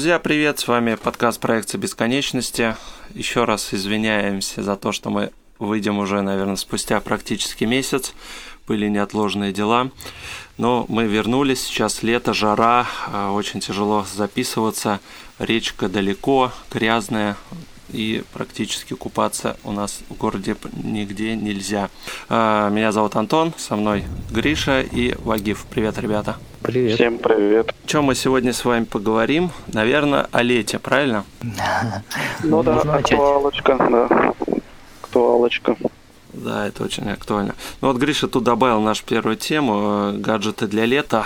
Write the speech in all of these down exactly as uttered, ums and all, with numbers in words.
Друзья, привет! С вами подкаст «Проекция бесконечности». Еще раз извиняемся за то, что мы выйдем уже, наверное, спустя практически месяц. Были неотложные дела. Но мы вернулись. Сейчас лето, жара. Очень тяжело записываться. Речка далеко, грязная. И практически купаться у нас в городе нигде нельзя. Меня зовут Антон, со мной Гриша и Вагиф. Привет, ребята. Привет. Всем привет. О чем мы сегодня с вами поговорим? Наверное, о лете, правильно? Ну да, актуалочка, да. Актуалочка. Да, это очень актуально. Ну вот Гриша тут добавил нашу первую тему, гаджеты для лета.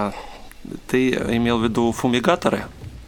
Ты имел в виду фумигаторы?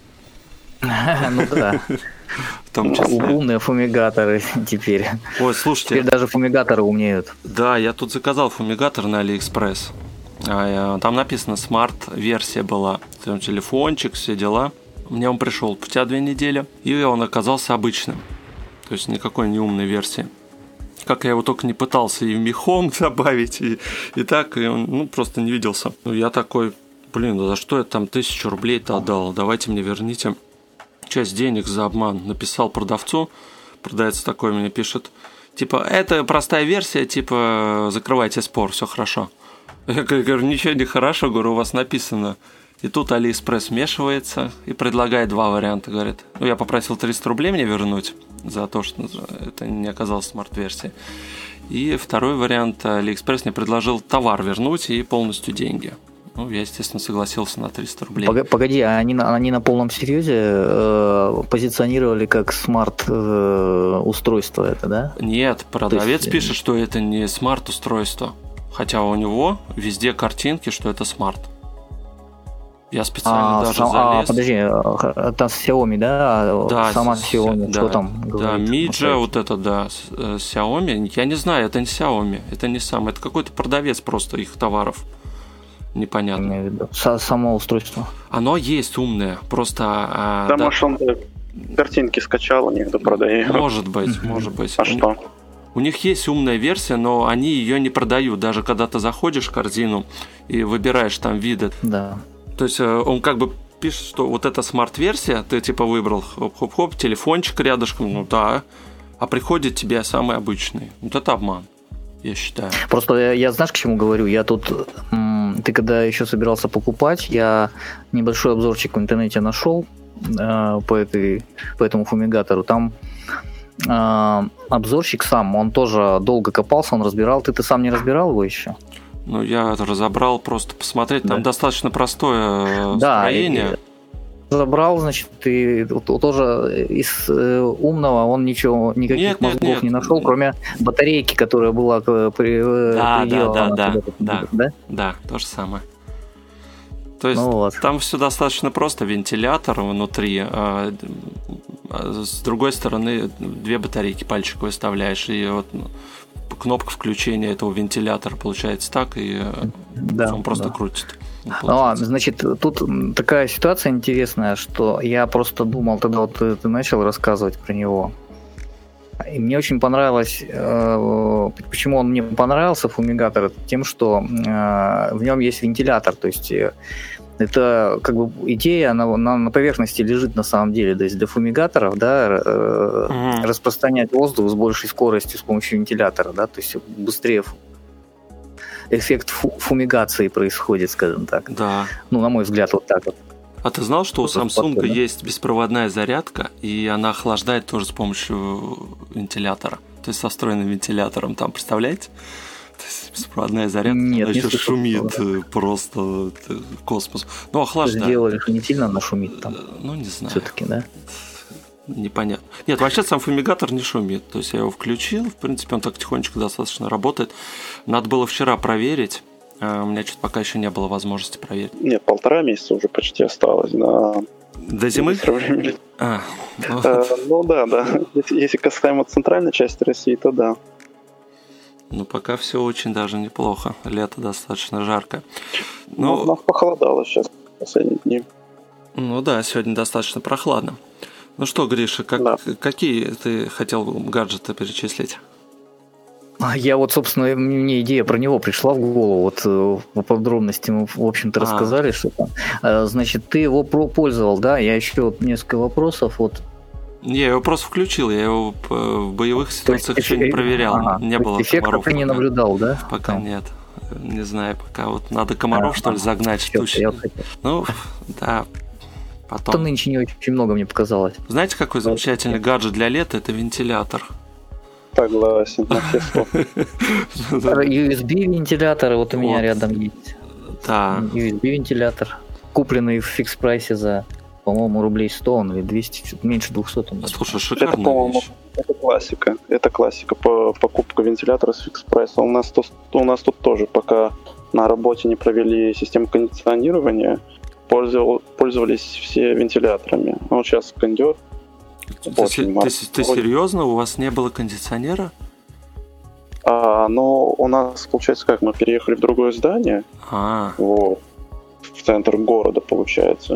Ну да. В том числе. Умные фумигаторы теперь. Ой, слушайте. Теперь даже фумигаторы умнеют. Да, я тут заказал фумигатор на Алиэкспресс. Там написано смарт-версия была. Там телефончик, все дела. Мне он пришел спустя две недели, и он оказался обычным. То есть никакой не умной версии. Как я его только не пытался и в мехом добавить, и, и так, и он ну, просто не виделся. Я такой, блин, да за что я там тысячу рублей-то отдал? Давайте мне верните часть денег за обман. Написал продавцу, продавец такой мне пишет, типа, это простая версия, типа, закрывайте спор, все хорошо. Я говорю, ничего не хорошо, говорю, у вас написано. И тут Алиэкспресс вмешивается и предлагает два варианта, говорит. Ну, я попросил триста рублей мне вернуть за то, что это не оказалось смарт-версией. И второй вариант, Алиэкспресс мне предложил товар вернуть и полностью деньги. Ну, я, естественно, согласился на триста рублей. Погоди, а они на, они на полном серьезе э, позиционировали как смарт-устройство э, это, да? Нет, продавец есть... пишет, что это не смарт-устройство. Хотя у него везде картинки, что это смарт. Я специально а, даже сам, залез. А, подожди, это Xiaomi, да? Да, сама с, Xiaomi, да, что там Да, говорит? Миджа, вот это, да, Xiaomi. Я не знаю, это не Xiaomi, это не сам, это какой-то продавец просто их товаров. Непонятно. Само устройство. Оно есть умное, просто... Да, да. Может, он картинки скачал у них, да продает. Может быть, может быть. А что? У них есть умная версия, но они ее не продают. Даже когда ты заходишь в корзину и выбираешь там виды. Да. То есть он как бы пишет, что вот эта смарт-версия, ты типа выбрал хоп-хоп-хоп, телефончик рядышком, ну да, а приходит тебе самый обычный. Вот это обман, я считаю. Просто я, я знаешь, к чему говорю? Я тут, ты когда еще собирался покупать, я небольшой обзорчик в интернете нашел э, по, этой, по этому фумигатору. Там э, обзорщик сам, он тоже долго копался, он разбирал. Ты-то сам не разбирал его еще? Ну, я разобрал, просто посмотреть, там да. достаточно простое да, строение. Разобрал, значит, ты тоже из умного он ничего, никаких нет, мозгов нет, нет. не нашел, кроме батарейки, которая была при, да, приделана. Да, да, да, да, да, да, то же самое. То есть ну вот. Там все достаточно просто, вентилятор внутри, а с другой стороны две батарейки пальчик выставляешь, и вот кнопка включения этого вентилятора получается так, и да, он просто да. крутит. А, значит, тут такая ситуация интересная, что я просто думал, тогда вот ты, ты начал рассказывать про него. И мне очень понравилось, э, почему он мне понравился, фумигатор, тем, что э, в нем есть вентилятор, то есть э, это как бы идея, она, она на поверхности лежит на самом деле, то есть для фумигаторов, да, э, mm-hmm. распространять воздух с большей скоростью с помощью вентилятора, да, то есть быстрее эффект фу- фумигации происходит, скажем так. Да. Ну, на мой взгляд, вот так вот. А ты знал, что вот у Samsung да? есть беспроводная зарядка, и она охлаждает тоже с помощью вентилятора? То есть со встроенным вентилятором там, представляете? То есть беспроводная зарядка, Нет, она не еще слышал, шумит да. просто космос. Ну, охлаждает. Сделали, что не сильно она шумит там? Ну, не знаю. Все-таки, да? Непонятно. Нет, вообще сам фумигатор не шумит. То есть я его включил, в принципе, он так тихонечко достаточно работает. Надо было вчера проверить. У меня что-то пока еще не было возможности проверить. Нет, полтора месяца уже почти осталось. Да. До зимы? А, ну... А, ну да, да. Если, если касаемо центральной части России, то да. Ну, пока все очень даже неплохо. Лето достаточно жарко. Ну, у нас похолодало сейчас в последние дни. Ну да, сегодня достаточно прохладно. Ну что, Гриша, как, да. какие ты хотел гаджеты перечислить? Я вот, собственно, мне идея про него пришла в голову. Вот по подробностям, в общем-то, а. рассказали, что там. Значит, ты его пользовал, да? Я еще вот несколько вопросов. Вот. Я его просто включил, я его в боевых ситуациях еще не проверял. Ага. Не было комаров. Ты не наблюдал, да? Пока там. Нет. Не знаю, пока вот надо комаров, а, что ли, загнать штучно. Ну, да. Потом. Это нынче не очень много, мне показалось. Знаете, какой замечательный гаджет для лета? Это вентилятор. Согласен, на все сто. ю эс би-вентилятор вот у меня вот. Рядом есть. Да. ю эс би-вентилятор, купленный в фикс-прайсе за, по-моему, рублей сто, он или двести, чуть меньше двухсот. Слушай, шикарная это, по-моему, вещь. Это классика. Это классика. По покупка вентилятора с фикс-прайса. У нас, тут, у нас тут тоже, пока на работе не провели систему кондиционирования, пользовал, пользовались все вентиляторами. А вот сейчас кондер. Ты, ты, ты, ты серьезно? У вас не было кондиционера? А, ну, у нас, получается, как, мы переехали в другое здание. А. Вот, в центр города, получается.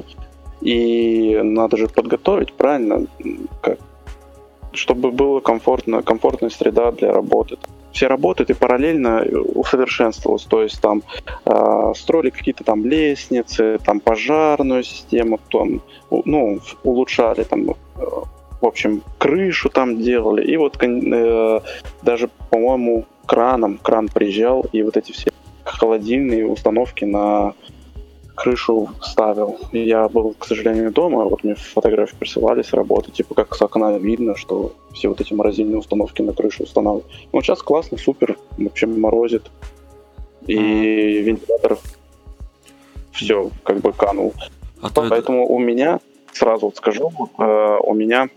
И надо же подготовить, правильно, как, чтобы была комфортная, комфортная среда для работы. Все работают и параллельно усовершенствовалось. То есть там э, строили какие-то там лестницы, там пожарную систему, там, ну, улучшали там, э, в общем, крышу там делали. И вот э, даже, по-моему, краном, кран приезжал, и вот эти все холодильные установки на крышу ставил. Я был, к сожалению, дома, вот мне фотографии присылали с работы, типа как с окна видно, что все вот эти морозильные установки на крышу устанавливают. Ну, сейчас классно, супер, вообще морозит. И mm-hmm. вентилятор все, как бы канул. А Поэтому это... у меня, сразу вот скажу, э, у меня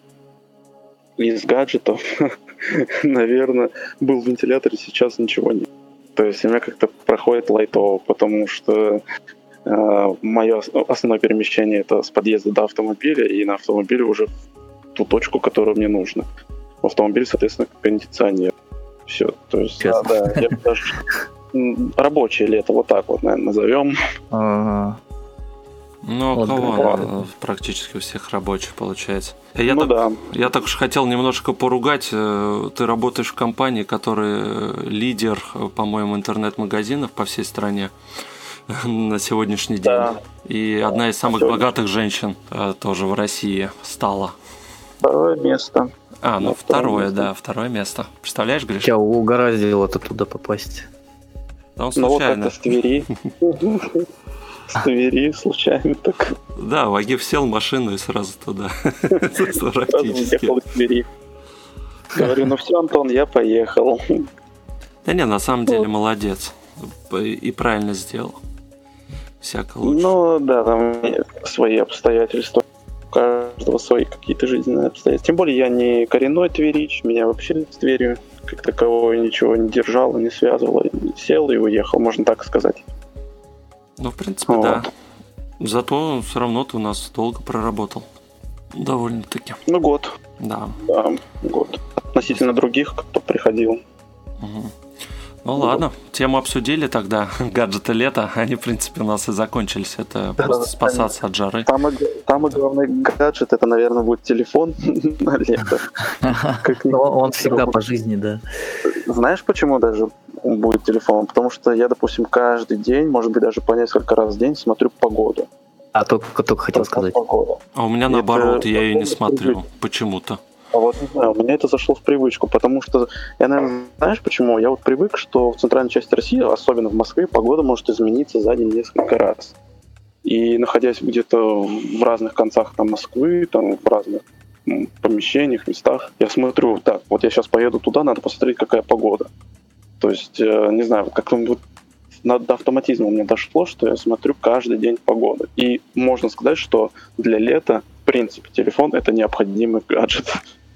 из гаджетов, наверное, был вентилятор, и сейчас ничего нет. То есть у меня как-то проходит лайтово, потому что э, мое основное перемещение это с подъезда до автомобиля, и на автомобиле уже в ту точку, которую мне нужно. В автомобиле, соответственно, кондиционер. Все, то есть, да, да, я даже рабочее лето, вот так вот, наверное, назовем. Ага. Ну, у кого практически у всех рабочих получается. Я, ну, так, да. я так уж хотел немножко поругать. Ты работаешь в компании, которая лидер, по-моему, интернет-магазинов по всей стране на сегодняшний день. Да. И одна из самых Сегодня. богатых женщин тоже в России стала. Второе место. А, ну, второе, да, второе место. Представляешь, Гриш? Тебя угораздило-то туда попасть. Да, он случайно. Ну, вот это с Твери. С Твери случайно так. Да, Вагиф сел в машину и сразу туда. Сразу уехал к Твери. Говорю, ну все, Антон, я поехал. Да не, на самом деле молодец. И правильно сделал. Всяко лучше. Ну да, там свои обстоятельства. У каждого свои какие-то жизненные обстоятельства. Тем более я не коренной тверич, меня вообще с Тверью как такового ничего не держало, не связывало. Сел и уехал, можно так сказать. Ну, в принципе, вот. Да. Зато все равно ты у нас долго проработал. Довольно-таки. Ну, год. Да. Да, год. Относительно других, кто приходил. Угу. Ну, ну ладно, тему обсудили тогда. Гаджеты лета, они, в принципе, у нас и закончились. Это да, просто спасаться от жары. Самый, самый главный гаджет, это, наверное, будет телефон на лето. Он всегда по жизни, да. Знаешь, почему даже будет телефон? Потому что я, допустим, каждый день, может быть, даже по несколько раз в день смотрю погоду. А только, только хотел сказать. Погода. А у меня наоборот, я ее не смотрю почему-то. А вот не знаю, у меня это зашло в привычку, потому что я, наверное, знаешь почему? Я вот привык, что в центральной части России, особенно в Москве, погода может измениться за день несколько раз. И находясь где-то в разных концах там, Москвы, там, в разных ну, помещениях, местах, я смотрю, так, вот я сейчас поеду туда, надо посмотреть, какая погода. То есть, э, не знаю, как-то вот до автоматизма у меня дошло, что я смотрю каждый день погоду. И можно сказать, что для лета, в принципе, телефон — это необходимый гаджет.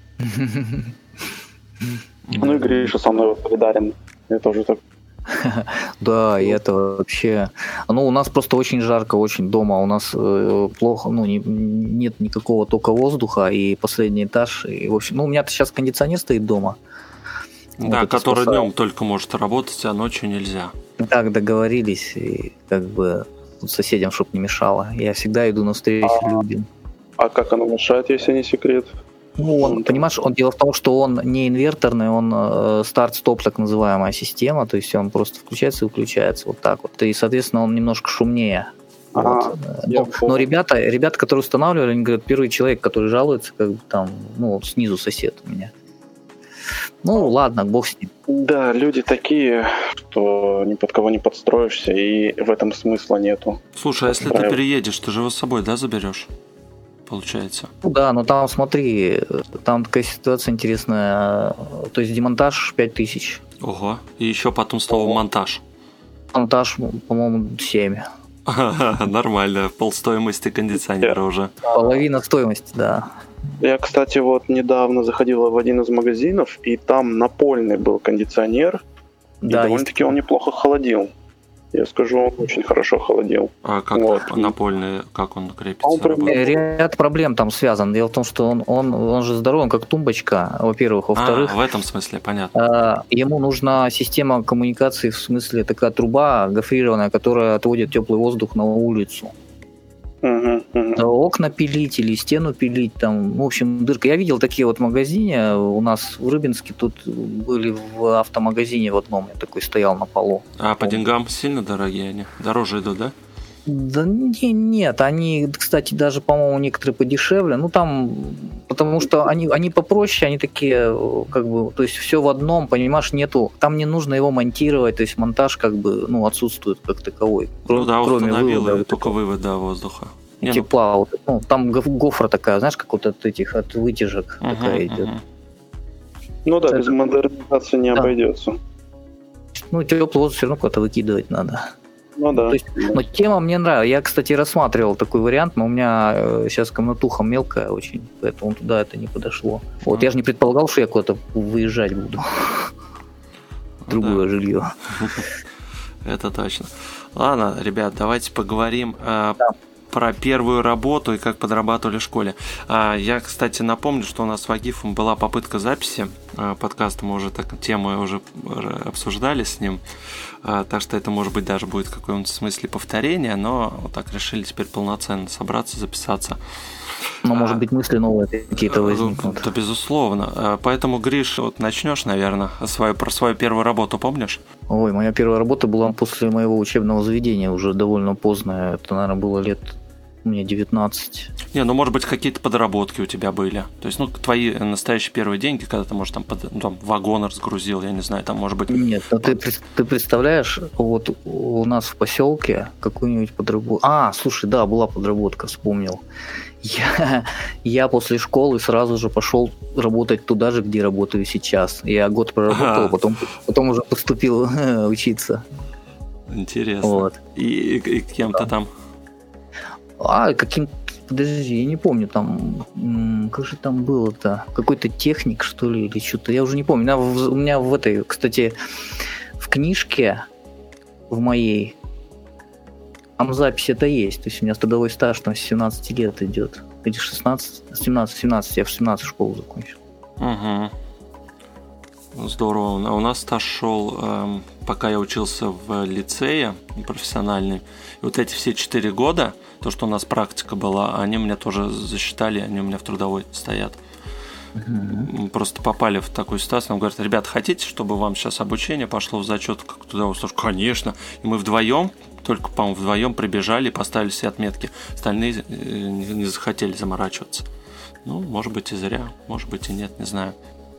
Ну и Гриша со мной солидарен. Я тоже так. Да, и это вообще... Ну, у нас просто очень жарко, очень дома. У нас э, плохо, ну, не, нет никакого тока воздуха, и последний этаж. И, в общем, ну, у меня сейчас кондиционер стоит дома. Да, вот который спасает. Днем только может работать, а ночью нельзя. Так договорились, и как бы соседям, чтобы не мешало. Я всегда иду навстречу а, людям. А как оно мешает, если не секрет? Ну, он, понимаешь, он, дело в том, что он не инверторный, он э, старт-стоп, так называемая система, то есть он просто включается и выключается вот так вот. И, соответственно, он немножко шумнее. Ага, вот. но, но ребята, ребята, которые устанавливали, они говорят, первый человек, который жалуется, как бы там, ну, снизу сосед у меня. Ну, ладно, бог с ним. Да, люди такие, что ни под кого не подстроишься, и в этом смысла нету. Слушай, а если ты переедешь, ты же его с собой, да, заберешь? Получается. Ну да, но там, смотри, там такая ситуация интересная. То есть демонтаж пять тысяч. Ого. И еще потом слово монтаж. Монтаж, по-моему, семь. Нормально, полстоимости кондиционера уже. Половина стоимости, да. Я, кстати, вот недавно заходил в один из магазинов, и там напольный был кондиционер, и да, довольно-таки он неплохо холодил. Я скажу, он очень хорошо холодил. А как вот. напольный, как он крепится? Он Ряд проблем там связан. Дело в том, что он, он, он же здоровый, он как тумбочка, во-первых. Во-вторых, а, в этом смысле, понятно. Ему нужна система коммуникации, в смысле такая труба гофрированная, которая отводит теплый воздух на улицу. Угу, угу. Окна пилить или стену пилить, там, в общем, дырка. Я видел такие вот магазины у нас в Рыбинске, тут были в автомагазине в одном, я такой стоял на полу. А по деньгам сильно дорогие они? Дороже идут, да? Да не, нет, они, кстати, даже, по-моему, некоторые подешевле, ну там, потому что они, они попроще, они такие, как бы, то есть все в одном, понимаешь, нету, там не нужно его монтировать, то есть монтаж как бы, ну, отсутствует как таковой. Ну да, кроме установил, вывода, только вот вывод, да, воздуха. Не, тепла, ну... вот, ну, там гофра такая, знаешь, как вот от этих, от вытяжек uh-huh, такая идет. Uh-huh. Ну да, это... без модернизации не да. обойдется. Ну, теплый воздух все равно куда-то выкидывать надо. Ну да. То есть, но тема мне нравится. Я, кстати, рассматривал такой вариант, но у меня сейчас комнатуха мелкая очень, поэтому туда это не подошло. Вот mm. я же не предполагал, что я куда-то выезжать буду. Другое жилье. Это точно. Ладно, ребят, давайте поговорим про первую работу и как подрабатывали в школе. Я, кстати, напомню, что у нас с Вагифом была попытка записи подкаста, мы уже так тему уже обсуждали с ним, так что это, может быть, даже будет в каком-то смысле повторение, но вот так решили теперь полноценно собраться, записаться. Но, может быть, мысли новые какие-то возникнут. Да, безусловно. Поэтому, Гриш, вот начнешь, наверное, свою, про свою первую работу, помнишь? Ой, моя первая работа была после моего учебного заведения, уже довольно поздно, это, наверное, было лет... Мне девятнадцать. Не, ну, может быть, какие-то подработки у тебя были. То есть, ну, твои настоящие первые деньги, когда ты, может, там, под, ну, там вагон разгрузил, я не знаю, там, может быть... Нет, ну, ты, ты представляешь, вот у нас в поселке какую-нибудь подработку... А, слушай, да, была подработка, вспомнил. Я, я после школы сразу же пошел работать туда же, где работаю сейчас. Я год проработал, потом, потом уже поступил учиться. Интересно. Вот. И, и, и кем-то да. там... А, каким... Подожди, я не помню, там... Как же там было-то? Какой-то техник, что ли, или что-то? Я уже не помню. У меня в этой, кстати, в книжке в моей там запись это есть. То есть у меня трудовой стаж там с семнадцати лет идет. Или шестнадцать, семнадцать, семнадцать. Я в семнадцать школу закончил. Угу. Здорово. У нас стаж шел, эм, пока я учился в лицее профессиональный. И вот эти все четыре года, то, что у нас практика была, они меня тоже засчитали, они у меня в трудовой стоят. Uh-huh. Просто попали в такую ситуацию. Нам говорят: ребята, хотите, чтобы вам сейчас обучение пошло в зачет как туда услышь? Конечно. И мы вдвоем, только, по-моему, вдвоем прибежали и поставили все отметки. Остальные не захотели заморачиваться. Ну, может быть, и зря, может быть, и нет, не знаю.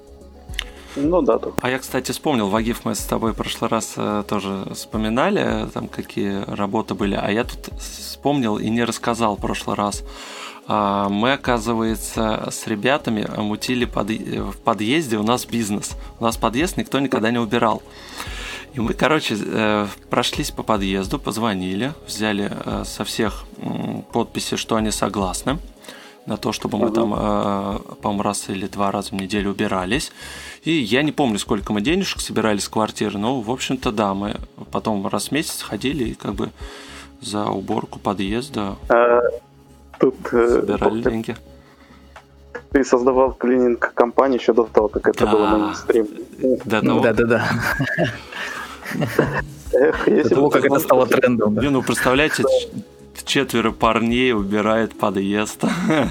Ну да, да. А я, кстати, вспомнил, Вагиф, мы с тобой в прошлый раз э, тоже вспоминали, там какие работы были, а я тут вспомнил и не рассказал в прошлый раз. А, мы, оказывается, с ребятами мутили под... в подъезде, у нас бизнес. У нас подъезд никто никогда не убирал. И мы, короче, э, прошлись по подъезду, позвонили, взяли э, со всех э, подписи, что они согласны на то, чтобы мы там, э, по-моему, раз или два раза в неделю убирались. И я не помню, сколько мы денежек собирали с квартиры, но, в общем-то, да, мы потом раз в месяц ходили и как бы за уборку подъезда а, тут, собирали э, деньги. Ты создавал клининг-компанию еще до того, как это да. было мейнстрим. Да-да-да. Эх, если до того, как это стало трендом. Не, ну, представляете, четверо парней убирает подъезд.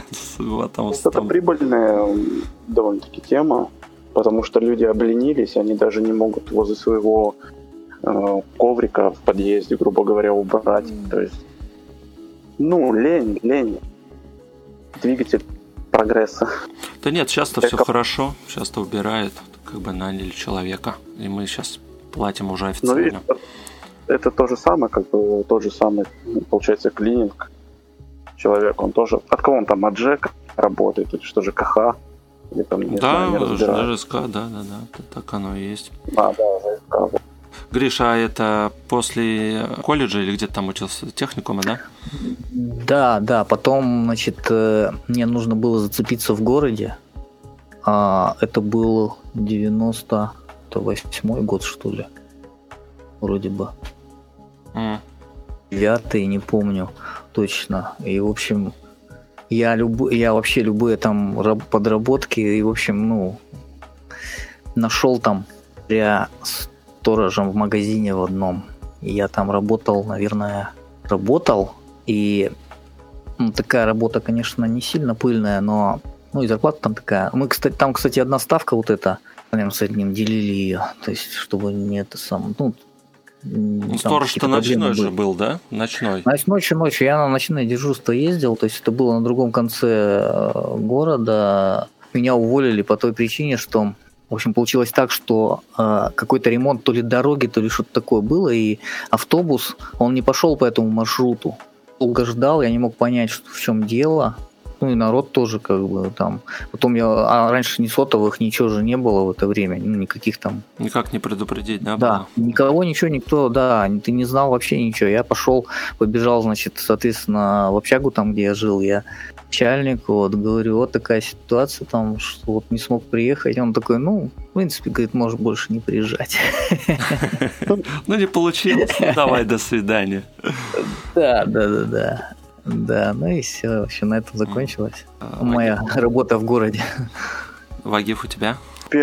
Это прибыльная довольно-таки тема, потому что люди обленились, они даже не могут возле своего коврика в подъезде, грубо говоря, убрать. То есть, ну, лень, лень. Двигатель прогресса. Да нет, сейчас-то все хорошо, сейчас-то убирает, как бы наняли человека, и мы сейчас платим уже официально. Ну, это то же самое, как бы тот же самый, получается, клининг. Человек, он тоже... От кого он там, от ЖЭК работает, или что, ЖКХ? Или там, не да, знаю, ЖСК, да, да, да, так оно и есть. А, да, ЖСК. Гриша, а это после колледжа или где-то там учился, техникума, да? Да, да, потом, значит, мне нужно было зацепиться в городе. А это был девяносто восьмой год, что ли, вроде бы. Mm. Девятый, не помню точно. И, в общем, я, люб... я вообще любые там подработки, и, в общем, ну, нашел там я сторожем в магазине в одном. И я там работал, наверное, работал, и ну, такая работа, конечно, не сильно пыльная, но ну и зарплата там такая. Мы, кстати, там, кстати, одна ставка вот эта, наверное, с одним делили ее, то есть, чтобы не это сам, ну, ну сторож-то ночной же был, да? Ночной. Ночью, ночью. Я на ночное дежурство ездил, то есть это было на другом конце города. Меня уволили по той причине, что, в общем, получилось так, что э, какой-то ремонт то ли дороги, то ли что-то такое было, и автобус, он не пошел по этому маршруту. Долго ждал, я не мог понять, что, в чем дело. Ну и народ тоже как бы там. Потом я... А раньше ни сотовых, ничего же не было в это время. Ну, никаких там... Никак не предупредить, да? Да. Было? Никого, ничего, никто, да. Ты не знал вообще ничего. Я пошел, побежал, значит, соответственно, в общагу там, где я жил. Я начальнику, вот, говорю, вот такая ситуация там, что вот не смог приехать. Он такой, ну, в принципе, говорит, можешь больше не приезжать. Ну, не получилось. Давай, до свидания. Да, да, да, да. Да, ну и все, вообще на этом закончилась а, моя Вагиф. Работа в городе. Вагиф, у тебя?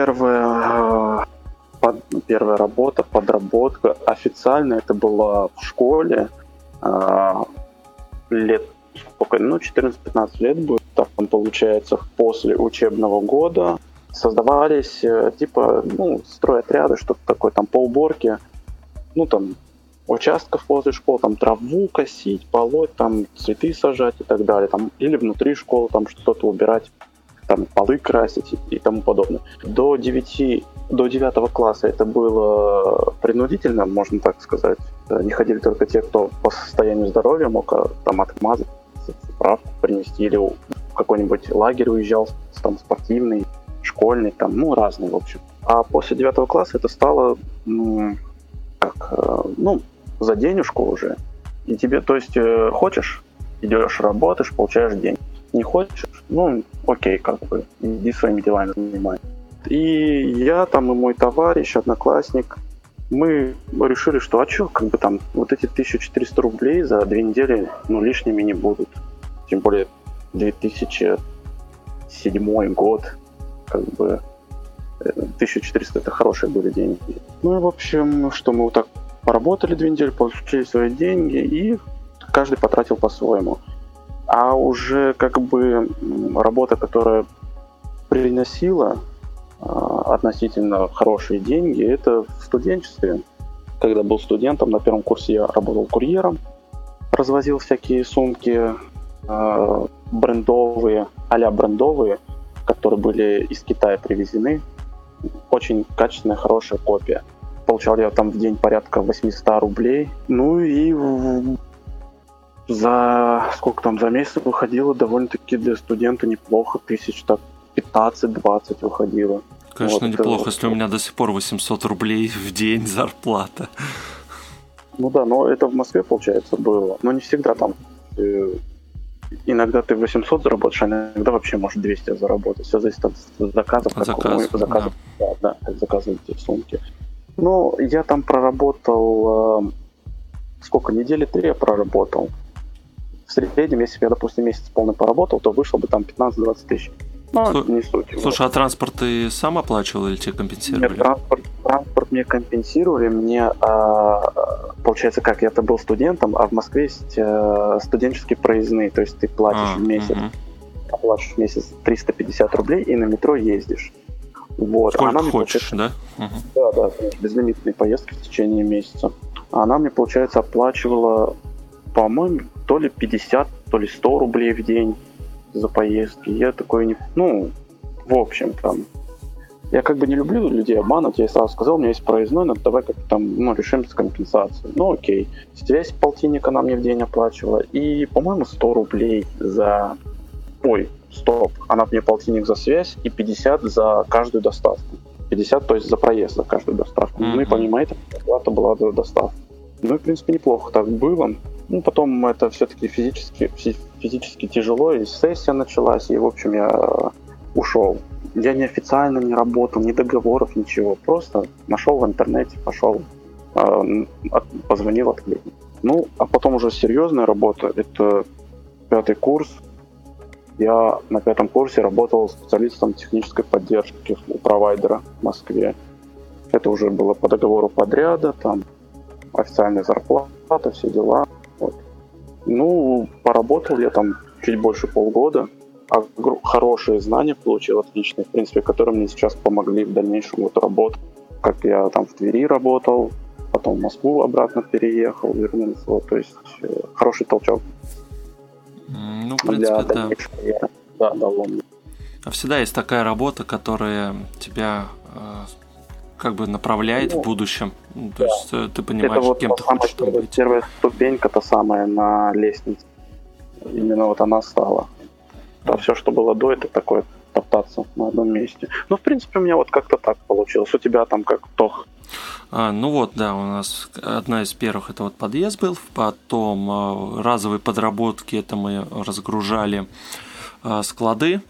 Первая, под, первая работа, подработка официально это была в школе а, лет, сколько, ну четырнадцать-пятнадцать лет будет, так он получается после учебного года. Создавались типа, ну, стройотряды, что-то такое, там по уборке, ну там участков возле школ, там траву косить, полоть, там цветы сажать и так далее, там, или внутри школы там что-то убирать, там полы красить и, и тому подобное. До девяти, до девятого класса это было принудительно, можно так сказать. Не ходили только те, кто по состоянию здоровья мог там отмазать, справку принести, или в какой-нибудь лагерь уезжал, там спортивный, школьный, там, ну, разный, в общем. А после девятого класса это стало, ну, как, ну, за денежку уже. И тебе, то есть, хочешь, идешь, работаешь, получаешь деньги. Не хочешь, ну, окей, как бы, иди своими делами занимай. И я там, и мой товарищ, одноклассник, мы решили, что, а что, как бы там, вот эти тысяча четыреста рублей за две недели, ну, лишними не будут. Тем более, две тысячи седьмой год, как бы, тысяча четыреста это хорошие были деньги. Ну и в общем, что мы вот так поработали две недели, получили свои деньги, и каждый потратил по-своему. А уже как бы работа, которая приносила а, относительно хорошие деньги, это в студенчестве. Когда был студентом, на первом курсе я работал курьером, развозил всякие сумки а, брендовые, а-ля брендовые, которые были из Китая привезены. Очень качественная, хорошая копия. Получал я там в день порядка восемьсот рублей. Ну и за сколько там, за месяц выходило довольно-таки для студента неплохо. Тысяч так пятнадцать-двадцать выходило. Конечно, вот неплохо, это... если у меня до сих пор восемьсот рублей в день зарплата. Ну да, но это в Москве, получается, было. Но не всегда там. Иногда ты восемьсот заработаешь, а иногда вообще можешь двести заработать. Все зависит от заказов. От заказов, как, заказов да. Да, да, как заказываете сумки. Ну, я там проработал... Э, сколько? Недели три я проработал. В среднем, если бы я, допустим, месяц полный поработал, то вышло бы там пятнадцать-двадцать тысяч. Ну, Слу- не суть. Слушай, вот. А транспорт ты сам оплачивал или тебе компенсировали? Нет, транспорт, транспорт мне компенсировали. Мне э, получается, как я-то был студентом, а в Москве есть э, студенческие проездные, то есть ты платишь а, в месяц, угу. платишь в месяц триста пятьдесят рублей и на метро ездишь. Вот. Сколько она мне, хочешь, да? Угу. Да, да, безлимитные поездки в течение месяца. А она мне, получается, оплачивала, по-моему, то ли пятьдесят, то ли сто рублей в день за поездки. Я такой не... Ну, в общем, там... Я как бы не люблю людей обманывать. Я ей сразу сказал, у меня есть проездной, надо давай как-то там, ну, решим с компенсацией. Ну, окей. Связь полтинник она мне в день оплачивала. И, по-моему, сто рублей за... Ой, стоп. Она мне полтинник за связь и пятьдесят за каждую доставку. пятьдесят, то есть за проезд за каждую доставку. Mm-hmm. Ну и понимаете, оплата была за доставку. Ну и, в принципе, неплохо так было. Ну, потом это все-таки физически, физически тяжело, и сессия началась, и, в общем, я ушел. Я неофициально не работал, ни договоров, ничего. Просто нашел в интернете, пошел, э, позвонил, откликнул. Ну, а потом уже серьезная работа. Это пятый курс. Я на пятом курсе работал специалистом технической поддержки у провайдера в Москве. Это уже было по договору подряда, там официальная зарплата, все дела. Вот. Ну, поработал я там чуть больше полгода. А хорошие знания получил отличные, в принципе, которые мне сейчас помогли в дальнейшем вот работать. Как я там в Твери работал, потом в Москву обратно переехал, вернулся. Вот, то есть хороший толчок. Ну, в принципе, да. Карьеры. Да, дало мне. А всегда есть такая работа, которая тебя э, как бы направляет ну, в будущем. То да. есть э, ты понимаешь, вот кем ты хочешь там быть. Первая ступенька та самая на лестнице. Именно вот она стала. А все, что было до, это такое топтаться на одном месте. Ну, в принципе, у меня вот как-то так получилось. У тебя там как Тох? А, ну вот, да, у нас одна из первых это вот подъезд был, потом разовые подработки, это мы разгружали а, склады,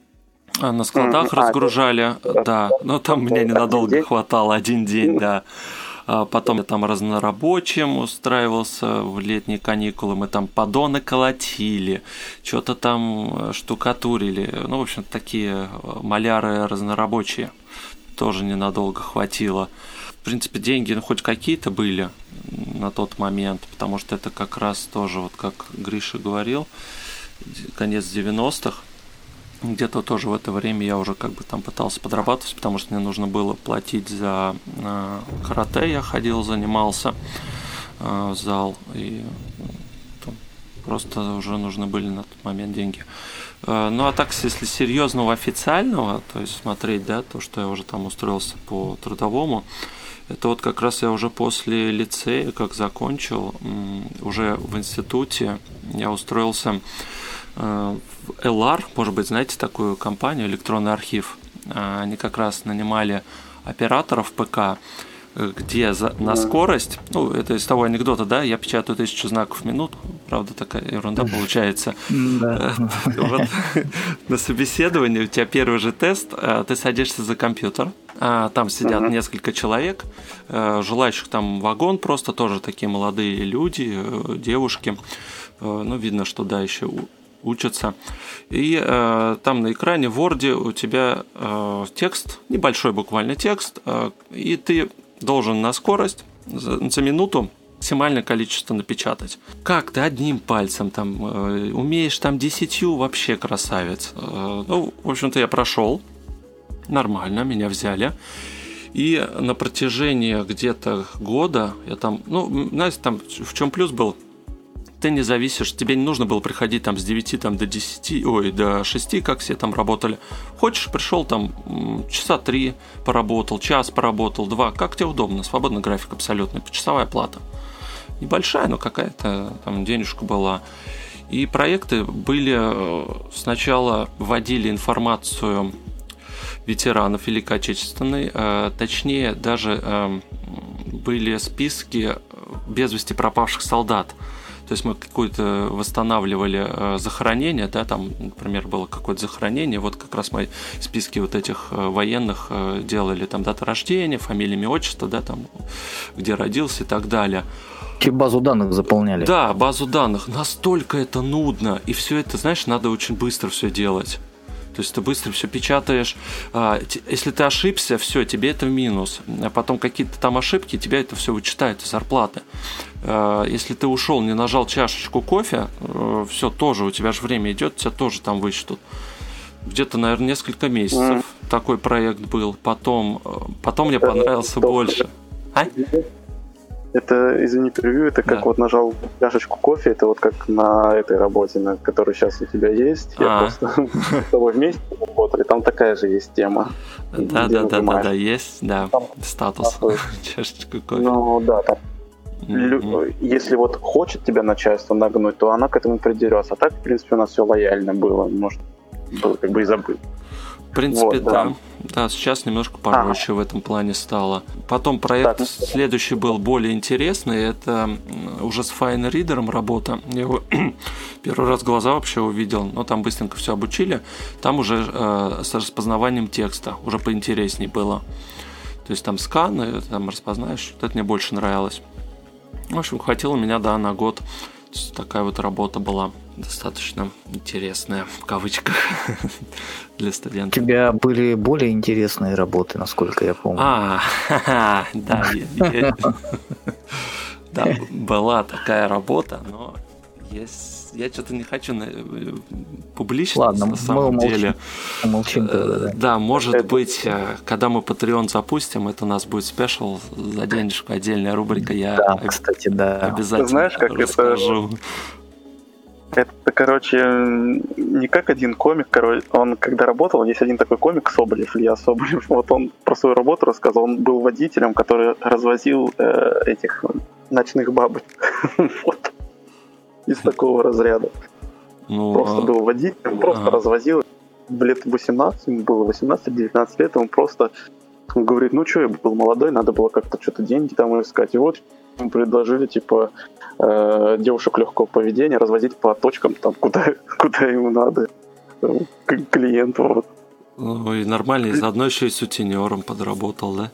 а, на складах mm-hmm. разгружали, а, да, да, но там меня ненадолго хватало, один день, да. Потом я там разнорабочим устраивался в летние каникулы, мы там поддоны колотили, что-то там штукатурили, ну, в общем, такие маляры разнорабочие, тоже ненадолго хватило. В принципе, деньги, ну, хоть какие-то были на тот момент, потому что это как раз тоже, вот как Гриша говорил, конец девяностых. Где-то тоже в это время я уже как бы там пытался подрабатывать, потому что мне нужно было платить за э, карате, я ходил, занимался э, в зал, и там просто уже нужны были на тот момент деньги. Э, ну а так, если серьезного официального, то есть смотреть, да, то, что я уже там устроился по трудовому, это вот как раз я уже после лицея, как закончил, э, уже в институте я устроился в эл ар, может быть, знаете такую компанию, электронный архив. Они как раз нанимали операторов ПК, где за, на скорость, ну, это из того анекдота, да, я печатаю тысячу знаков в минуту, правда, такая ерунда получается. Вот на собеседовании у тебя первый же тест, ты садишься за компьютер, там сидят несколько человек, желающих там вагон, просто тоже такие молодые люди, девушки, ну, видно, что, да, еще учатся. И э, там на экране в Word у тебя э, текст, небольшой буквально текст, э, и ты должен на скорость за, за минуту максимальное количество напечатать. Как ты одним пальцем там э, умеешь там десятью, вообще красавец. Э, ну, в общем-то, я прошел. Нормально, меня взяли. И на протяжении где-то года я там, ну, знаете, там в чем плюс был? Ты не зависишь, тебе не нужно было приходить там с девяти там, до десяти, ой, до шести, как все там работали. Хочешь, пришел там часа три поработал, час поработал, два, как тебе удобно, свободный график абсолютно, почасовая плата. Небольшая, но какая-то там денежка была. И проекты были, сначала вводили информацию ветеранов Великой Отечественной, точнее, даже были списки без вести пропавших солдат. То есть мы какое-то восстанавливали э, захоронение, да, там, например, было какое-то захоронение, вот как раз мы списки вот этих э, военных э, делали, там, дата рождения, фамилия, имя, отчество, да, там, где родился и так далее. И базу данных заполняли. Да, базу данных. Настолько это нудно, и все это, знаешь, надо очень быстро все делать. То есть ты быстро все печатаешь. Если ты ошибся, все, тебе это в минус. А потом какие-то там ошибки, тебя это все вычитают из зарплаты. Если ты ушел, не нажал чашечку кофе, все, тоже у тебя же время идет, тебя тоже там вычтут. Где-то, наверное, несколько месяцев mm. такой проект был. Потом, потом мне понравился это больше. А? Это, извини, перебью, это как да. вот нажал чашечку кофе, это вот как на этой работе, на которой сейчас у тебя есть. Я а. просто с тобой вместе работали, там такая же есть тема. Да, да, да, да, да, есть, да, там статус чашечку кофе. Ну да, там. Mm-hmm. Если вот хочет тебя начальство нагнуть, то она к этому придерется. А так, в принципе, у нас все лояльно было, может, было как бы и забыть. В принципе, вот, да. да. Да, сейчас немножко попроще ага. в этом плане стало. Потом проект так, следующий был более интересный. Это уже с Fine Reader работа. Я его первый раз глаза вообще увидел, но там быстренько все обучили. Там уже э, с распознаванием текста уже поинтересней было. То есть там скан, и там распознаешь. Вот это мне больше нравилось. В общем, хватило меня, да, на год. Такая вот работа была достаточно интересная, в кавычках, для студентов. У тебя были более интересные работы, насколько я помню. А, да, да, была такая работа, но есть... Я что-то не хочу на... публично, Ладно, на самом мы деле. Молчим, тогда, да. да, может это... быть, когда мы Patreon запустим, это у нас будет спешл за денежку, отдельная рубрика. Я да, об... кстати, да. обязательно Ты знаешь, как расскажу. Это... это, короче, не как один комик, короче, он когда работал, есть один такой комик Соболев, Илья Соболев, вот он про свою работу рассказал, он был водителем, который развозил э, этих ночных бабочек. Вот. Из такого разряда. Ну, просто а... был водителем, просто а... развозил. Лет восемнадцать, ему было восемнадцать-девятнадцать лет, он просто он говорит, ну что, я был молодой, надо было как-то что-то деньги там искать. И вот ему предложили, типа, э, девушек легкого поведения развозить по точкам, там, куда, куда ему надо, там, к клиенту. Вот. Ну и нормально, и заодно еще и сутенером подработал, да?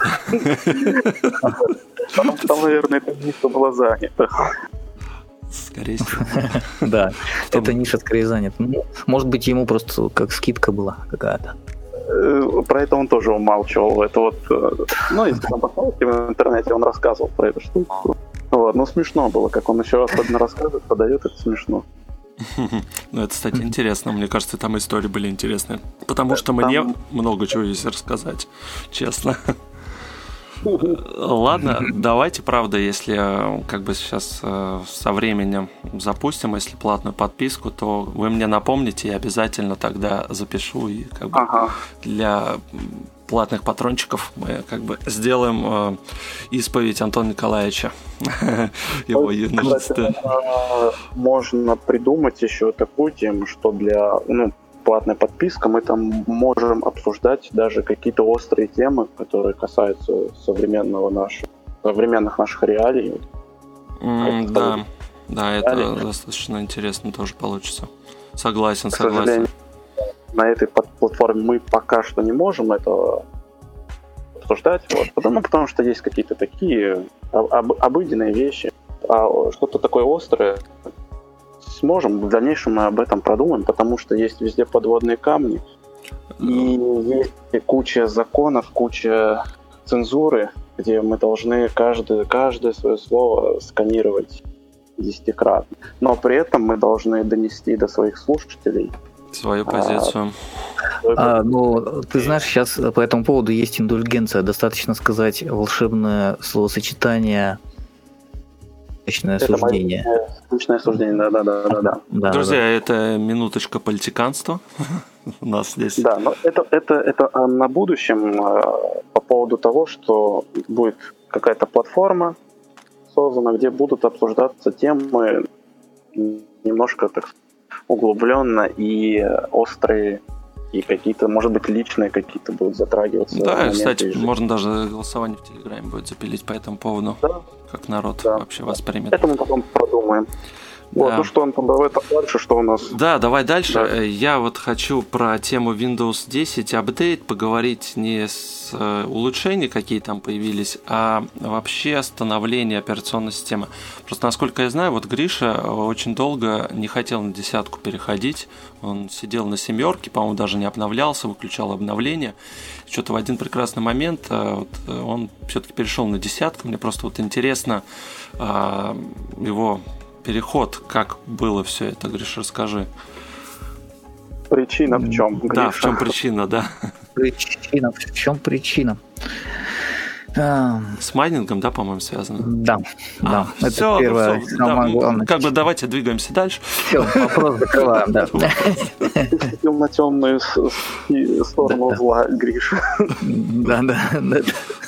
Там, наверное, это место было занято. Скорее всего. Да, эта ниша скорее занята. Может быть, ему просто как скидка была какая-то. Про это он тоже умалчивал. Это вот, ну, если там посмотрите в интернете, он рассказывал про эту штуку. Вот, ну, смешно было, как он еще особенно рассказывает, подает, это смешно. Ну, это, кстати, интересно. Мне кажется, там истории были интересные. Потому что мне много чего есть рассказать, честно. Ладно, давайте, правда, если как бы сейчас э, со временем запустим, если платную подписку, то вы мне напомните, я обязательно тогда запишу и как бы ага. для платных патрончиков мы как бы сделаем э, исповедь Антона Николаевича. Его юности. Можно придумать еще такую тему, что для ну, платная подписка, мы там можем обсуждать даже какие-то острые темы, которые касаются современного нашего, современных наших реалий. Mm, да, да, это реалий. Достаточно интересно тоже получится. Согласен, К согласен. На этой платформе мы пока что не можем это обсуждать, вот, потому, потому что есть какие-то такие об, обыденные вещи, а что-то такое острое сможем, в дальнейшем мы об этом продумаем, потому что есть везде подводные камни, и есть куча законов, куча цензуры, где мы должны каждое, каждое свое слово сканировать десятикратно. Но при этом мы должны донести до своих слушателей свою позицию. А, ну, ты знаешь, сейчас по этому поводу есть индульгенция. Достаточно сказать волшебное словосочетание «личное это суждение». Личное суждение, да, да, да, да, да. Друзья, да. Это минуточка политиканства у нас здесь. Да, но это, это, это на будущем по поводу того, что будет какая-то платформа создана, где будут обсуждаться темы немножко так углубленно и острые, и какие-то, может быть, личные какие-то будут затрагиваться. Да, кстати, можно даже голосование в Телеграме будет запилить по этому поводу, да. Как народ да. вообще воспримет. Это мы потом продумаем. Вот, да. Ну что, Антон, давай дальше, что у нас? Да, давай дальше. Да. Я вот хочу про тему Windows десять апдейт поговорить не с улучшений, какие там появились, а вообще становление операционной системы. Просто, насколько я знаю, вот Гриша очень долго не хотел на десятку переходить. Он сидел на семерке, по-моему, даже не обновлялся, выключал обновление. Что-то в один прекрасный момент вот, он все-таки перешел на десятку. Мне просто вот интересно его переход, как было все это, Гриша, расскажи. Причина в чем, Гриша? Да, в чем причина, да. Причина, в чем причина? С майнингом, да, по-моему, связано? Да, а, да. Это все, первое, все, самое да, главное. Как бы давайте двигаемся дальше. Все, вопрос закрываем, да. Сидел на темную сторону зла, Гриша. Да, да.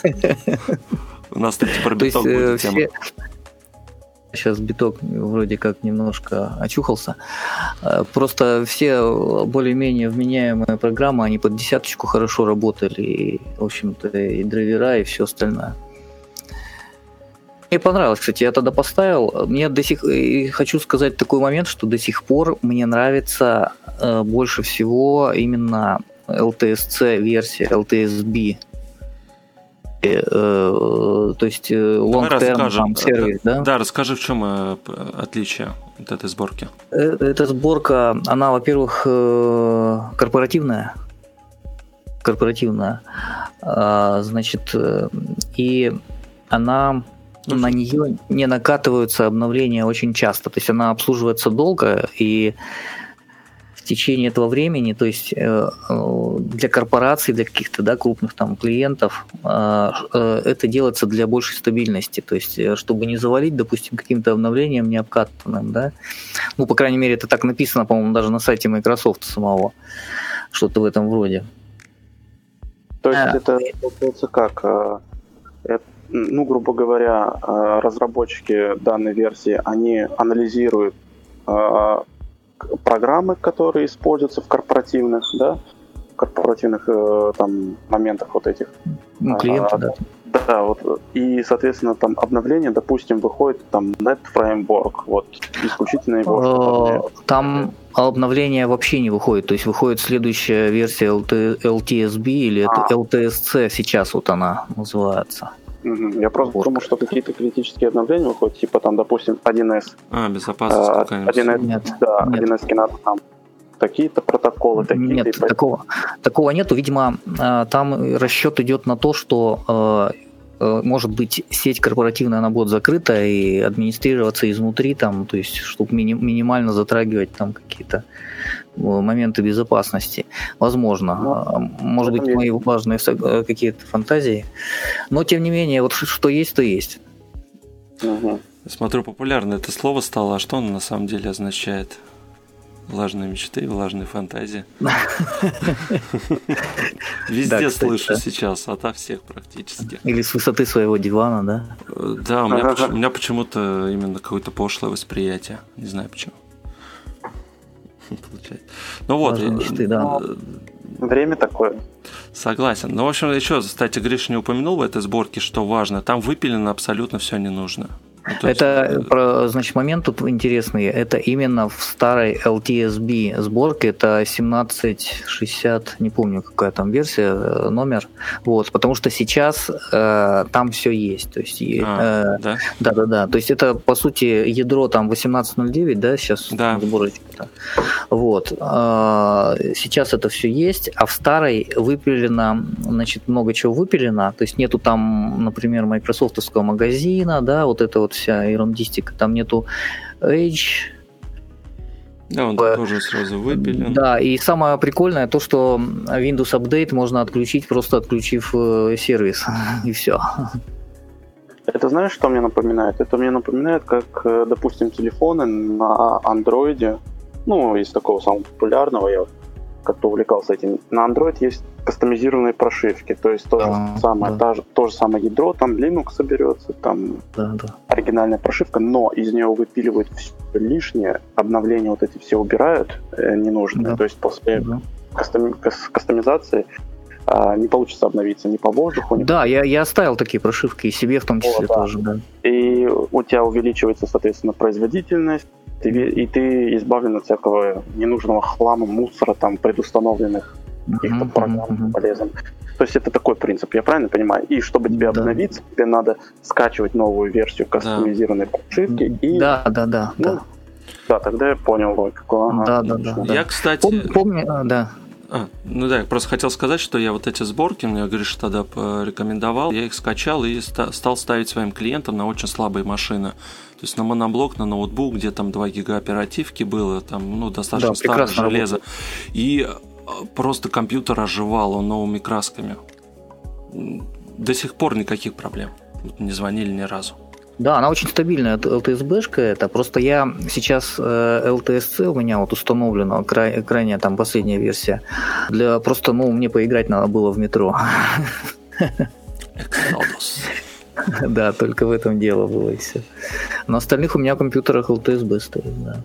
У нас, кстати, про биток будет тема. Сейчас биток вроде как немножко очухался. Просто все более-менее вменяемые программы, они под десяточку хорошо работали. И, в общем-то, и драйвера, и все остальное. Мне понравилось, кстати, я тогда поставил. Мне до сих и хочу сказать такой момент, что до сих пор мне нравится э, больше всего именно эл ти эс си версия, эл ти эс би. Э, э, то есть long term там, сервис, да? Да, расскажи, в чем отличие от этой сборки. Эта сборка, она, во-первых, корпоративная, корпоративная, значит, и она на нее не накатываются обновления очень часто, то есть она обслуживается долго, и в течение этого времени, то есть для корпораций, для каких-то, да, крупных там клиентов, это делается для большей стабильности, то есть чтобы не завалить, допустим, каким-то обновлением необкатанным, да, ну, по крайней мере, это так написано, по-моему, даже на сайте Microsoft самого, что-то в этом роде. То есть а, это получается как, это, ну, грубо говоря, разработчики данной версии, они анализируют программы, которые используются в корпоративных, да, корпоративных э, там моментах вот этих. Ну, клиенты, а, да. Да, вот, и, соответственно, там обновление, допустим, выходит там Net Framework, вот, исключительно его. Там обновление вообще не выходит, то есть выходит следующая версия эл ти эс би или а. эл ти эс си сейчас вот она называется. Я просто Сборка. думал, что какие-то критические обновления выходят, типа там, допустим, один эс. А, безопасность а, какая-нибудь. один эс, нет, да, нет. один эс надо там какие-то протоколы, такие-то. Нет, и такого, такого нету. Видимо, там расчет идет на то, что может быть сеть корпоративная, она будет закрыта и администрироваться изнутри, там, то есть, чтобы мини- минимально затрагивать там какие-то моменты безопасности. Возможно. Ну, может быть, мои важные какие-то фантазии. Но, тем не менее, вот что есть, то есть. Угу. Смотрю, популярно это слово стало. А что оно на самом деле означает? Влажные мечты, влажные фантазии. Везде слышу сейчас, ото всех практически. Или с высоты своего дивана, да? Да, у меня почему-то именно какое-то пошлое восприятие. Не знаю почему. Получается. Ну вот. Время такое. Согласен. Ну, в общем, еще, кстати, Гриша не упомянул в этой сборке, что важно. Там выпилено абсолютно все ненужное. Ну, это, есть... про, значит, момент тут интересный. Это именно в старой эл ти эс би сборке. Это семнадцать шестьдесят, не помню, какая там версия, номер. Вот, потому что сейчас э, там все есть. То есть, а, э, да? Да, да, да. То есть это, по сути, ядро там восемнадцать ноль девять, да, сейчас да. сборочка. Вот. Э, сейчас это все есть, а в старой выпилено, значит, много чего выпилено. То есть нету там, например, майкрософтовского магазина, да, вот это вот вся ерундистика, там нету Edge. Да, он тоже сразу выпилен. Да, и самое прикольное то, что Windows Update можно отключить, просто отключив сервис, и все. Это знаешь, что мне напоминает? Это мне напоминает, как, допустим, телефоны на Android, ну, из такого самого популярного, я как-то увлекался этим. На Android есть кастомизированные прошивки, то есть то, а, же, самое, да. та же, то же самое ядро, там Linux соберется, там да, да. оригинальная прошивка, но из нее выпиливают все лишнее, обновления вот эти все убирают э, ненужные, да. то есть после да. кастом, кастомизации э, не получится обновиться ни по воздуху, ни Да, по... я, я оставил такие прошивки и себе в том числе О, да. тоже, да. И у тебя увеличивается, соответственно, производительность, Ты, и ты избавлен от всякого ненужного хлама, мусора, там, предустановленных каких-то Mm-hmm. программ полезных. То есть это такой принцип, я правильно понимаю? И чтобы тебе Да. обновиться, тебе надо скачивать новую версию кастомизированной прошивки. И, Да, да, да, ну, да. да, тогда я понял логику. Ага, Да, да, отлично. да. Я, кстати... Помню, помню, а, да. А, ну да, я просто хотел сказать, что я вот эти сборки, мне Гриша тогда порекомендовал, я их скачал и ста- стал ставить своим клиентам на очень слабые машины. То есть на моноблок, на ноутбук, где там два гига оперативки было, там, ну, достаточно Да, старое прекрасно железо. работает. И просто компьютер оживал, он новыми красками. До сих пор никаких проблем. Не звонили ни разу. Да, она очень стабильная, эл ти эс би-шка это. Просто я сейчас э, эл ти эс си у меня вот установлена, край, крайняя там последняя версия. Для просто, ну, мне поиграть надо было в метро. Exodus. Да, только в этом дело было и все. На остальных у меня в компьютерах эл ти эс би стоит, да.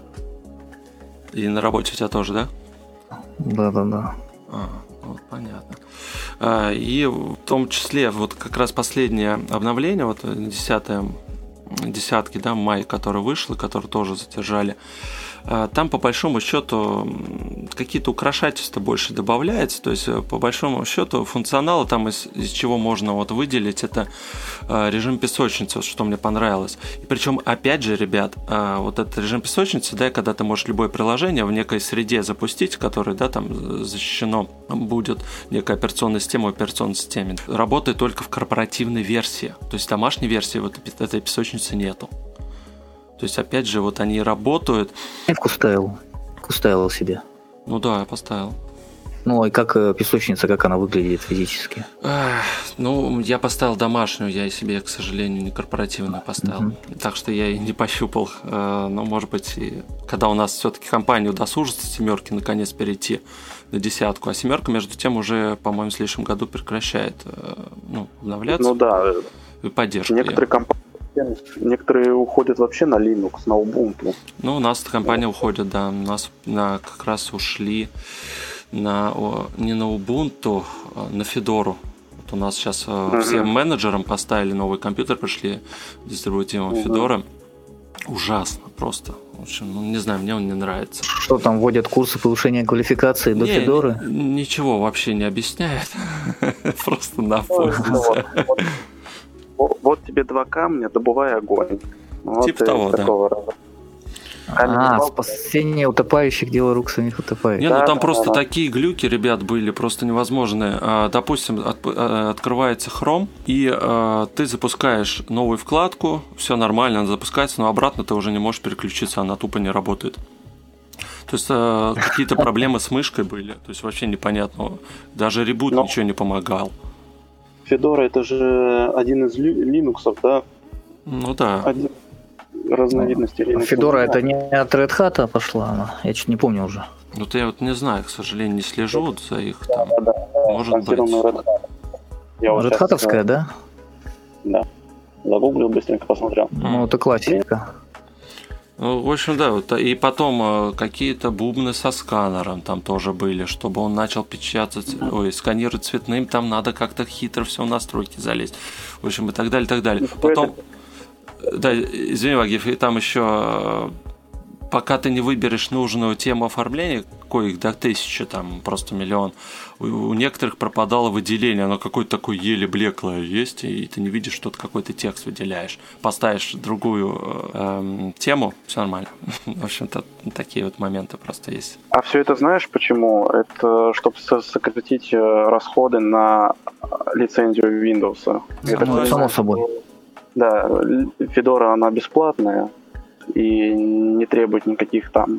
И на работе у тебя тоже, да? Да, да, да. А, вот, понятно. А, и в том числе вот как раз последнее обновление, вот десятое, десятки, да, май, который вышел, который тоже задержали. Там по большому счету какие-то украшательства больше добавляются, то есть по большому счету функционала там из, из чего можно вот выделить это режим песочницы, что мне понравилось. И причем опять же, ребят, вот этот режим песочницы, да, когда ты можешь любое приложение в некой среде запустить, которое, да, там защищено будет некая операционная система в операционной системе, работает только в корпоративной версии, то есть домашней версии вот этой песочницы нету. То есть, опять же, вот они работают. Я ставил. Ставил себе. Ну да, я поставил. Ну, и как песочница, как она выглядит физически? Эх, ну, я поставил домашнюю, я себе, к сожалению, не корпоративную поставил. Uh-huh. Так что я и не пощупал. Но, может быть, и когда у нас все-таки компания удосужится семерки наконец перейти на десятку, а семерка, между тем, уже, по-моему, в следующем году прекращает ну, обновляться. Ну да. И поддержка. Некоторые компании Некоторые уходят вообще на Linux, на Ubuntu. Ну, у нас компания уходит, да. У нас на, как раз ушли на, о, не на Ubuntu, а на Fedora. Вот у нас сейчас uh-huh. всем менеджерам поставили новый компьютер, пришли дистрибутивом uh-huh. Fedora. Ужасно просто. В общем, ну, не знаю, мне он не нравится. Что там, вводят курсы повышения квалификации до Федоры? Ничего вообще не объясняет. Просто на пользу. Вот тебе два камня, добывай огонь. Вот типа того, да. Раза. А, спасение утопающих, дело рук самих утопающих. Не, ну там просто такие глюки, ребят, были просто невозможные. Допустим, открывается Chrome, и ты запускаешь новую вкладку, все нормально, она запускается, но обратно ты уже не можешь переключиться, она тупо не работает. То есть какие-то проблемы с мышкой были, то есть вообще непонятно. Даже ребут ничего не помогал. Fedora это же один из Linux, да? Ну да. Один разновидностей Linux. Fedora это не от Red Hat пошла она? Я чуть не помню уже. Ну я вот не знаю, к сожалению, не слежу вот за их там. Да, да, да. Может быть. Red Red Hat-овская, да? Да. Загуглил, быстренько посмотрел. Ну, это классика. Ну, в общем, да, вот, и потом какие-то бубны со сканером там тоже были, чтобы он начал печатать, ой, сканировать цветным, там надо как-то хитро все в настройки залезть. В общем, и так далее, и так далее. Потом, да, извини, Вагиф, и там еще, пока ты не выберешь нужную тему оформления, коих до тысячи, там просто миллион, у, у некоторых пропадало выделение, оно какое-то такое еле блеклое есть, и ты не видишь, что ты какой-то текст выделяешь. Поставишь другую э, тему, все нормально. В общем-то, такие вот моменты просто есть. А все это знаешь почему? Это чтобы сократить расходы на лицензию Windows. Само, это, само собой. Да, Fedora, она бесплатная и не требует никаких там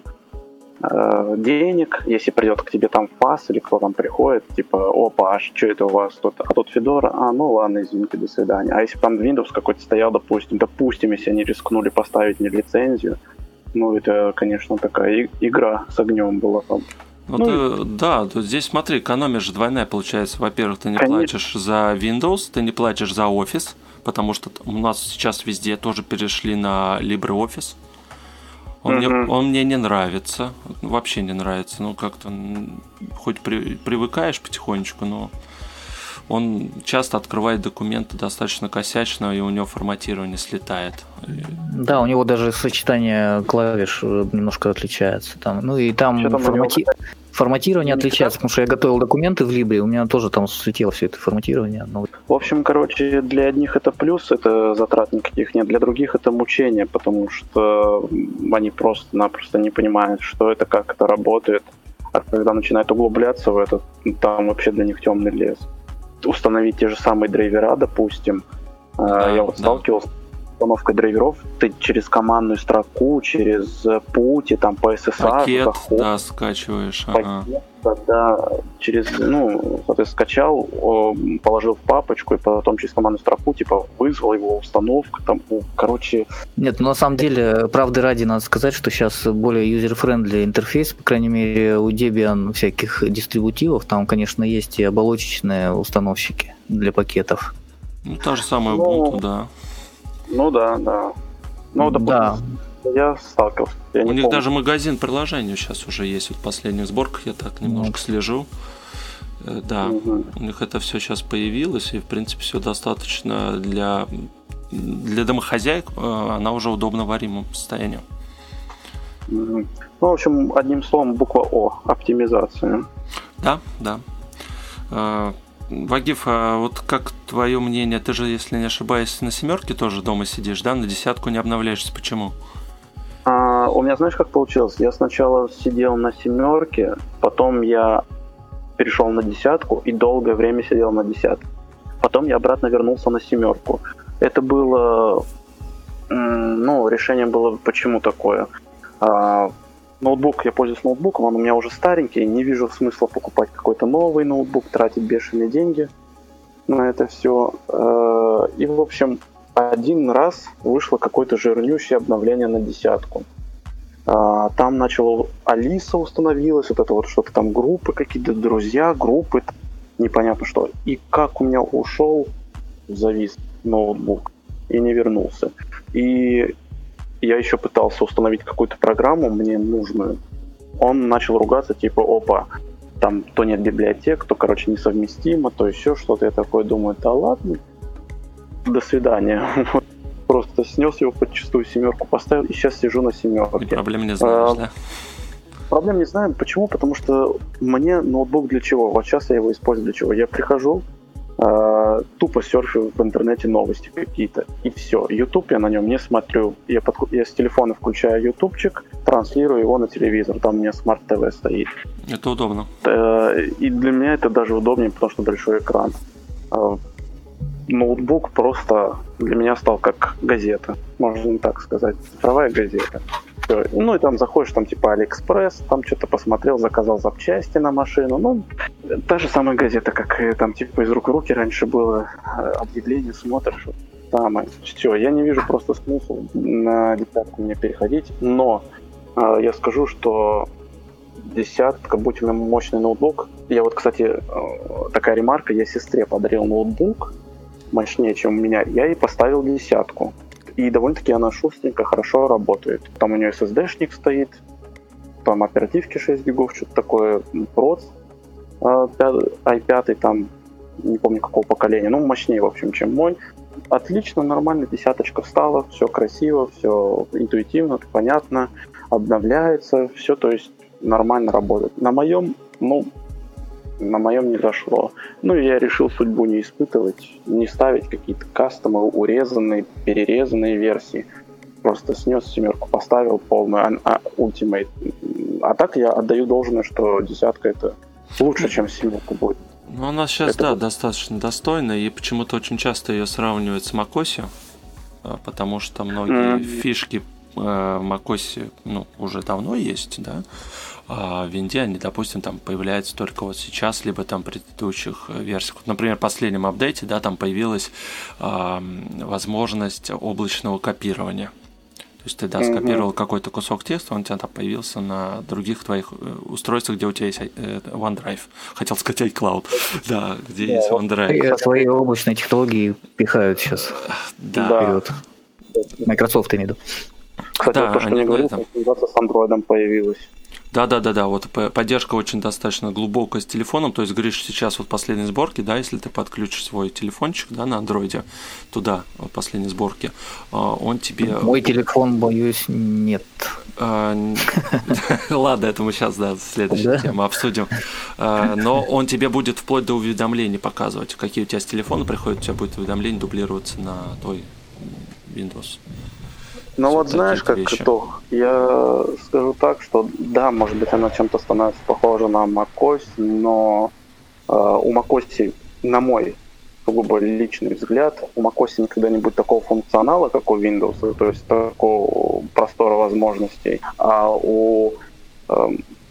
денег, если придет к тебе там фас или кто там приходит, типа, опа, а что это у вас тут? А тут Fedora, а, ну ладно, извините, до свидания. А если там Windows какой-то стоял, допустим, допустим, если они рискнули поставить мне лицензию, ну это, конечно, такая игра с огнем была там. Ну, ну ты, да, то здесь смотри, экономия же двойная получается. Во-первых, ты не конечно. платишь за Windows, ты не платишь за Office, потому что у нас сейчас везде тоже перешли на LibreOffice. Он, uh-huh. мне, он мне не нравится, вообще не нравится. Ну, как-то, хоть при, привыкаешь потихонечку, но он часто открывает документы достаточно косячно, и у него форматирование слетает. Да, у него даже сочетание клавиш немножко отличается. Там. Ну и там, там формати... форматирование отличается, потому что я готовил документы в Libre, у меня тоже там слетело все это форматирование. Но... В общем, короче, для одних это плюс, это затрат никаких нет, для других это мучение, потому что они просто-напросто не понимают, что это, как это работает. А когда начинают углубляться в это, там вообще для них темный лес. Установить те же самые драйвера, допустим. Да, я вот да. сталкивался с установкой драйверов. Ты через командную строку, через пути, там по эс эс ар, пакет, заход, да, скачиваешь. пакет, ага. да, через, ну, соответственно, скачал, положил в папочку, и потом через командную строку, типа, вызвал его установку, там, короче... Нет, ну, на самом деле, правды ради, надо сказать, что сейчас более юзер-френдли интерфейс, по крайней мере, у Debian всяких дистрибутивов, там, конечно, есть и оболочечные установщики для пакетов. Ну, та же самая Ubuntu, ну, да. Ну, да, да. Ну, допустим, да. Я сталкивался. Я у них помню. даже магазин приложений сейчас уже есть. Вот в последних сборках я так немножко mm. слежу. Да, mm-hmm. у них это все сейчас появилось, и, в принципе, все достаточно для, для домохозяек, она уже удобно в варимом состоянии. Mm-hmm. Ну, в общем, одним словом, буква О, оптимизация. Да, да. Вагиф, а вот как твое мнение, ты же, если не ошибаюсь, на семерке тоже дома сидишь, да? На десятку не обновляешься, почему? А, у меня, знаешь, как получилось? Я сначала сидел на семерке, потом я перешел на десятку и долгое время сидел на десятке. Потом я обратно вернулся на семерку. Это было... Ну, решение было почему такое? А, ноутбук, я пользуюсь ноутбуком, он у меня уже старенький, не вижу смысла покупать какой-то новый ноутбук, тратить бешеные деньги на это все. И, в общем, один раз вышло какое-то жирнющее обновление на десятку. Там начало Алиса установилась, вот это вот что-то там, группы какие-то, друзья, группы, непонятно что. И как у меня ушел, завис ноутбук и не вернулся. И я еще пытался установить какую-то программу мне нужную. Он начал ругаться, типа, опа, там то нет библиотек, то, короче, несовместимо, то еще что-то. Я такой думаю, да ладно, до свидания. Просто снес его подчистую, семерку поставил, и сейчас сижу на семерке. И проблем не знаешь, а, да? Проблем не знаю. Почему? Потому что мне ноутбук для чего? Вот сейчас я его использую для чего? Я прихожу, Uh, тупо серфю в интернете новости какие-то, и все. YouTube я на нем не смотрю. Я, под... я с телефона включаю ютубчик, транслирую его на телевизор. Там у меня Smart ти ви стоит. Это удобно. Uh, и для меня это даже удобнее, потому что большой экран. Uh, ноутбук просто для меня стал как газета, можно так сказать. Цифровая газета. Все. Ну и там заходишь, там типа Алиэкспресс, там что-то посмотрел, заказал запчасти на машину. Ну, та же самая газета, как там типа из рук в руки раньше было. Объявление, смотришь, вот самое. Все, я не вижу просто смысла на десятку мне переходить. Но э, я скажу, что десятка, будь у меня мощный ноутбук. Я вот, кстати, э, такая ремарка, я сестре подарил ноутбук мощнее, чем у меня. Я ей поставил десятку. И довольно-таки она шустренько, хорошо работает. Там у нее эс эс ди-шник стоит, там оперативки шесть гигов, что-то такое, проц ай пять, там, не помню какого поколения, ну, мощнее, в общем, чем мой. Отлично, нормально, десяточка встала, все красиво, все интуитивно, понятно, обновляется, все, то есть нормально работает. На моем, ну, на моем не дошло. Ну, и я решил судьбу не испытывать, не ставить какие-то кастомы, урезанные, перерезанные версии. Просто снес семерку, поставил полную а, Ultimate. А так я отдаю должное, что десятка это лучше, чем семерка будет. Ну, она сейчас, это да, будет... достаточно достойна, и почему-то очень часто ее сравнивают с macOS, потому что многие mm-hmm. фишки в macOS, ну, уже давно есть, да, а в винде они, допустим, там появляются только вот сейчас, либо там в предыдущих версиях. Например, в последнем апдейте, да, там появилась а, возможность облачного копирования. То есть ты, да, скопировал mm-hmm. какой-то кусок текста, он у тебя там появился на других твоих устройствах, где у тебя есть OneDrive. Хотел сказать iCloud, да, где yeah, есть OneDrive. Свои облачные технологии пихают сейчас да. вперед. Microsoft, я имею в виду. Кстати, да, вот то, что мне говорил, там... с Android появилась. Да-да-да-да, вот поддержка очень достаточно глубокая с телефоном, то есть, говоришь, сейчас вот последней сборки, да, если ты подключишь свой телефончик, да, на андроиде, туда, вот последней сборки, он тебе... Мой телефон, боюсь, нет. Ладно, это мы сейчас, да, следующую тему обсудим. Но он тебе будет вплоть до уведомлений показывать, какие у тебя с телефона приходят, у тебя будет уведомление дублироваться на твой Windows. Ну вот знаешь, как итог, я скажу так, что да, может быть, она чем-то становится похожа на macOS, но э, у macOS, на мой сугубо личный взгляд, у macOS никогда не будет такого функционала, как у Windows, то есть такого простора возможностей, а у, э,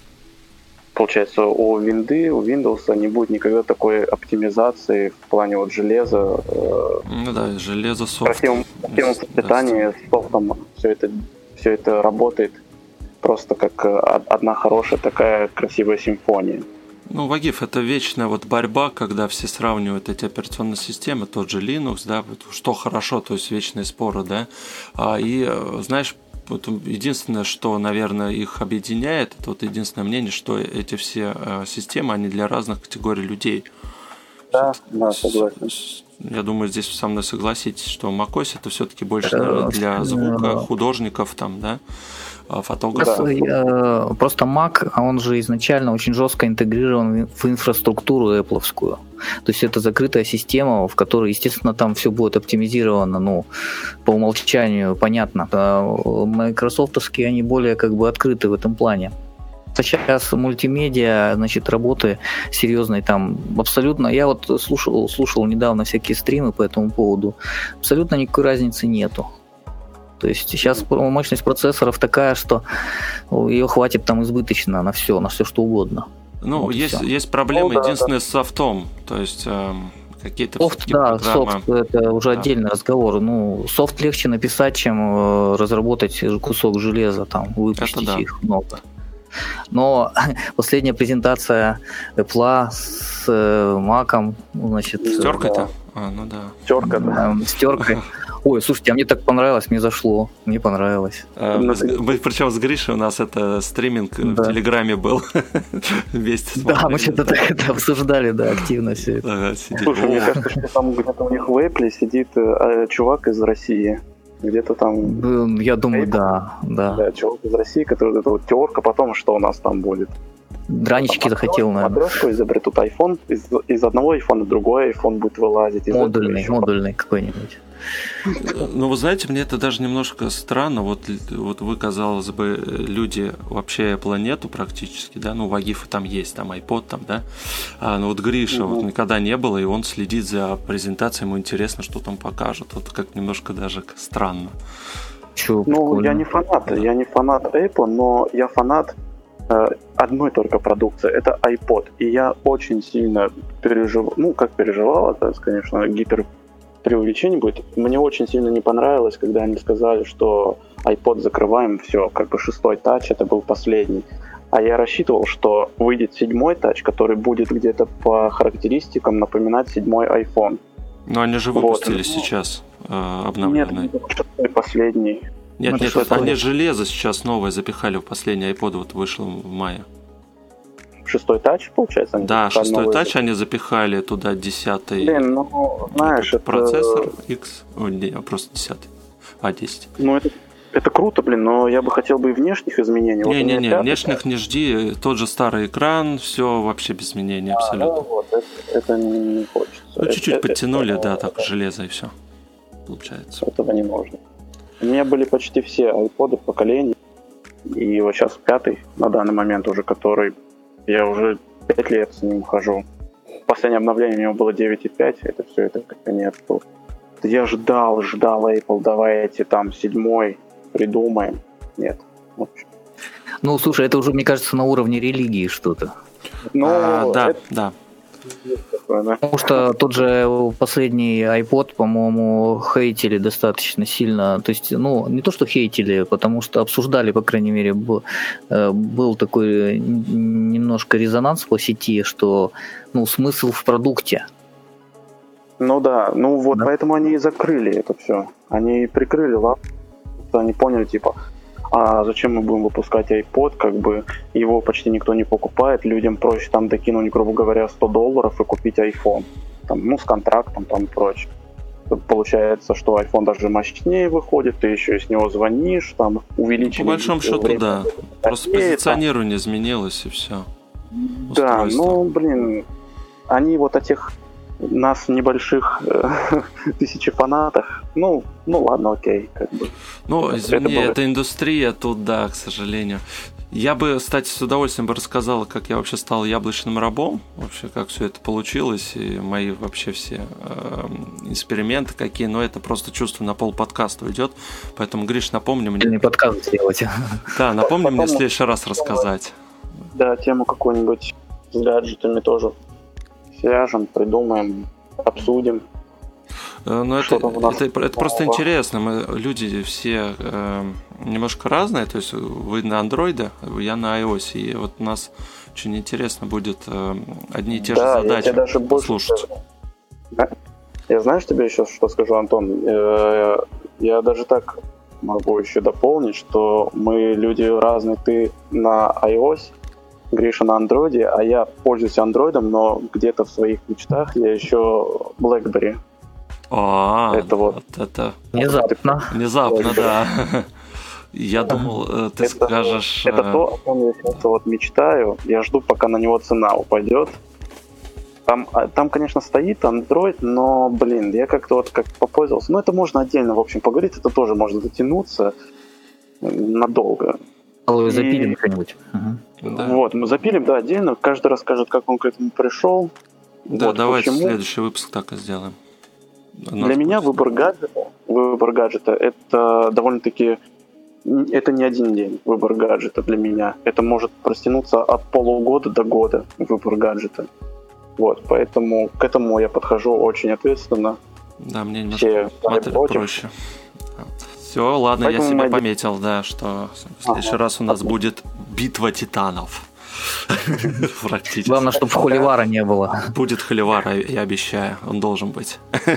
получается, у Винды, у Windows не будет никогда такой оптимизации в плане вот железа. Э, ну да, железо, софт. Красивым воспитании с софтом все это, все это работает просто как одна хорошая такая красивая симфония. Ну, Вагиф, это вечная вот борьба, когда все сравнивают эти операционные системы, тот же Linux, да, что хорошо, то есть вечные споры, да, и, знаешь, вот единственное, что, наверное, их объединяет, это вот единственное мнение, что эти все системы, они для разных категорий людей. Да, да, согласен. Я думаю, здесь вы со мной согласитесь, что macOS это все-таки больше, наверное, для звука, художников там, да, фотографов. Просто, просто Mac, он же изначально очень жестко интегрирован в инфраструктуру Apple'овскую. То есть это закрытая система, в которой, естественно, там все будет оптимизировано, ну, по умолчанию, понятно. А майкрософтовские, они более как бы открыты в этом плане. Сейчас мультимедиа, значит, работы серьезной там абсолютно... Я вот слушал, слушал недавно всякие стримы по этому поводу. Абсолютно никакой разницы нету. То есть сейчас мощность процессоров такая, что ее хватит там избыточно на все, на все что угодно. Ну, вот есть, есть проблемы, ну, да, единственное, да. с софтом. То есть... Эм... Какие-то софт, да, программы. софт, это уже да. отдельный разговор. Ну, софт легче написать, чем разработать кусок железа, там, выпустить да. их много. Но последняя презентация Apple с Mac'ом, значит... С теркой-то? Да. А, ну да. Терка, да. С теркой. Ой, слушайте, а мне так понравилось, мне зашло, мне понравилось. А, мы, мы, причем с Гришей у нас это стриминг да. в Телеграме был вместе с Да, мы что-то так это обсуждали, да, активно все это. Ага, слушай, мне кажется, что там где-то у них в Apple сидит э, чувак из России. Где-то там... Я думаю, да, да. Да, чувак из России, который это вот терка, потом что у нас там будет? Дранички захотел, наверное. Матрешку изобретут iPhone, из, из одного iPhone в другой iPhone будет вылазить. Модульный, модульный какой-нибудь. Ну, вы знаете, мне это даже немножко странно. Вот, вот вы, казалось бы, люди вообще планету практически, да, ну, Вагифа там есть, там iPod, там, да. А, но вот Гриша угу. вот никогда не было, и он следит за презентацией, ему интересно, что там покажут. Вот как немножко даже странно. Чё, ну, прикольно. я не фанат, да. я не фанат Apple, но я фанат э, одной только продукции, это iPod. И я очень сильно переживал, ну, как переживал, это, конечно, гипер преувеличение будет. Мне очень сильно не понравилось, когда они сказали, что iPod закрываем, все, как бы шестой тач, это был последний. А я рассчитывал, что выйдет седьмой тач, который будет где-то по характеристикам напоминать седьмой iPhone. Но они же выпустили вот. сейчас э, обновленный. Нет, шестой последний. Нет, нет, нет они железо сейчас новое запихали в последний iPod, вот вышел в мае. Шестой тач, получается? Они да, шестой тач они запихали туда десятый. Блин, ну, знаешь, это... Процессор X, о, не, просто десятый, а десять. Ну, это, это круто, блин, но я бы хотел бы и внешних изменений. Не-не-не, вот внешних не жди, тот же старый экран, все вообще без изменений а, абсолютно. Ну, вот, это, это не хочется. Ну, чуть-чуть это, подтянули, это, да, это, так, это, железо и все, получается. Этого не можно. У меня были почти все iPod'ы поколений, и вот сейчас пятый, на данный момент уже, который я уже пять лет с ним хожу. Последнее обновление у него было девять и пять, это все, это конец был. Я ждал, ждал Apple, давайте там седьмой придумаем. Нет. Ну, слушай, это уже, мне кажется, на уровне религии что-то. Ну, а, да, это... да. Потому что тот же последний iPod, по-моему, хейтили достаточно сильно. То есть, ну, не то, что хейтили, потому что обсуждали, по крайней мере, был, был такой немножко резонанс по сети, что, ну, смысл в продукте. Ну да, ну вот да. Поэтому они и закрыли это все. Они прикрыли лап, они поняли, типа, а зачем мы будем выпускать iPod, как бы его почти никто не покупает, людям проще там докинуть, грубо говоря, сто долларов и купить iPhone, там, ну, с контрактом там и прочее. Тут получается, что iPhone даже мощнее выходит, ты еще и с него звонишь, там увеличиваешь. По большому счету, время, да. Просто позиционирование там изменилось и все. Да, ну, блин, они вот этих нас небольших э, тысячи фанатах, ну, ну ладно, окей, как бы. Ну, извини, это, это индустрия тут, да, к сожалению. Я бы, кстати, с удовольствием бы рассказал, как я вообще стал яблочным рабом, вообще, как все это получилось, и мои вообще все э, эксперименты какие, но это просто чувство на пол подкаста уйдет, поэтому, Гриш, напомни мне... Не подкаст сделать. Да, напомни мне в следующий раз рассказать. Да, тему какую-нибудь с гаджетами тоже свяжем, придумаем, обсудим. Ну, это, это, это просто интересно. Мы, люди все э, немножко разные. То есть вы на андроиде, я на iOS. И вот у нас очень интересно будет э, одни и те да, же задачи даже послушать. Больше... Я знаешь тебе еще что скажу, Антон? Я даже так могу еще дополнить, что мы люди разные. Ты на iOS, Гриша на андроиде, а я пользуюсь андроидом, но где-то в своих мечтах я еще BlackBerry. А, это вот, вот это внезапно. Внезапно, да. Я думал, ты это, скажешь... Это то, о чем я сейчас вот мечтаю. Я жду, пока на него цена упадет. Там, там, конечно, стоит Android, но, блин, я как-то вот как попользовался. Ну, это можно отдельно, в общем, поговорить. Это тоже можно затянуться надолго. И... Запилим что-нибудь. Угу. Да. Вот, мы запилим, да, отдельно. Каждый расскажет, как он к этому пришел. Да, вот, давайте почему. Следующий выпуск так и сделаем. Для Нас меня выбор гаджета, выбор гаджета это довольно-таки это не один день выбор гаджета для меня. Это может простянуться от полугода до года выбор гаджета. Вот, поэтому к этому я подхожу очень ответственно. Да, мне немножко проще. Все, ладно, поэтому я себе мы... пометил, да, что в следующий ага. раз у нас будет битва титанов. Практически. Главное, чтобы холивара не было. Будет холивар, я обещаю. Он должен быть.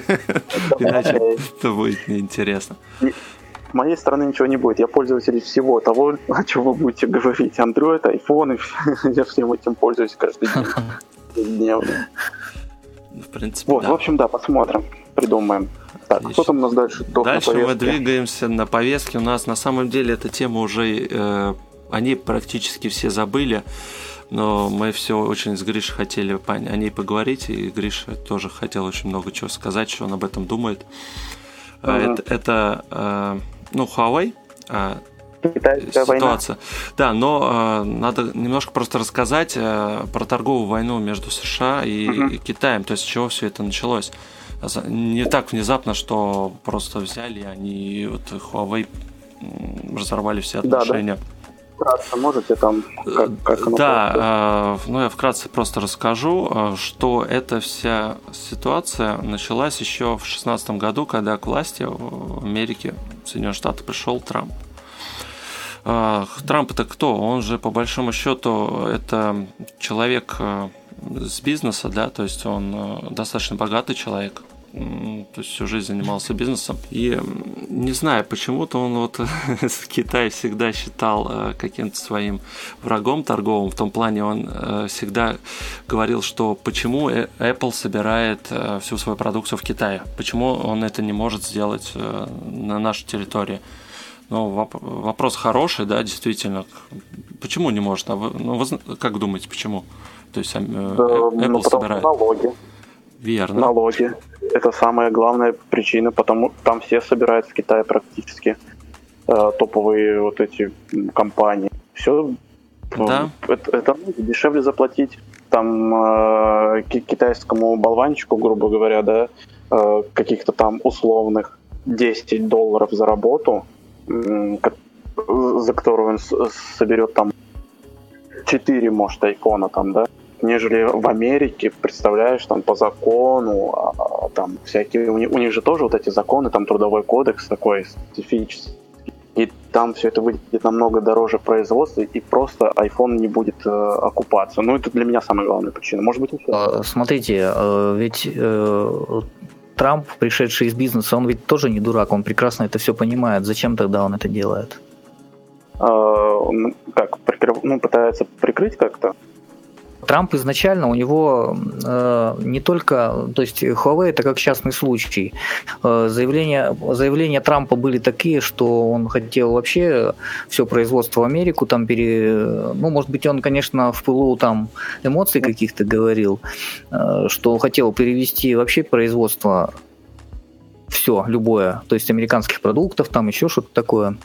Иначе это будет неинтересно. С моей стороны ничего не будет. Я пользователь всего того, о чем вы будете говорить. Android, iPhone. Я всем этим пользуюсь каждый день. Дневно. В принципе, вот, да. В общем, да, посмотрим. Придумаем. Так, Отлично. Что там у нас дальше? Дальше мы двигаемся на повестке. У нас на самом деле эта тема уже... Э, они практически все забыли, но мы все очень с Гришей хотели о ней поговорить, и Гриша тоже хотел очень много чего сказать, что он об этом думает. Uh-huh. Это, это ну, Huawei Китайская ситуация. Война. Да, но э, надо немножко просто рассказать э, про торговую войну между США и, uh-huh. и Китаем, то есть с чего все это началось. Не так внезапно, что просто взяли они, вот Huawei разорвали все отношения. Да, да. Вкратце можете там, как, как оно Да, э, ну я вкратце просто расскажу, что эта вся ситуация началась еще в две тысячи шестнадцатом году, когда к власти в Америке, в Соединенных Штатах пришел Трамп. Э, Трамп это кто? Он же по большому счету это человек с бизнеса, да, то есть он достаточно богатый человек. То есть всю жизнь занимался бизнесом. И не знаю, почему-то он вот Китай всегда считал каким-то своим врагом торговым. В том плане он всегда говорил, что почему Apple собирает всю свою продукцию в Китае. Почему он это не может сделать на нашей территории. Ну, вопрос хороший, да, действительно. Почему не может? А вы, ну, вы как думаете, почему? То есть Apple ну, собирает... налоги. Верно. Налоги. Это самая главная причина, потому там все собирают в Китае практически э, топовые вот эти компании. Все. Да. Это, это дешевле заплатить там э, китайскому болванчику, грубо говоря, да, э, каких-то там условных десять долларов за работу, э, за которую он с- соберет там четыре, может, айфона там, да, нежели в Америке, представляешь, там по закону, а, там всякие, у них, у них же тоже вот эти законы, там трудовой кодекс такой специфический, и там все это выйдет намного дороже производства, и просто iPhone не будет э, окупаться. Ну, это для меня самая главная причина. Может быть, еще. Смотрите, ведь э, Трамп, пришедший из бизнеса, он ведь тоже не дурак, он прекрасно это все понимает. Зачем тогда он это делает? э, как, прикрыв, ну, пытается прикрыть как-то. Трамп изначально, у него э, не только, то есть Huawei это как частный случай. Э, заявления, заявления Трампа были такие, что он хотел вообще все производство в Америку там пере... Ну, может быть, он, конечно, в пылу там эмоций каких-то говорил, э, что хотел перевести вообще производство все, любое, то есть американских продуктов, там еще что-то такое.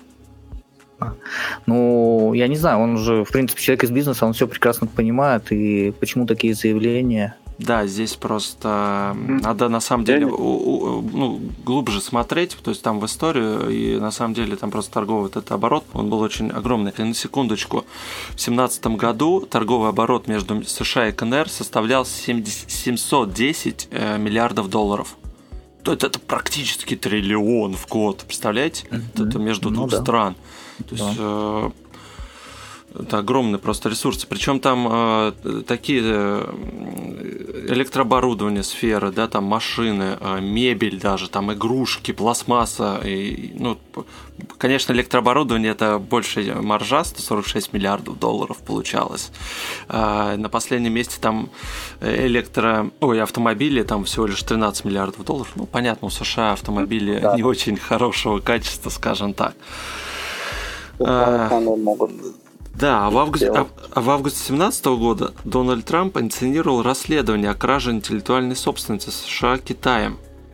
Ну, я не знаю, он же, в принципе, человек из бизнеса, он все прекрасно понимает, и почему такие заявления? Да, здесь просто надо на самом деле ну, глубже смотреть, то есть там в историю, и на самом деле там просто торговый вот этот оборот, он был очень огромный. И на секундочку, в две тысячи семнадцатом году торговый оборот между США и КНР составлял семьсот десять миллиардов долларов. То есть это практически триллион в год, представляете? Mm-hmm. Это между двух ну, да. стран. То есть да. э, это огромные просто ресурсы. Причем там э, такие электрооборудование сферы, да, там машины, э, мебель даже, там игрушки, пластмасса. И, ну, конечно, электрооборудование это больше маржа, сто сорок шесть миллиардов долларов получалось. Э, на последнем месте там электро... Ой, автомобили, там всего лишь тринадцать миллиардов долларов. Ну, понятно, у США автомобили да. не очень хорошего качества, скажем так. А, могут да, а в августе, а, а в августе две тысячи семнадцатого года Дональд Трамп инициировал расследование о краже интеллектуальной собственности США Китаем,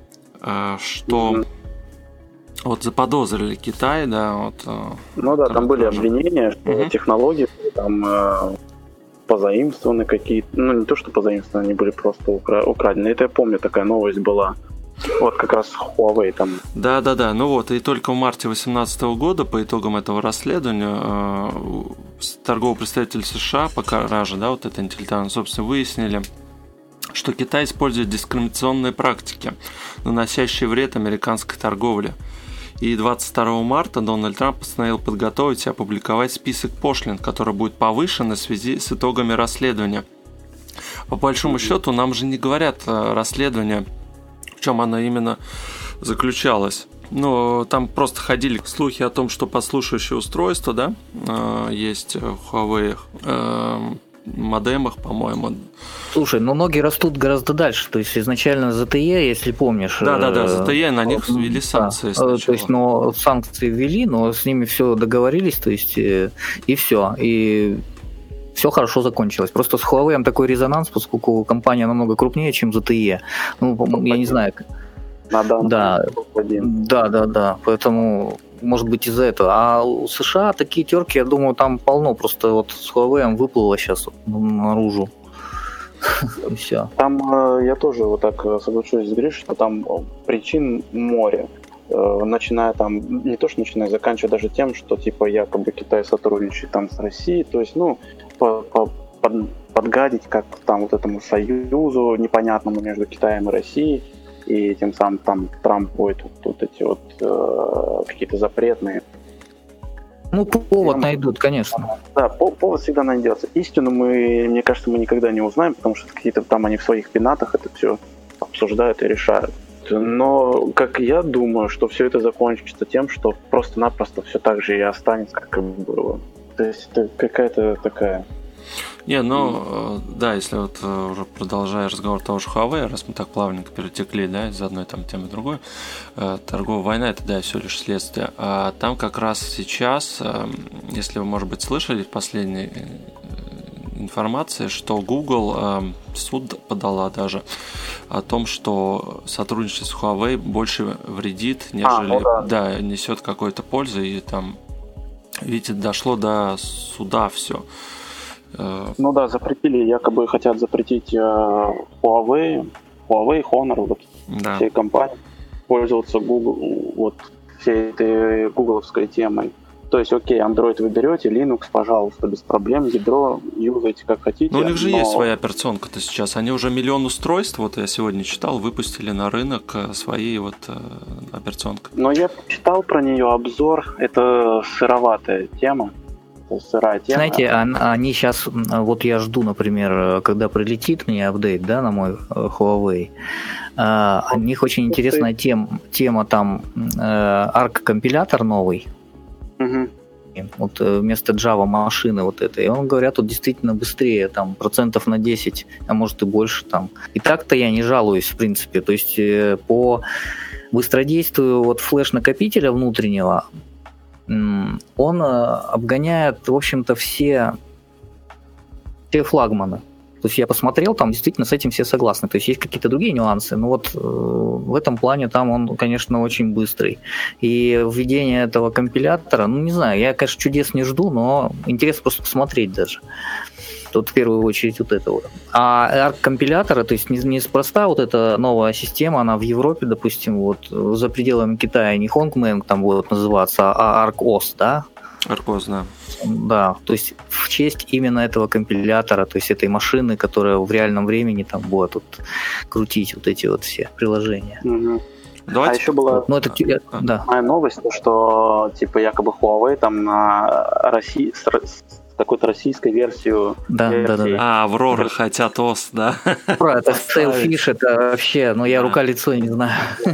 что mm-hmm. вот заподозрили Китай, да, вот. Ну да, там были обвинения, что mm-hmm. технологии там э, позаимствованы какие-то, ну не то, что позаимствованы, они были просто укра- украдены. Это я помню, такая новость была. Вот как раз Huawei там. Да, да, да. Ну вот, и только в марте две тысячи восемнадцатого года по итогам этого расследования э, торговый представитель США по краже, да, вот этой интеллектуальной собственности выяснили, что Китай использует дискриминационные практики, наносящие вред американской торговле. И двадцать второго марта Дональд Трамп постановил подготовить и опубликовать список пошлин, который будет повышен в связи с итогами расследования. По большому счету, нам же не говорят расследования, в чем оно именно заключалось. Ну, там просто ходили слухи о том, что подслушивающее устройство, да, есть в Huawei модемах, по-моему. Слушай, но ноги растут гораздо дальше. То есть изначально зэ тэ е, если помнишь. Да, да, да, зэ тэ е, на них ввели санкции. Да. То есть, но санкции ввели, но с ними все договорились, то есть и все. И все хорошо закончилось. Просто с Huawei такой резонанс, поскольку компания намного крупнее, чем зэ тэ е. Ну, я не знаю. Надо. Да, да, да, да. Поэтому, может быть, из-за этого. А у США такие терки, я думаю, там полно. Просто вот с Huawei выплыло сейчас наружу. И все. Там я тоже вот так соглашусь с Гришей, что там причин море. Начиная там, не то что начиная, заканчивая даже тем, что типа якобы Китай сотрудничает там с Россией, то есть, ну, по, по, под, подгадить как там вот этому союзу непонятному между Китаем и Россией, и тем самым там Трамп будет вот, вот эти вот э, какие-то запретные. Ну, повод там найдут, конечно. Да, повод всегда найдется. Истину мы, мне кажется, мы никогда не узнаем, потому что какие-то там они в своих пенатах это все обсуждают и решают. Но, как я думаю, что все это закончится тем, что просто-напросто все так же и останется, как и было. То есть это какая-то такая... Не, ну, да, если вот уже продолжая разговор того же Huawei, раз мы так плавненько перетекли, да, из одной там темы в другую, торговая война, это, да, все лишь следствие. А там как раз сейчас, если вы, может быть, слышали в последней информации, что Google э, суд подала даже о том, что сотрудничество с Huawei больше вредит, нежели а, ну да. Да, несет какой-то пользу, и там, видите, дошло до суда все. Ну да, запретили, якобы хотят запретить э, Huawei, Huawei, Honor, вот да. всей компании пользоваться Google, вот всей этой гугловской темой. То есть, окей, Android вы берете, Linux, пожалуйста, без проблем, ядро юзайте как хотите. Но у них же но... есть своя операционка-то сейчас. Они уже миллион устройств, вот я сегодня читал, выпустили на рынок своей вот э, операционкой. Но я читал про нее обзор, это сыроватая тема. Сырая тема. Знаете, они сейчас, вот я жду, например, когда прилетит мне апдейт, да, на мой Huawei, у них очень интересная тема, тема там, арк-компилятор новый. Угу. уровень, вот вместо Java машины вот этой. И он, говорят, тут действительно быстрее, там, процентов на десять, а может и больше там. И так-то я не жалуюсь, в принципе. То есть по быстродействию вот флеш-накопителя внутреннего он обгоняет, в общем-то, все, все флагманы. То есть я посмотрел, там действительно с этим все согласны. То есть есть какие-то другие нюансы, но вот э, в этом плане там он, конечно, очень быстрый. И введение этого компилятора, ну не знаю, я, конечно, чудес не жду, но интересно просто посмотреть даже. Тут в первую очередь вот это вот. А арк-компилятора, то есть неспроста вот эта новая система, она в Европе, допустим, вот за пределами Китая не Hongmeng там будет называться, а ArcOS, да? ArcOS, да. Да, то есть в честь именно этого компилятора, то есть этой машины, которая в реальном времени там будет вот крутить вот эти вот все приложения. Угу. Давайте. А еще была ну, это, а, да. моя новость, то, что типа якобы Huawei там на России с, с какой-то российской версию. Да, версии. да, да, да. А, Аврора хотят ОС, да? Это Sailfish, это вообще, ну я рука-лицо не знаю.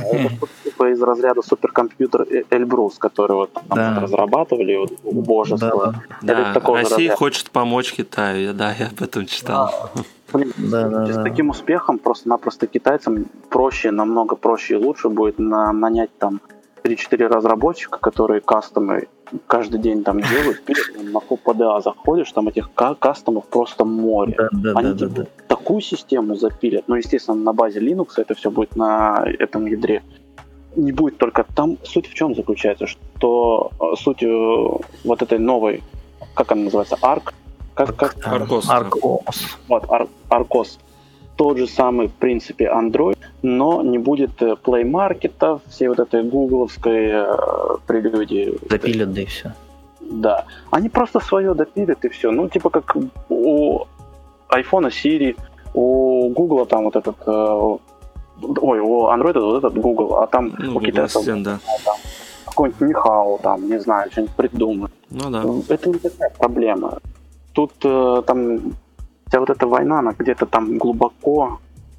Из разряда суперкомпьютер Эльбрус, который вот там да. разрабатывали, вот, убожество. Да, да. да. Россия хочет помочь Китаю, да, я об этом читал. Да. Блин, да, да, с да. таким успехом просто-напросто китайцам проще, намного проще и лучше будет на, нанять там три-четыре разработчика, которые кастомы каждый день там делают. На ПДА заходишь, там этих кастомов просто море. Да, да, Они да, да, да. такую систему запилят, ну, естественно, на базе Linux это все будет на этом ядре. Не будет только там. Суть в чем заключается, что суть вот этой новой, как она называется, Arc, как, как? ArcOS. ArcOS. Вот, Ar- ArcOS. Тот же самый, в принципе, Android, но не будет Play Market, всей вот этой гугловской э, прелюдии. Допилят, да и все. Да. Они просто свое допилят и все. Ну, типа как у iPhone Siri, у Google там вот этот... Э, Ой, у Android вот этот Google, а там ну, у китайцев да. какой-нибудь Нихао, там, не знаю, что-нибудь придумать. Ну да. Это не такая проблема. Тут э, там вся вот эта война, она где-то там глубоко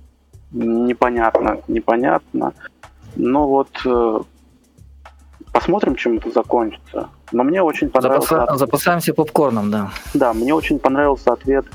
непонятно, непонятно. Но вот э, посмотрим, чем это закончится. Но мне очень понравился... Запаса... Запасаемся попкорном, да. Да, мне очень понравился ответ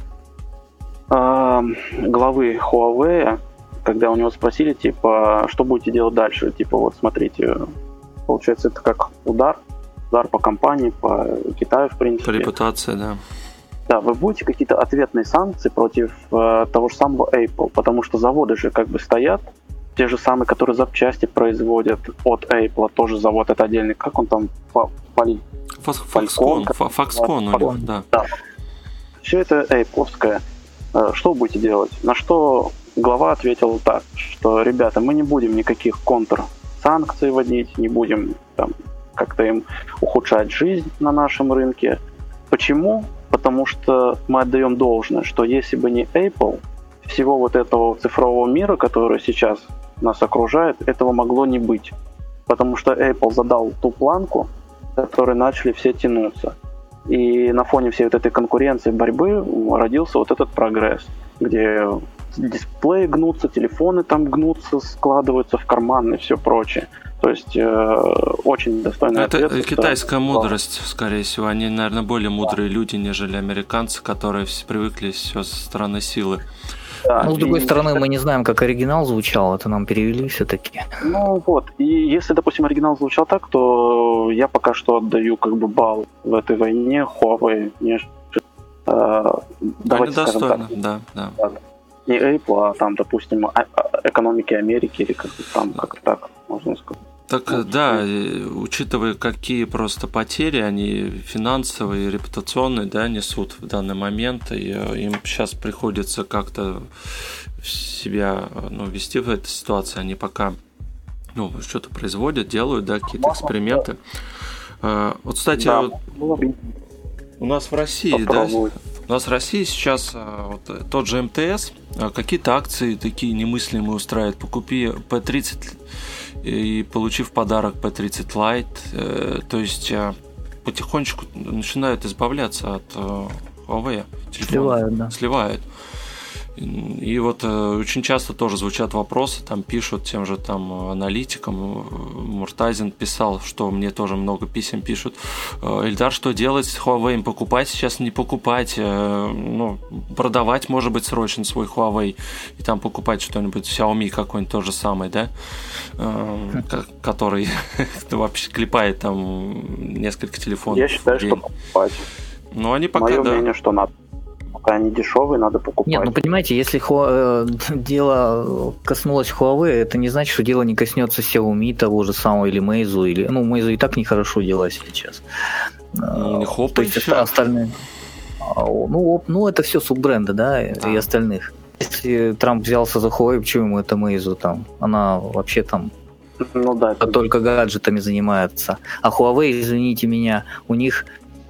э, главы Huawei, когда у него спросили, типа, что будете делать дальше? Типа, вот смотрите, получается, это как удар, удар по компании, по Китаю, в принципе. По репутации, да. Да, вы будете какие-то ответные санкции против э, того же самого Apple, потому что заводы же как бы стоят, те же самые, которые запчасти производят от Apple, тоже завод, это отдельный, как он там, Фали... Foxconn, Foxconn, да. да. Все это Apple-овское. Что вы будете делать? На что глава ответил так, что, ребята, мы не будем никаких контрсанкций вводить, не будем там как-то им ухудшать жизнь на нашем рынке. Почему? Потому что мы отдаем должное, что если бы не Apple, всего вот этого цифрового мира, который сейчас нас окружает, этого могло не быть. Потому что Apple задал ту планку, которой начали все тянуться. И на фоне всей вот этой конкуренции, борьбы родился вот этот прогресс, где дисплеи гнутся, телефоны там гнутся, складываются в карман и все прочее. То есть э, очень достойный это ответ. Это китайская мудрость, скорее всего. Они, наверное, более мудрые люди, нежели американцы, которые привыкли все со стороны силы. Да, но, с другой и... стороны, мы не знаем, как оригинал звучал, это нам перевели все-таки. Ну вот, и если, допустим, оригинал звучал так, то я пока что отдаю как бы балл в этой войне Huawei. Не, э, давайте скажем так, да, да. Не Apple, а там, допустим, экономики Америки или как-то там, как-то так, можно сказать. Так, ну, да, учитывая, какие просто потери они финансовые, репутационные, да, несут в данный момент, и им сейчас приходится как-то себя, ну, вести в этой ситуации, они пока, ну, что-то производят, делают, да, какие-то эксперименты. Вот, кстати, да. вот, у нас в России, Попробуй. да, у нас в России сейчас вот, тот же эм тэ эс какие-то акции такие немыслимые устраивает. Покупи пи тридцать и получив подарок пи тридцать Lite, то есть потихонечку начинают избавляться от Huawei. Сливают, да. Сливают. И вот э, очень часто тоже звучат вопросы, там пишут тем же там аналитикам. Муртазин писал, что мне тоже много писем пишут. Ильдар, что делать с Huawei? Покупать сейчас, не покупать? Э, ну, продавать, может быть, срочно свой Huawei и там покупать что-нибудь, Xiaomi какой-нибудь тоже самый, да? Э, который вообще клепает там несколько телефонов. Я считаю, что покупать. Ну, они пока, Мое да. мнение, что надо. Пока они дешевые, надо покупать. Нет, ну понимаете, если ху... дело коснулось Huawei, это не значит, что дело не коснется Xiaomi того же самого или Meizu, или... Ну, Meizu и так нехорошо дела сейчас. Ну, не хоп, то есть еще. остальные... Ну, ну, это все суббренды, да, да, и остальных. Если Трамп взялся за Huawei, почему ему это Meizu там? Она вообще там ну, да, это... только гаджетами занимается. А Huawei, извините меня, у них...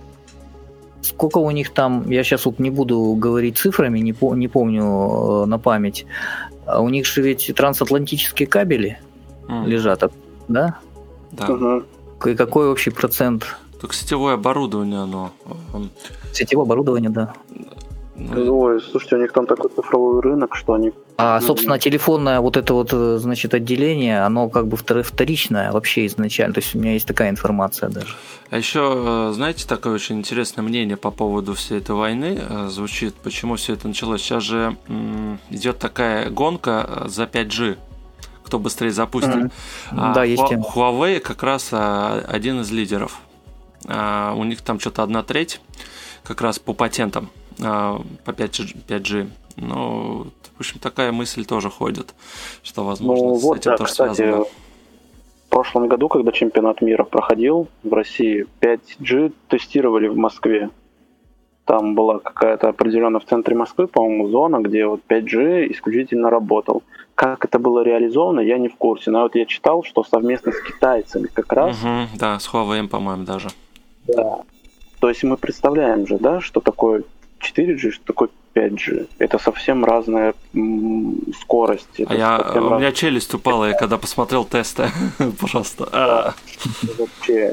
Сколько у них там, я сейчас вот не буду говорить цифрами, не, по, не помню э, на память, а у них же ведь трансатлантические кабели mm. лежат, да? Да. Угу. И какой общий процент? Только сетевое оборудование, оно... Сетевое оборудование, да. Ой, слушайте, у них там такой цифровой рынок, что они... А, собственно, телефонное вот это вот, значит, отделение, оно как бы вторичное вообще изначально. То есть у меня есть такая информация даже. А еще, знаете, такое очень интересное мнение по поводу всей этой войны звучит, почему все это началось. Сейчас же м, идет такая гонка за пять джи, кто быстрее запустит. Mm-hmm. А да, есть тема. Huawei как раз один из лидеров. А, у них там что-то одна треть как раз по патентам по пять джи. Ну, в общем, такая мысль тоже ходит, что, возможно, ну, с вот, этим да, тоже кстати, связано. В прошлом году, когда чемпионат мира проходил в России, пять джи тестировали в Москве. Там была какая-то определенная в центре Москвы, по-моему, зона, где вот пять джи исключительно работал. Как это было реализовано, я не в курсе. Но вот я читал, что совместно с китайцами как раз... Угу, да, с Huawei, по-моему, даже. Да. То есть мы представляем же, да, что такое четыре джи, что такое пять джи. Это совсем разная м- скорость. Это а я, совсем у раз... меня челюсть упала, я когда посмотрел тесты. Просто. Вообще...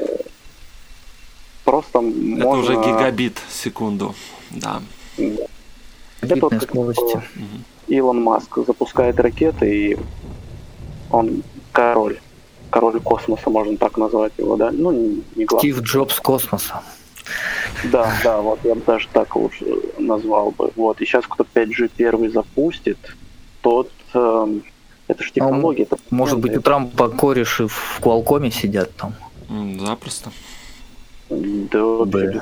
Просто это можно... уже гигабит в секунду. Да. Это вот скорости. Илон Маск запускает ракеты, и он король. Король космоса, можно так назвать его, да? Ну, не, не главное. Стив Джобс космоса. Да, да, вот я бы даже так лучше назвал бы. Вот, и сейчас кто пять джи первый запустит, тот... Э, это же технология. А, это может быть, у Трампа кореши в Qualcomm сидят там? Запросто. Да, вообще.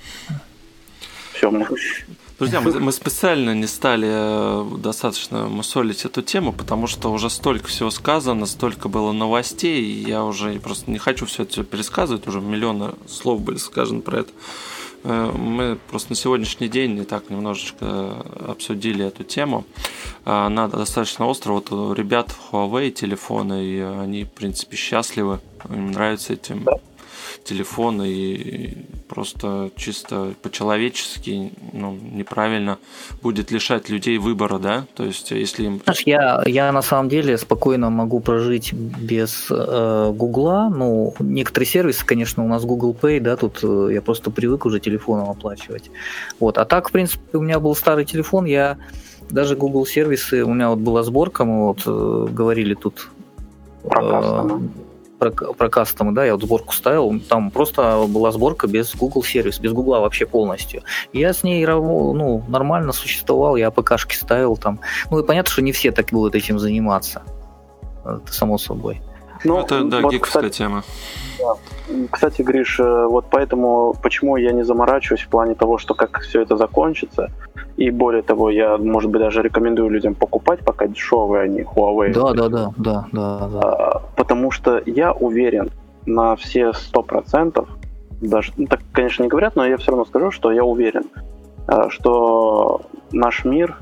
Все, мне... Друзья, мы, мы специально не стали достаточно мусолить эту тему, потому что уже столько всего сказано, столько было новостей, и я уже просто не хочу все это пересказывать, уже миллионы слов были сказаны про это. Мы просто на сегодняшний день не так немножечко обсудили эту тему. Она достаточно острая. Вот у ребят в Huawei телефоны, и они, в принципе, счастливы, им нравятся эти телефоны, и просто чисто по-человечески, ну, неправильно будет лишать людей выбора, да? То есть, если им... Знаешь, я, я на самом деле спокойно могу прожить без э, Гугла. Ну, некоторые сервисы, конечно, у нас Google Pay, да, тут э, я просто привык уже телефоном оплачивать. Вот. А так, в принципе, у меня был старый телефон, я даже Google сервисы, у меня вот была сборка, мы вот э, говорили тут... Э, Про, про кастомы, да, я вот сборку ставил, там просто была сборка без Google сервис, без Гугла вообще полностью. Я с ней, ну, нормально существовал, я АПКшки ставил там. Ну, и понятно, что не все так будут этим заниматься. Это само собой. Ну, это, да, вот, гиковская кстати, тема. Да. Кстати, Гриш, вот поэтому, почему я не заморачиваюсь в плане того, что как все это закончится, и более того, я, может быть, даже рекомендую людям покупать пока дешевые, а не Huawei. Да, да, да, да, да, да. А, потому что я уверен на все сто процентов, даже, ну, так, конечно, не говорят, но я все равно скажу, что я уверен, что наш мир,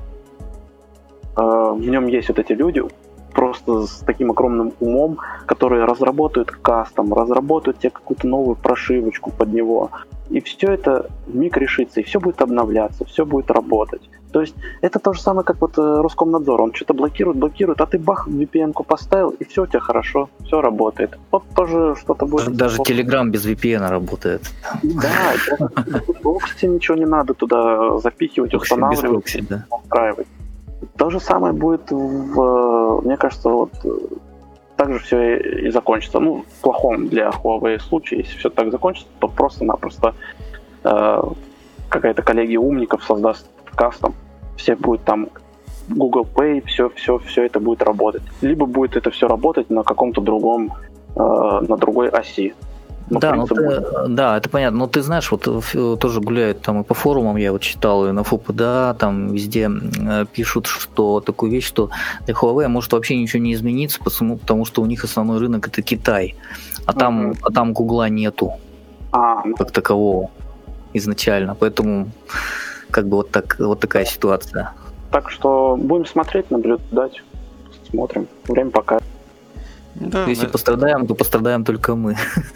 в нем есть вот эти люди, просто с таким огромным умом, которые разработают кастом, разработают тебе какую-то новую прошивочку под него. И все это вмиг решится, и все будет обновляться, все будет работать. То есть это то же самое, как вот Роскомнадзор. Он что-то блокирует, блокирует, а ты бах, ви пи эн-ку поставил, и все у тебя хорошо, все работает. Вот тоже что-то будет... Даже Telegram без ви пи эн работает. Да, в Боксе ничего не надо туда запихивать, устанавливать, да. устраивать. То же самое будет, в, мне кажется, вот так же все и закончится. Ну, в плохом для Huawei случае, если все так закончится, то просто-напросто э, какая-то коллегия умников создаст кастом, все будет там Google Pay, все, все, все это будет работать. Либо будет это все работать на каком-то другом, э, на другой оси. Но да, ну ты, да, это понятно. Но ты знаешь, вот тоже гуляют там и по форумам, я вот читал, и на ФОПДА, там везде пишут, что такую вещь, что для Huawei может вообще ничего не измениться, потому, потому что у них основной рынок это Китай, а там, mm-hmm. а там Гугла нету а, ну. как такового изначально, поэтому как бы вот, так, вот такая ситуация. Так что будем смотреть, наблюдать, смотрим, время пока. Да, Если мы... пострадаем, то пострадаем только мы.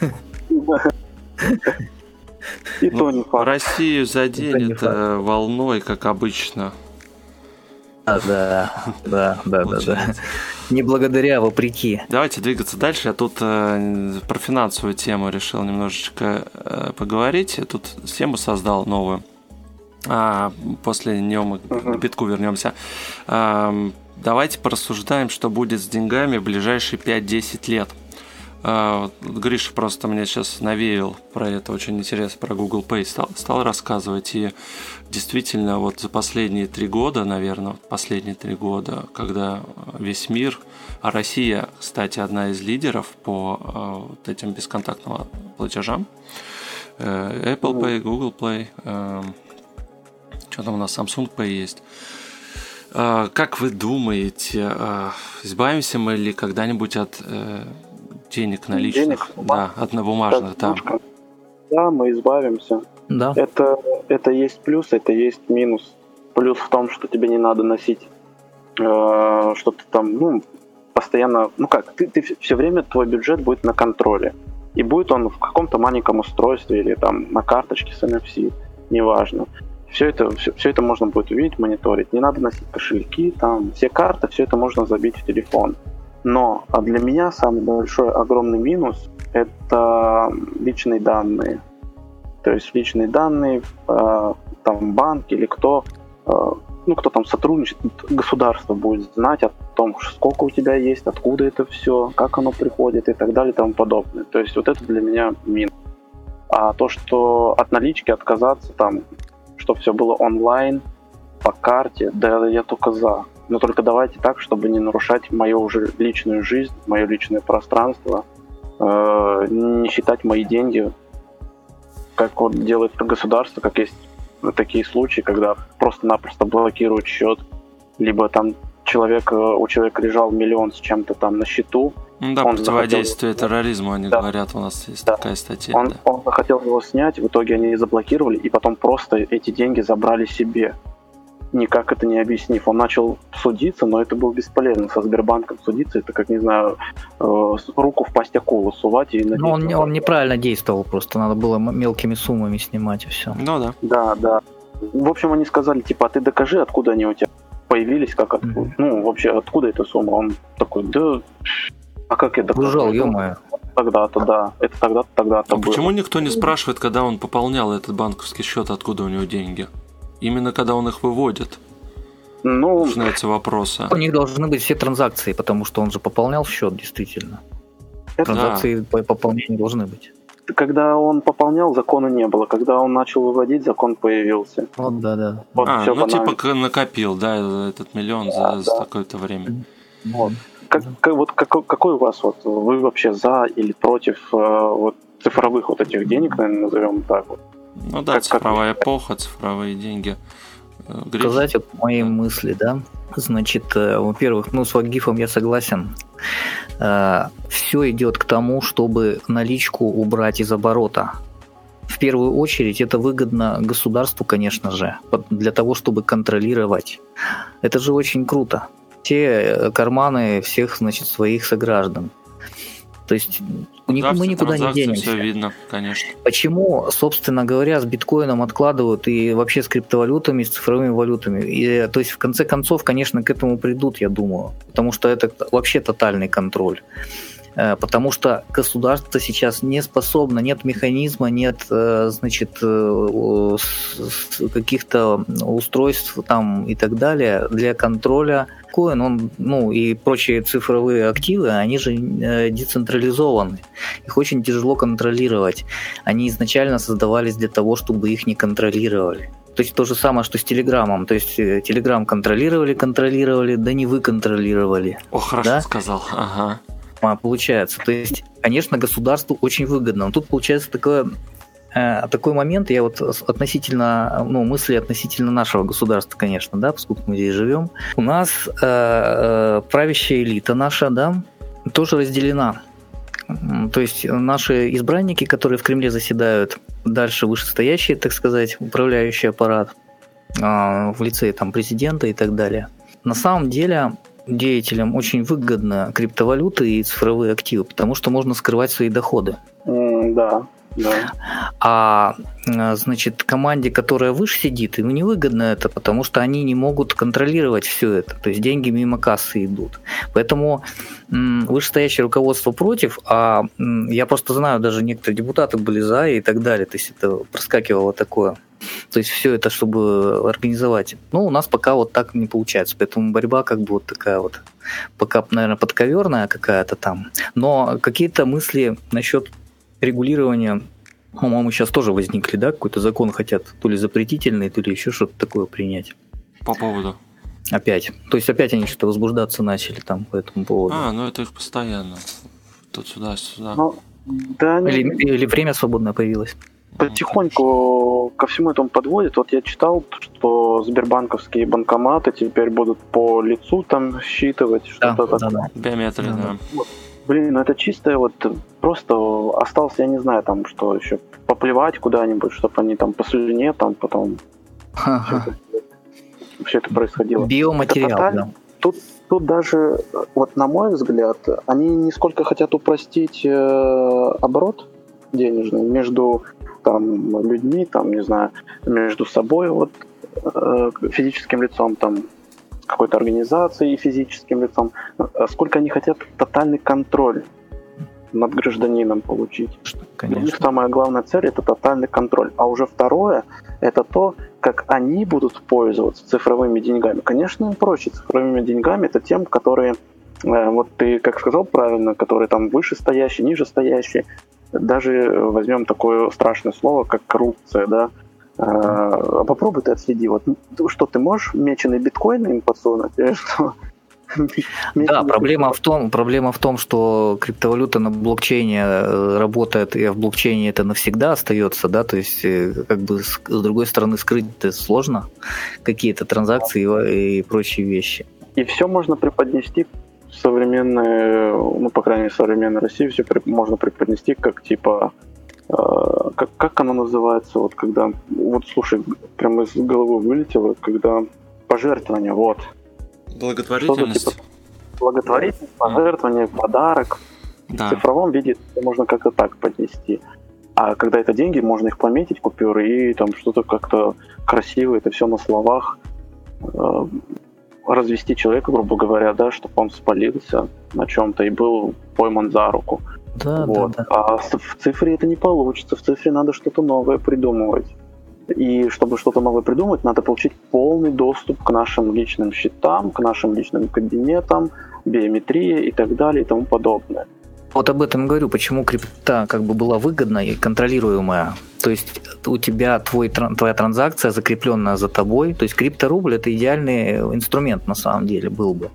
И то не факт. Россию заденет волной, как обычно. А, да, да, да, да, да. Не благодаря, а вопреки. Давайте двигаться дальше. Я тут э, про финансовую тему решил немножечко э, поговорить. Я тут тему создал новую. А, после нее мы uh-huh. к битку вернемся. А, давайте порассуждаем, что будет с деньгами в ближайшие пять-десять лет. А, Гриша просто мне сейчас навеял про это очень интересно, про Google Pay стал, стал рассказывать. И действительно, вот за последние три года, наверное, последние три года, когда весь мир, а Россия, кстати, одна из лидеров по а, вот этим бесконтактным платежам, Apple Pay, Google Play, а, что там у нас, Samsung Pay есть. А, как вы думаете, а, избавимся мы ли когда-нибудь от э, денег наличных? Денег? Да, от бумажных, да. Да, мы избавимся. Да. Это, это есть плюс, это есть минус. Плюс в том, что тебе не надо носить э, что-то там, ну, постоянно, ну как, ты, ты все время, твой бюджет будет на контроле. И будет он в каком-то маленьком устройстве или там на карточке с эн эф си, неважно. Все это, все, все это можно будет увидеть, мониторить. Не надо носить кошельки, там, все карты, все это можно забить в телефон. Но а для меня самый большой, огромный минус – это личные данные. То есть личные данные, э, там, банк или кто, э, ну, кто там сотрудничает, государство будет знать о том, сколько у тебя есть, откуда это все, как оно приходит и так далее и тому подобное. То есть вот это для меня минус. А то, что от налички отказаться, там, чтобы все было онлайн, по карте, да, я только за. Но только давайте так, чтобы не нарушать мою уже личную жизнь, мое личное пространство, э, не считать мои деньги, как вот делает государство, как есть такие случаи, когда просто-напросто блокируют счет, либо там человек, у человека лежал миллион с чем-то там на счету. Ну да, противодействие захотел... терроризму, они да. говорят, у нас есть да. такая статья. Он, да. он захотел его снять, в итоге они заблокировали, и потом просто эти деньги забрали себе, никак это не объяснив. Он начал судиться, но это было бесполезно. Со Сбербанком судиться, это как, не знаю, руку в пасть акулы сувать. И ну, он, он неправильно действовал просто, надо было мелкими суммами снимать и все. Ну да. Да, да. В общем, они сказали, типа, а ты докажи, откуда они у тебя появились, как откуда. Mm-hmm. Ну, вообще, откуда эта сумма? Он такой, да... А как я докажу? Выжал, ё-моё. Тогда-то, да. Это тогда-то, тогда-то а было. Почему никто не спрашивает, когда он пополнял этот банковский счет, откуда у него деньги? Именно когда он их выводит. Ну, начинаются вопросы. У них должны быть все транзакции, потому что он же пополнял счет, действительно. Это транзакции да. по пополнению должны быть. Когда он пополнял, закона не было. Когда он начал выводить, закон появился. Вот, да-да. Вот а, ну банально. Типа накопил, да, этот миллион да, за, да. за такое-то время. Вот. Как, как, вот какой, какой у вас, вот, вы вообще за или против э, вот, цифровых вот этих денег, наверное, назовем так вот? Ну да, как, цифровая как... эпоха, цифровые деньги. Гриш. Сказать вот мои мысли, да. Значит, э, во-первых, ну, с Вагифом я согласен. Э, все идет к тому, чтобы наличку убрать из оборота. В первую очередь это выгодно государству, конечно же, для того, чтобы контролировать. Это же очень круто. Все карманы всех, значит, своих сограждан. То есть да, мы никуда не денемся. Все видно, конечно. Почему, собственно говоря, с биткоином откладывают и вообще с криптовалютами, с цифровыми валютами? И, то есть, в конце концов, конечно, к этому придут, я думаю. Потому что это вообще тотальный контроль. Потому что государство сейчас не способно, нет механизма, нет, значит, каких-то устройств там и так далее для контроля. Биткоин, он, ну и прочие цифровые активы, они же децентрализованы. Их очень тяжело контролировать. Они изначально создавались для того, чтобы их не контролировали. То есть то же самое, что с Телеграмом. То есть Телеграм контролировали, контролировали, да не вы контролировали. О, хорошо да? сказал. Ага. А, получается. То есть, конечно, государству очень выгодно. Но тут получается такое, э, такой момент, я вот относительно, ну, мысли относительно нашего государства, конечно, да, поскольку мы здесь живем. У нас э, э, правящая элита наша, да, тоже разделена. То есть наши избранники, которые в Кремле заседают, дальше вышестоящий, так сказать, управляющий аппарат в лице там, президента и так далее. На самом деле деятелям очень выгодно криптовалюты и цифровые активы, потому что можно скрывать свои доходы. Mm, да. Да. А, значит, команде, которая выше сидит, им невыгодно это, потому что они не могут контролировать все это. То есть деньги мимо кассы идут. Поэтому м, вышестоящее руководство против, а м, я просто знаю, даже некоторые депутаты были за и так далее. То есть это проскакивало такое. То есть все это, чтобы организовать. Но у нас пока вот так не получается. Поэтому борьба как бы вот такая вот, пока, наверное, подковерная какая-то там. Но какие-то мысли насчет регулирования, по-моему, сейчас тоже возникли, да, какой-то закон хотят то ли запретительный, то ли еще что-то такое принять. По поводу? Опять. То есть опять они что-то возбуждаться начали там по этому поводу. А, ну это их постоянно. Тут сюда, сюда. Ну, да, или, или время свободное появилось. Потихоньку ко всему этому подводят. Вот я читал, что сбербанковские банкоматы теперь будут по лицу там считывать, что-то да, такое. Да, да. Биометрия, да. да. Вот. Блин, ну это чистое вот просто остался, я не знаю, там что еще, поплевать куда-нибудь, чтобы они там по слюне там потом все это, все это происходило. Биоматериал, это да. Тут, тут даже, вот на мой взгляд, они не сколько хотят упростить э, оборот денежный между там людьми, там, не знаю, между собой, вот э, физическим лицом, там, какой-то организацией и физическим лицом, сколько они хотят тотальный контроль над гражданином получить. Конечно. У них самая главная цель – это тотальный контроль. А уже второе – это то, как они будут пользоваться цифровыми деньгами. Конечно, им проще цифровыми деньгами – это тем, которые, вот ты как сказал правильно, которые там вышестоящие, нижестоящие. Даже возьмем такое страшное слово, как коррупция, да. А, попробуй ты отследи, вот что ты можешь меченый биткоин им подсунуть, или что? Да, проблема в том, проблема в том, что криптовалюта на блокчейне работает, и в блокчейне это навсегда остается, да, то есть как бы с, с другой стороны скрыть-то сложно какие-то транзакции и прочие вещи. И все можно преподнести в современной, ну, по крайней мере, в современной России все можно преподнести как типа Как, как оно называется, вот когда, вот слушай, прямо из головы вылетело, когда пожертвование, вот. Благотворительность. Типа благотворительность, пожертвование, подарок. Да. В цифровом виде это можно как-то так поднести. А когда это деньги, можно их пометить, купюры, и там что-то как-то красивое, это все на словах. Э, развести человека, грубо говоря, да, чтобы он спалился на чем-то и был пойман за руку. Да, вот. да, да. А в цифре это не получится. В цифре надо что-то новое придумывать. И чтобы что-то новое придумать, надо получить полный доступ к нашим личным счетам, к нашим личным кабинетам, биометрии и так далее и тому подобное. Вот об этом говорю, почему крипта как бы была выгодна и контролируемая. То есть у тебя твой, твоя транзакция закрепленная за тобой. То есть крипторубль – это идеальный инструмент на самом деле был бы.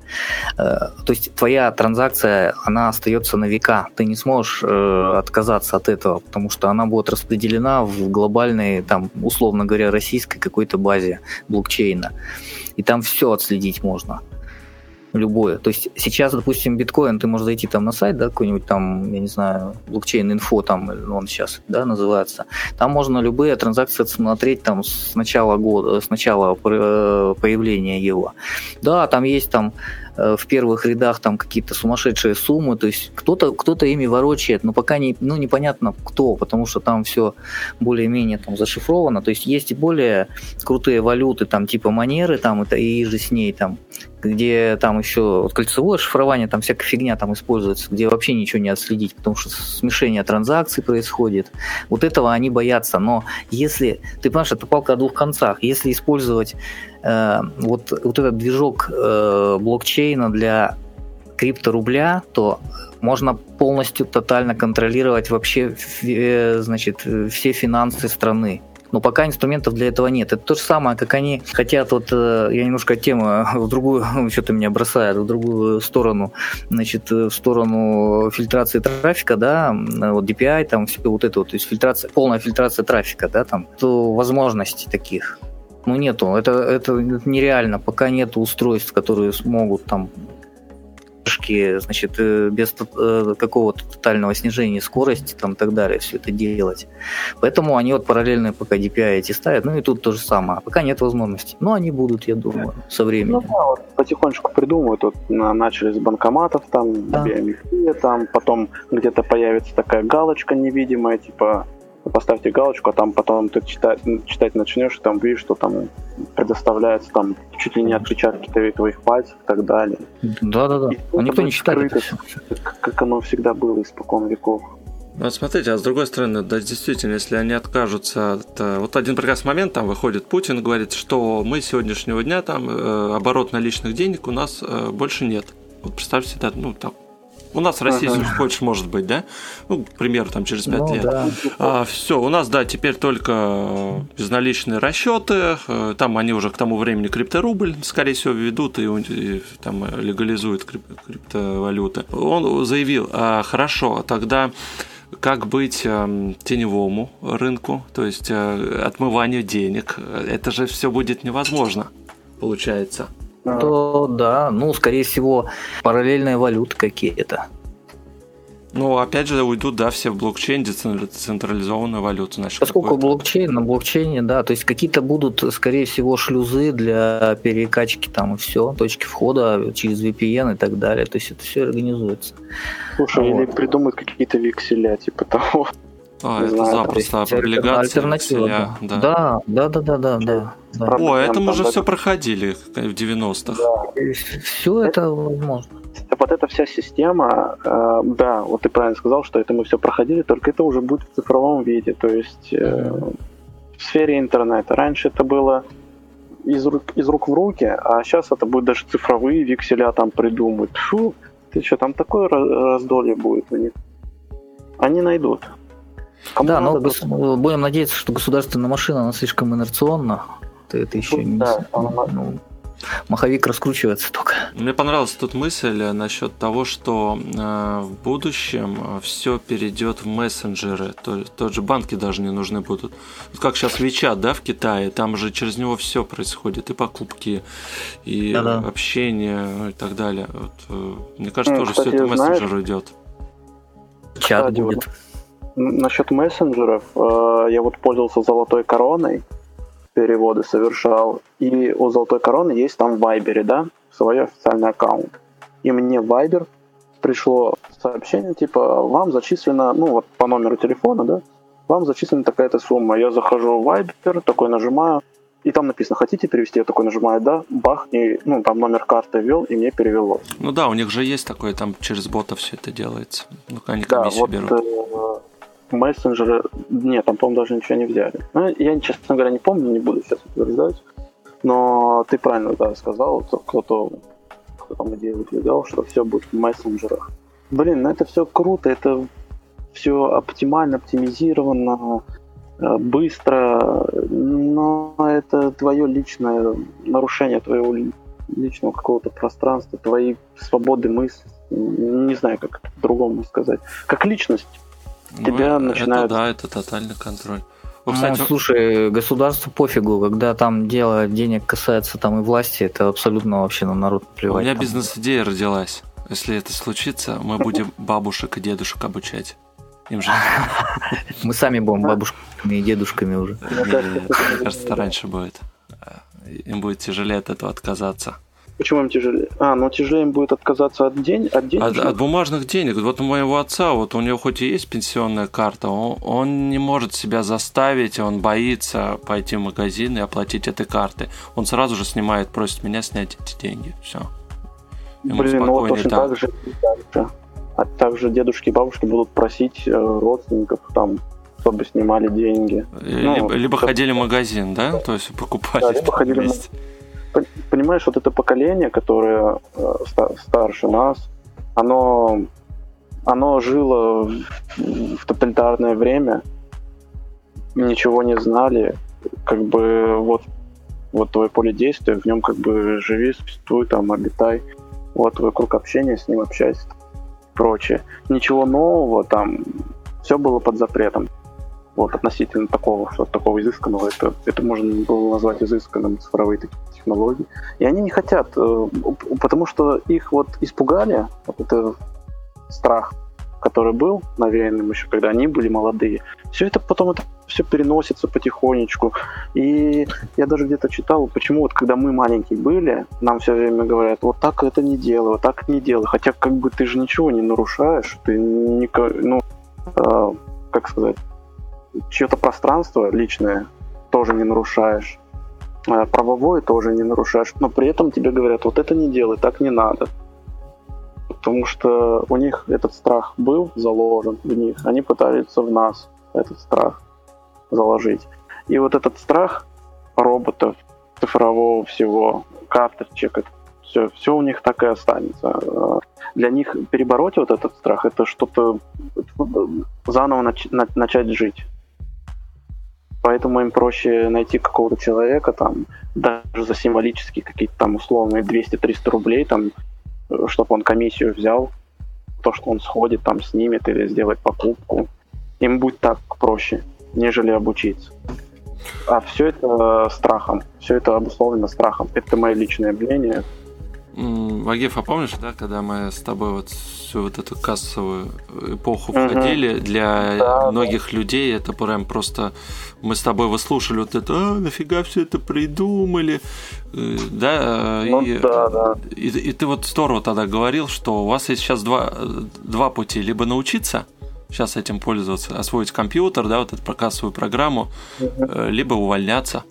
То есть твоя транзакция, она остается на века. Ты не сможешь отказаться от этого, потому что она будет распределена в глобальной, там, условно говоря, российской какой-то базе блокчейна. И там все отследить можно. Любое. То есть сейчас, допустим, биткоин, ты можешь зайти там на сайт, да, какой-нибудь там, я не знаю, блокчейн-инфо, там, он сейчас, да, называется. Там можно любые транзакции смотреть там с начала года, с начала появления его. Да, там есть там э, в первых рядах там какие-то сумасшедшие суммы, то есть кто-то, кто-то ими ворочает, но пока не, ну, непонятно кто, потому что там все более-менее там зашифровано, то есть есть и более крутые валюты, там типа Монеры, там это и же с ней там, где там еще вот кольцевое шифрование, там всякая фигня там используется, где вообще ничего не отследить, потому что смешение транзакций происходит. Вот этого они боятся. Но если, ты понимаешь, это палка о двух концах. Если использовать э, вот, вот этот движок э, блокчейна для крипторубля, то можно полностью тотально контролировать вообще э, значит, все финансы страны. Но пока инструментов для этого нет. Это то же самое, как они хотят, вот я немножко тему в другую, что-то меня бросает, в другую сторону, значит, в сторону фильтрации трафика, да, вот ди пи ай, там, все вот это вот, то есть фильтрация, полная фильтрация трафика, да, там, то возможностей таких, ну, нету, это, это нереально, пока нету устройств, которые смогут там, значит, без какого-то тотального снижения скорости там, и так далее, все это делать. Поэтому они вот параллельно пока ди пи ай эти ставят, ну и тут то же самое. Пока нет возможности. Но они будут, я думаю, со временем. Ну да, вот потихонечку придумывают. Вот начали с банкоматов, там, да. би эм эф, там, потом где-то появится такая галочка невидимая, типа поставьте галочку, а там потом ты читать, читать начнешь, и там видишь, что там предоставляется там чуть ли не отпечатки твоих пальцев и так далее. Да-да-да. А никто не читает это все. Как оно всегда было испокон веков. Ну, смотрите, а с другой стороны, да, действительно, если они откажутся от... Вот один прекрасный момент, там выходит Путин и говорит, что мы с сегодняшнего дня, там, э, оборот наличных денег у нас э, больше нет. Вот представьте, да, ну, там, у нас в России ага. больше может быть, да? Ну, к примеру, там через пять ну, лет. Да. А, все, у нас, да, теперь только безналичные расчеты. Там они уже к тому времени крипторубль, скорее всего, введут и, и там легализуют крип, криптовалюты. Он заявил, а, хорошо, тогда как быть э, теневому рынку, то есть э, отмыванию денег? Это же все будет невозможно, получается. То да, ну, скорее всего, параллельные валюты какие-то. Ну, опять же, уйдут, да, все в блокчейн, децентрализованную валюту. Значит, поскольку блокчейн, на блокчейне, да, то есть какие-то будут, скорее всего, шлюзы для перекачки там и все, точки входа через ви пи эн и так далее, то есть это все организуется. Слушай, вот. Или придумают какие-то векселя, типа того. А, это знаю, запросто, облигации, векселя, да. Да, да, да, да, да, да. Да. О, это мы уже все проходили в девяностых. Да. Все это возможно. Вот эта вся система, э, да, вот ты правильно сказал, что это мы все проходили, только это уже будет в цифровом виде, то есть э, в сфере интернета. Раньше это было из рук, из рук в руки, а сейчас это будет даже цифровые векселя там придумают. Фу, ты что, там такое раздолье будет у них. Они найдут. Кому да, но гос... будем надеяться, что государственная машина, она слишком инерционна. Это еще ну, не... Да, ну, маховик раскручивается только. Мне понравилась тут мысль насчет того, что э, в будущем все перейдет в мессенджеры. То, тот же банки даже не нужны будут. Вот как сейчас WeChat, да, в Китае, там же через него все происходит, и покупки, и Да-да. общение, ну, и так далее. Вот, э, мне кажется, ну, тоже кстати, все это в мессенджер уйдет. Чат будет. Насчет мессенджеров, э, я вот пользовался золотой короной, переводы совершал, и у золотой короны есть там в Вайбере, да, свой официальный аккаунт. И мне в Вайбер пришло сообщение, типа, вам зачислено, ну вот по номеру телефона, да, вам зачислена такая-то сумма. Я захожу в Вайбер, такой нажимаю, и там написано, хотите перевести? Я такой нажимаю, да, бах, и, ну, там номер карты ввел, и мне перевело. Ну да, у них же есть такое, там через бота все это делается. Ну, они комиссию да, берут. Вот, э- мессенджеры, нет, там, по-моему, даже ничего не взяли. Ну, я, честно говоря, не помню, не буду сейчас утверждать, но ты правильно, да, сказал, кто-то, кто там идею выдвигал, что все будет в мессенджерах. Блин, ну это все круто, это все оптимально, оптимизировано, быстро, но это твое личное нарушение твоего личного какого-то пространства, твоей свободы мысли, не знаю, как это по-другому сказать, как личность. Тебя ну, начинают... Это да, это тотальный контроль. Ну, кстати, ну, слушай, государству пофигу, когда там дело денег касается там и власти, это абсолютно вообще на народ плевать. У меня там. Бизнес-идея родилась. Если это случится, мы будем бабушек и дедушек обучать. Им же... Мы сами будем бабушками и дедушками уже. Мне кажется, это раньше будет. Им будет тяжелее от этого отказаться. Почему им тяжелее? А, ну тяжелее им будет отказаться от, день, от денег? От, от бумажных денег. Вот у моего отца, вот у него хоть и есть пенсионная карта, он, он не может себя заставить, он боится пойти в магазин и оплатить этой картой. Он сразу же снимает, просит меня снять эти деньги. Все. Ему Блин, ну вот точно так. так же, а также дедушки и бабушки будут просить родственников там, чтобы снимали деньги. Либо, ну, либо это... ходили в магазин, да? То есть покупали. Да, либо ходили в... Понимаешь, вот это поколение, которое э, старше нас, оно, оно жило в, в тоталитарное время, ничего не знали, как бы вот, вот твое поле действия, в нем как бы живи, существуй, там, обитай, вот твой круг общения, с ним общайся, прочее. Ничего нового, там, все было под запретом. Вот, относительно такого, что такого изысканного, это, это можно было назвать изысканным, цифровые такие технологии. И они не хотят, потому что их вот испугали, вот это страх, который был навеянным еще, когда они были молодые. Все это потом это все переносится потихонечку. И я даже где-то читал, почему вот когда мы маленькие были, нам все время говорят, вот так это не делай, вот так не делай. Хотя как бы ты же ничего не нарушаешь, ты не, ну, э, как сказать, чье-то пространство личное тоже не нарушаешь, правовое тоже не нарушаешь, но при этом тебе говорят, вот это не делай, так не надо. Потому что у них этот страх был заложен в них, они пытаются в нас этот страх заложить. И вот этот страх роботов, цифрового всего, карточек, это все, все у них так и останется. Для них перебороть вот этот страх, это что-то заново нач- начать жить. Поэтому им проще найти какого-то человека, там, даже за символические какие-то там условные двести-триста рублей, там, чтобы он комиссию взял, то, что он сходит, там, снимет или сделает покупку. Им будет так проще, нежели обучиться. А все это страхом, все это обусловлено страхом. Это мое личное мнение. Вагиф, а помнишь, да, когда мы с тобой вот всю вот эту кассовую эпоху входили, угу. для да, многих да. людей это прям просто... Мы с тобой выслушали вот это, а, нафига все это придумали, да, ну, и, да, да. И, и ты вот здорово тогда говорил, что у вас есть сейчас два, два пути, либо научиться сейчас этим пользоваться, освоить компьютер, да, вот эту кассовую программу, угу. либо увольняться.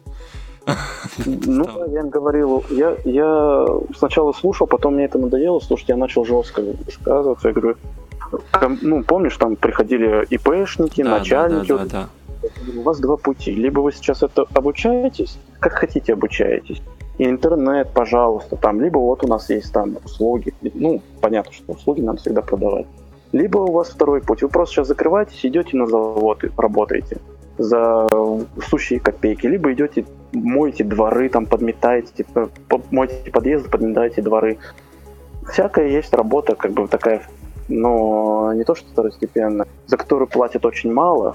Ну, я им говорил, я, я сначала слушал, потом мне это надоело слушать, я начал жестко высказываться, я говорю, ну, помнишь, там приходили ИПшники, да, начальники, да, да, да, да. У вас два пути, либо вы сейчас это обучаетесь, как хотите обучаетесь, и интернет, пожалуйста, там, либо вот у нас есть там услуги, ну, понятно, что услуги надо всегда продавать, либо у вас второй путь, вы просто сейчас закрываетесь, идете на завод и работаете за сущие копейки, либо идете, моете дворы, там подметаете, типа, моете подъезды, подметаете дворы. Всякая есть работа, как бы такая, но не то что второстепенная, за которую платят очень мало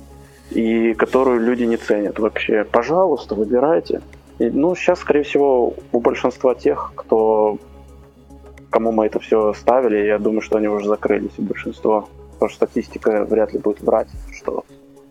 и которую люди не ценят вообще. Пожалуйста, выбирайте. И, ну, сейчас, скорее всего, у большинства тех, кто, кому мы это все ставили, я думаю, что они уже закрылись, у большинства. Потому что статистика вряд ли будет врать, что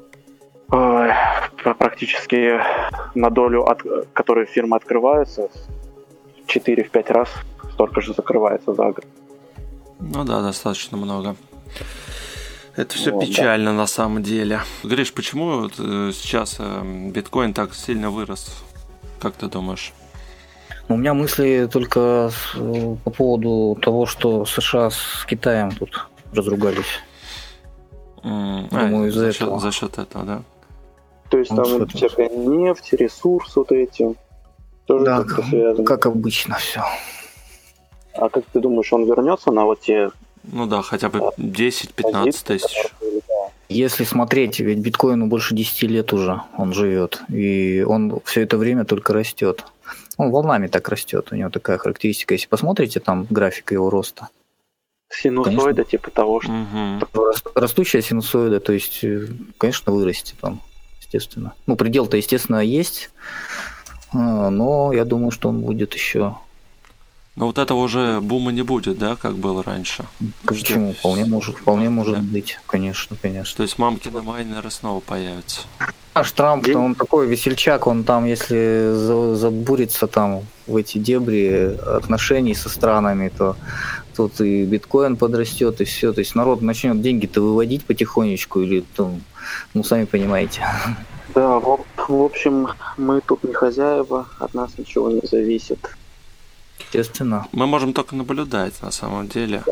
практически на долю, от которой фирмы открываются, четыре-пять раз столько же закрывается за год. Ну да, достаточно много. Это все вот, печально, да. На самом деле. Гриш, почему сейчас биткоин так сильно вырос? Как ты думаешь? У меня мысли только по поводу того, что США с Китаем тут разругались. Mm, Думаю, а, из-за за этого. Счет, за счет этого, да? То есть вот там всякая нефть, ресурсы вот эти. Тоже да, как, связано. Как обычно все. А как ты думаешь, он вернется на вот те... Ну да, хотя бы десять-пятнадцать тысяч. Если смотреть, ведь биткоину больше десять лет уже он живет. И он все это время только растет. Он волнами так растет. У него такая характеристика. Если посмотрите, там графика его роста. Синусоида, конечно, типа того, что... Угу. Растущая синусоида, то есть, конечно, вырастет он, естественно. Ну, предел-то, естественно, есть, но я думаю, что он будет еще... Но вот этого уже бума не будет, да, как было раньше? Почему? Что? Вполне может, вполне может да. быть, конечно, конечно. То есть мамкины майнеры снова появятся. Аж Трамп, он такой весельчак, он там, если забурится там в эти дебри отношений со странами, то тут и биткоин подрастет, и все. То есть народ начнет деньги-то выводить потихонечку, или там, ну, сами понимаете. Да, в, в общем, мы тут не хозяева, от нас ничего не зависит. Естественно. Мы можем только наблюдать, на самом деле.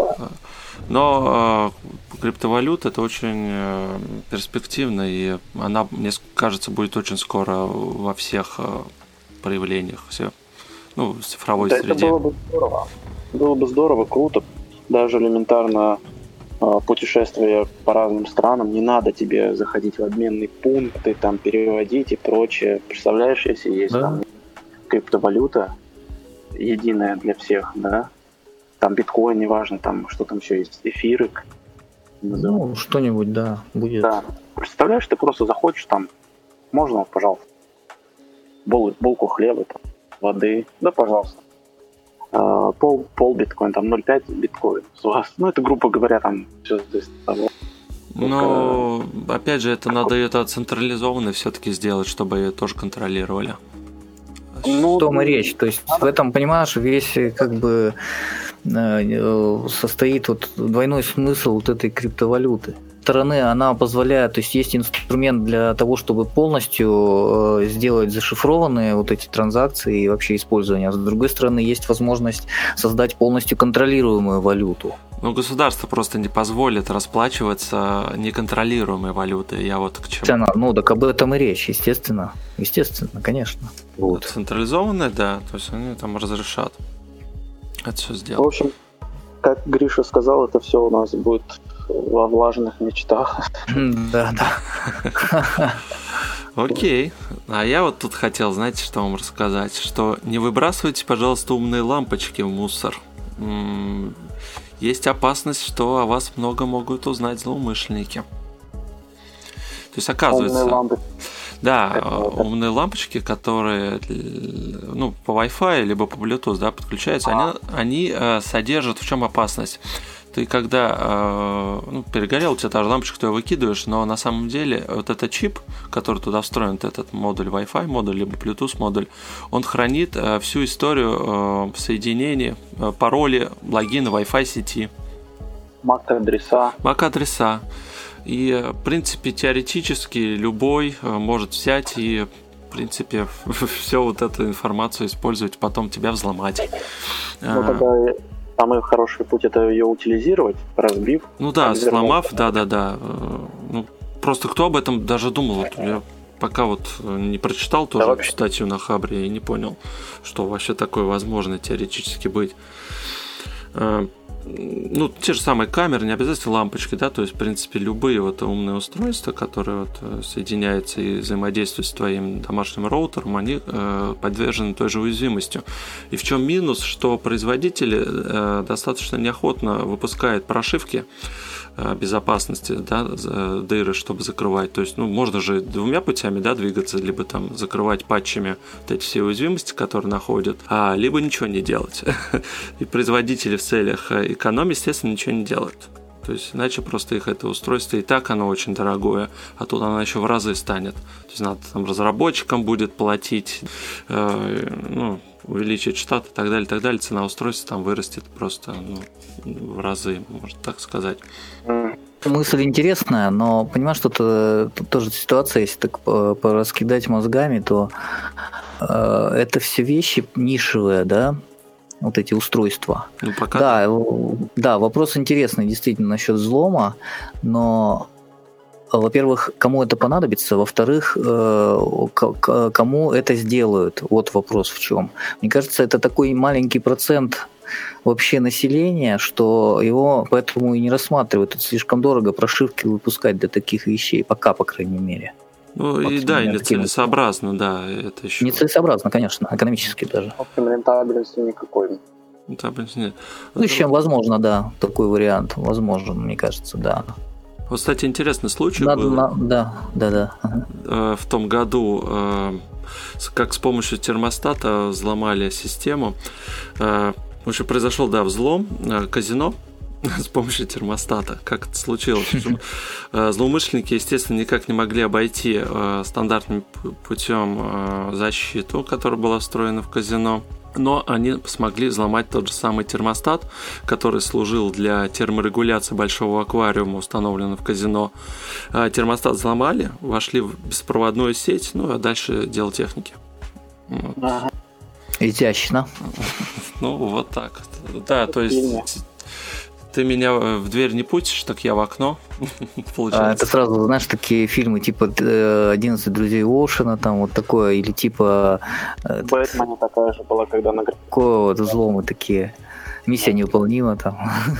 Но э, криптовалюта это очень э, перспективно, и она, мне кажется, будет очень скоро во всех э, проявлениях, все, ну, в цифровой да, среде. Это было бы здорово. Было бы здорово, круто. Даже элементарно э, путешествия по разным странам, не надо тебе заходить в обменные пункты, там переводить и прочее. Представляешь, если есть да. там криптовалюта единая для всех, да? Там биткоин, неважно, там что там еще есть, эфирик. Ну, что-нибудь, да, будет. Да. Представляешь, ты просто заходишь там, можно, пожалуйста, Бол, булку хлеба, там, воды, да, пожалуйста. А, пол, пол биткоин, там ноль целых пять биткоин с вас. Ну, это, грубо говоря, там все здесь того. Но, Только... опять же, это надо это централизованно все-таки сделать, чтобы ее тоже контролировали. Ну, о том и речь. То есть в этом, понимаешь, весь как бы состоит вот двойной смысл вот этой криптовалюты. С стороны она позволяет, то есть есть инструмент для того, чтобы полностью сделать зашифрованные вот эти транзакции и вообще использование. А с другой стороны есть возможность создать полностью контролируемую валюту. Ну, государство просто не позволит расплачиваться неконтролируемой валютой. Я вот к чему. Цена, ну, так об этом и речь, естественно. Естественно, конечно. Вот. Централизованная, да, то есть они там разрешат это все сделать. В общем, как Гриша сказал, это все у нас будет во влажных мечтах. Да, да. Окей. А я вот тут хотел, знаете, что вам рассказать? Что не выбрасывайте, пожалуйста, умные лампочки в мусор. Есть опасность, что о вас много могут узнать злоумышленники. То есть, оказывается... Умные лампы. Да, это, умные это. лампочки, которые ну, по Wi-Fi либо по Bluetooth, да, подключаются, а. они, они э, содержат в чем опасность. Ты когда э, ну, перегорел, у тебя та же лампочка, ты ее выкидываешь, но на самом деле вот этот чип, который туда встроен, этот модуль Wi-Fi модуль, либо Bluetooth модуль, он хранит э, всю историю э, соединений, э, пароли, логины Wi-Fi сети. мак-адреса. мак-адреса. И, в принципе, теоретически любой может взять и, в принципе, всю вот эту информацию использовать, потом тебя взломать. Ну, тогда самый хороший путь – это ее утилизировать, разбив. Ну да, сломав, да-да-да. Ну, просто кто об этом даже думал? Я пока вот не прочитал тоже да, статью на Хабре и не понял, что вообще такое возможно теоретически быть. Ну, те же самые камеры, не обязательно лампочки, да, то есть, в принципе, любые вот умные устройства, которые вот соединяются и взаимодействуют с твоим домашним роутером, они э, подвержены той же уязвимости. И в чем минус, что производители э, достаточно неохотно выпускают прошивки э, безопасности, да, дыры, чтобы закрывать. То есть, ну, можно же двумя путями, да, двигаться, либо там закрывать патчами вот эти все уязвимости, которые находят, а либо ничего не делать. И производители в целях экономии, естественно, ничего не делают. То есть, иначе просто их это устройство и так оно очень дорогое, а тут оно еще в разы станет. То есть, надо там разработчикам будет платить, э, ну, увеличить штат и так далее, и так далее. Цена устройства там вырастет просто ну, в разы, можно так сказать. Мысль интересная, но понимаешь, что тут тоже ситуация, если так пораскидать мозгами, то э, это все вещи нишевые, да? Вот эти устройства. Ну, пока да, да, вопрос интересный действительно насчет взлома, но, во-первых, кому это понадобится, во-вторых, кому это сделают, вот вопрос в чем. Мне кажется, это такой маленький процент вообще населения, что его поэтому и не рассматривают. Это слишком дорого прошивки выпускать для таких вещей, пока, по крайней мере. Ну вот и да, и нецелесообразно, да, это еще. Нецелесообразно, конечно, экономически даже. В общем, рентабельности никакой. Рентабельности нет. Ну, еще, возможно, да, такой вариант, возможен, мне кажется, да. Вот, кстати, интересный случай Надо, был. На... Да, да, да. Ага. В том году, как с помощью термостата взломали систему. В общем, произошел, да, взлом, казино. С помощью термостата. Как это случилось? Злоумышленники, естественно, никак не могли обойти стандартным путем защиту, которая была встроена в казино. Но они смогли взломать тот же самый термостат, который служил для терморегуляции большого аквариума, установленного в казино. Термостат взломали, вошли в беспроводную сеть, ну а дальше дело техники. Вот. Ага. Изящно. Ну, вот так. Да, то есть ты меня в дверь не пустишь, так я в окно. А, это сразу, знаешь, такие фильмы типа «одиннадцать друзей Оушена», там вот такое, или типа... В «Бэтмене» такая же была, когда на... Такое вот взломы такие. Миссия невыполнима там.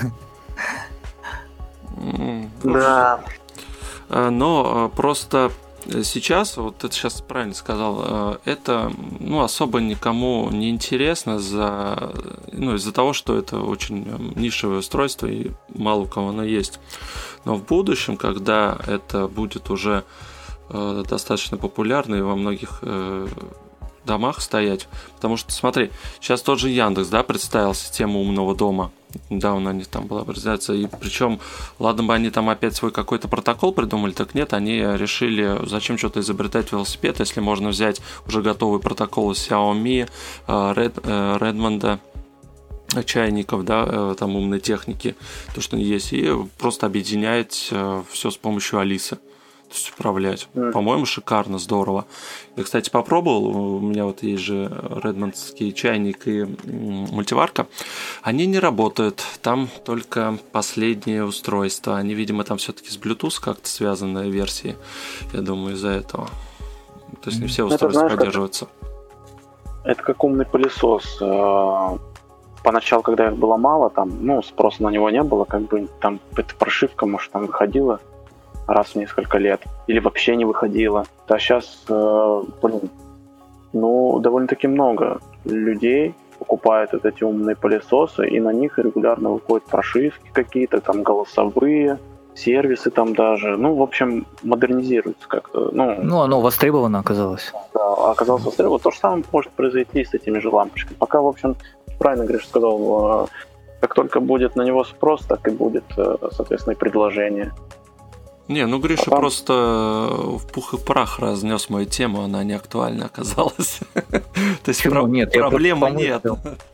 Да. Но просто... Сейчас, вот ты сейчас правильно сказал, это ну, особо никому не интересно за, ну, из-за того, что это очень нишевое устройство и мало у кого оно есть. Но в будущем, когда это будет уже э, достаточно популярно и во многих э, домах стоять, потому что, смотри, сейчас тот же Яндекс, да, представил систему умного дома. Недавно они там была презентация, и причем, ладно бы они там опять свой какой-то протокол придумали, так нет, они решили, зачем что-то изобретать велосипед, если можно взять уже готовый протокол из Xiaomi, Red, Redmond, чайников, да, там умной техники, то, что есть, и просто объединять все с помощью Алисы. То есть управлять. Mm. По-моему, шикарно, здорово. Я, кстати, попробовал. У меня вот есть же редмондский чайник и мультиварка. Они не работают. Там только последние устройства. Они, видимо, там все-таки с Bluetooth как-то связанные версии. Я думаю, из-за этого. То есть не все устройства это, знаешь, поддерживаются. Как... Это как умный пылесос. Поначалу, когда их было мало, там, ну, спроса на него не было, как бы там эта прошивка, может, там выходила раз в несколько лет, или вообще не выходила. А сейчас, э, блин, ну, довольно-таки много людей покупают вот эти умные пылесосы, и на них регулярно выходят прошивки какие-то, там, голосовые, сервисы там даже. Ну, в общем, модернизируется как-то. Ну, ну оно востребовано оказалось. Да, оказалось востребовано. То же самое может произойти с этими же лампочками. Пока, в общем, правильно Гриша сказал, как только будет на него спрос, так и будет, соответственно, и предложение. Не, ну Гриша а просто в пух и прах разнес мою тему, она не актуальна оказалась. То есть нет, проблемы нет.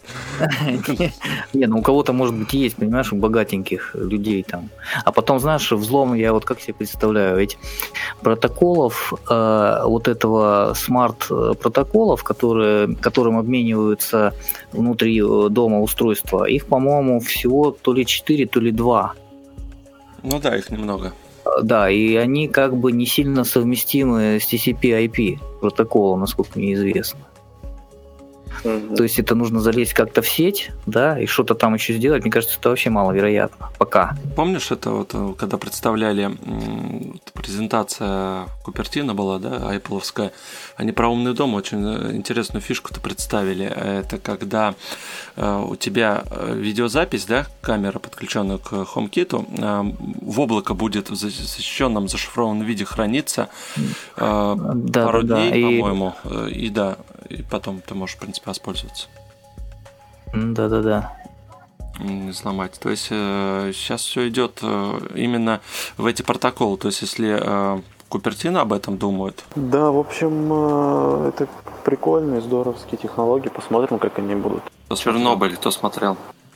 Не, ну у кого-то, может быть, есть, понимаешь, у богатеньких людей там. А потом, знаешь, взлом, я вот как себе представляю, ведь протоколов, вот этого смарт-протоколов, которые, которым обмениваются внутри дома устройства, их, по-моему, всего то ли четыре, то ли два. Ну да, их немного. Да, и они как бы не сильно совместимы с ти си пи ай пи протоколом, насколько мне известно. Mm-hmm. То есть это нужно залезть как-то в сеть, да, и что-то там еще сделать. Мне кажется, это вообще маловероятно. Пока. Помнишь, это вот, когда представляли презентация Купертино была, да, айпловская, они про умный дом очень интересную фишку-то представили. Это когда у тебя видеозапись, да, камера, подключенная к HomeKit, в облако будет в защищенном, зашифрованном виде храниться да, пару да, дней, да. по-моему, и... и да, и потом ты можешь, в принципе, воспользоваться. Да-да-да. Не сломать. То есть э, сейчас все идет э, именно в эти протоколы. То есть если э, Купертино об этом думает. Да, в общем, э, это прикольные, здоровские технологии. Посмотрим, как они будут. Чернобыль, кто смотрел?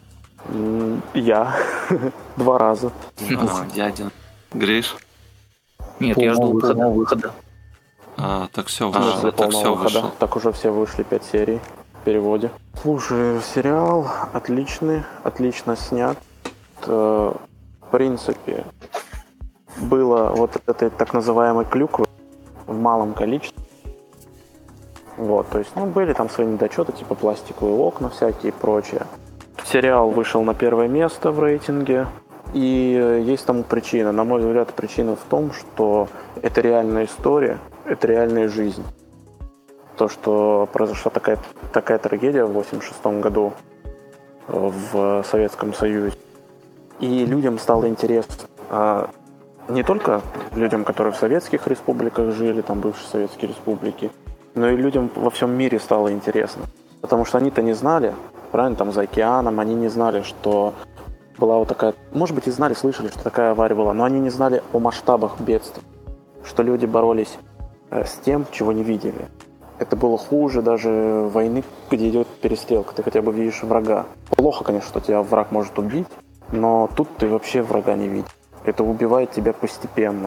Я. Два раза. А, я один. Гриш? Нет, я жду выхода. выхода. А, так все, а, вышло. Так все вышло. Так уже все вышли, пять серий в переводе. Слушай, сериал отличный, отлично снят. В принципе, было вот этой так называемой клюквы в малом количестве. Вот, то есть, ну, были там свои недочеты, типа пластиковые окна всякие и прочее. Сериал вышел на первое место в рейтинге. И есть тому причина. На мой взгляд, причина в том, что это реальная история, это реальная жизнь. То, что произошла такая, такая трагедия в восемьдесят шестом году в Советском Союзе. И людям стало интересно. А не только людям, которые в советских республиках жили, там бывшие советские республики, но и людям во всем мире стало интересно. Потому что они-то не знали, правильно, там за океаном, они не знали, что была вот такая, может быть, и знали, слышали, что такая авария была, но они не знали о масштабах бедствия, что люди боролись э, с тем, чего не видели. Это было хуже даже войны, где идет перестрелка, ты хотя бы видишь врага. Плохо, конечно, что тебя враг может убить, но тут ты вообще врага не видишь. Это убивает тебя постепенно.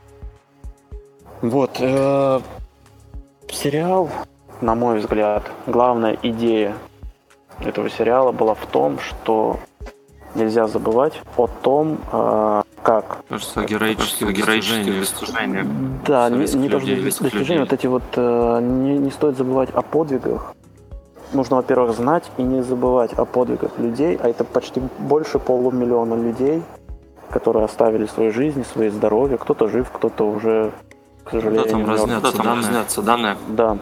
Вот. Э, сериал, на мой взгляд, главная идея этого сериала была в том, что нельзя забывать о том, э, как... Кажется, героические достижения. достижения. Да, не, не должны быть достижения. Вот эти вот... Э, не, не стоит забывать о подвигах. Нужно, во-первых, знать и не забывать о подвигах людей, а это почти больше полумиллиона людей, которые оставили свои жизни, свои здоровья. Кто-то жив, кто-то уже, к сожалению, да, там разнятся, да, там разнятся данные. Да.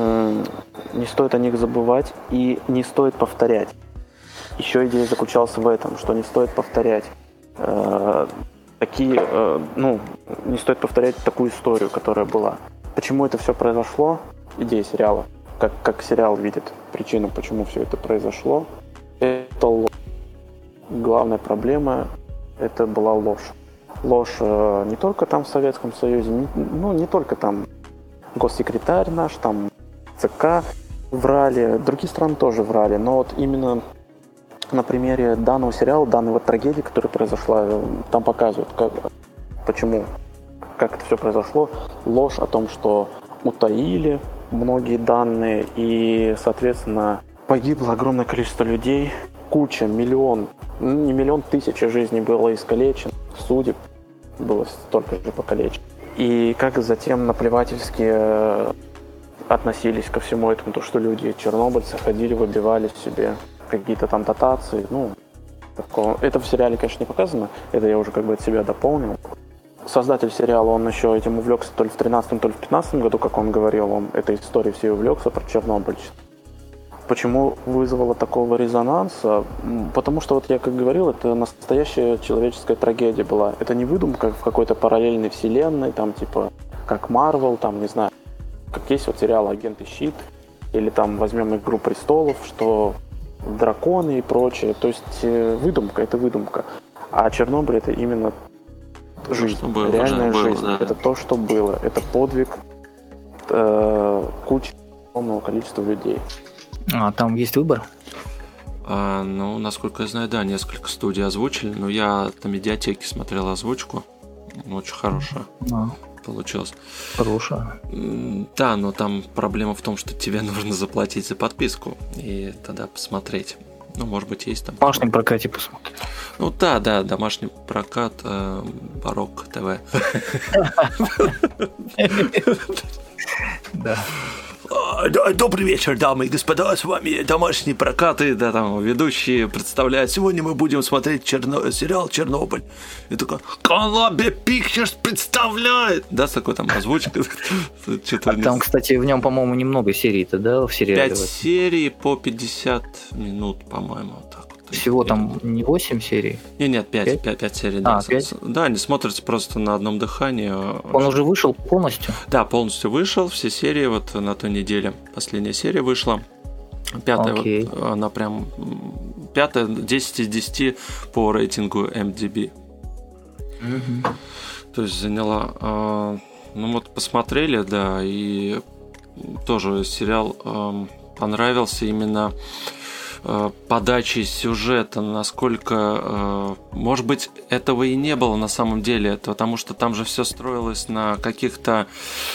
Не стоит о них забывать и не стоит повторять. Еще идея заключалась в этом, что не стоит повторять э, такие, э, ну, не стоит повторять такую историю, которая была. Почему это все произошло? Идея сериала. Как, как сериал видит причину, почему все это произошло. Это ложь. Главная проблема это была ложь. Ложь э, не только там в Советском Союзе, не, ну не только там госсекретарь наш, там ЦК врали, другие страны тоже врали, но вот именно на примере данного сериала, данной вот трагедии, которая произошла, там показывают, как, почему, как это все произошло. Ложь о том, что утаили многие данные и, соответственно, погибло огромное количество людей, куча, миллион, не миллион, тысяча жизней было искалечено, судеб было столько же покалечено. И как затем наплевательски относились ко всему этому, то, что люди, чернобыльцы, ходили, выбивали себе какие-то там дотации, ну, такого. Это в сериале, конечно, не показано, это я уже как бы от себя дополнил. Создатель сериала, он еще этим увлекся то ли в тринадцатом, то ли в пятнадцатом году, как он говорил, он этой историей всей увлекся про Чернобыль. Почему вызвало такого резонанса? Потому что, вот я как говорил, это настоящая человеческая трагедия была. Это не выдумка в какой-то параллельной вселенной, там типа как Марвел, там, не знаю, как есть вот сериал «Агенты Щит», или там возьмем «Игру престолов», что драконы и прочее. То есть выдумка, это выдумка. А Чернобыль — это именно жизнь, что было, реальная было, жизнь. Да. Это то, что было. Это подвиг э, кучи, огромного количества людей. А там есть выбор? А, ну, насколько я знаю, да, несколько студий озвучили, но я на медиатеке смотрел озвучку. Очень хорошая. А. Получилось. Хорошая. Да, но там проблема в том, что тебе нужно заплатить за подписку и тогда посмотреть. Ну, может быть, есть там. В домашнем прокате посмотреть. Ну да, да, домашний прокат, э, Барок ТВ. Да. Добрый вечер, дамы и господа, с вами домашние прокаты, да, там ведущие представляют. Сегодня мы будем смотреть черно... сериал «Чернобыль». И такой, Columbia Pictures представляет! Да, с такой там озвучкой. Там, кстати, в нем, по-моему, немного серий-то, да, в сериале? Пять серий по пятьдесят минут, по-моему, вот так. Всего там не восемь серий? Нет, нет, пять, пять, пять серий. Да. А, пять? Да, они смотрятся просто на одном дыхании. Он уже вышел полностью? Да, полностью вышел, все серии, вот на той неделе последняя серия вышла. Пятая, Окей. вот, она прям... Пятая, десять из десяти по рейтингу эм ди би. Угу. То есть заняла... Ну вот посмотрели, да, и тоже сериал понравился именно... подачи сюжета, насколько, может быть, этого и не было на самом деле, потому что там же все строилось на каких-то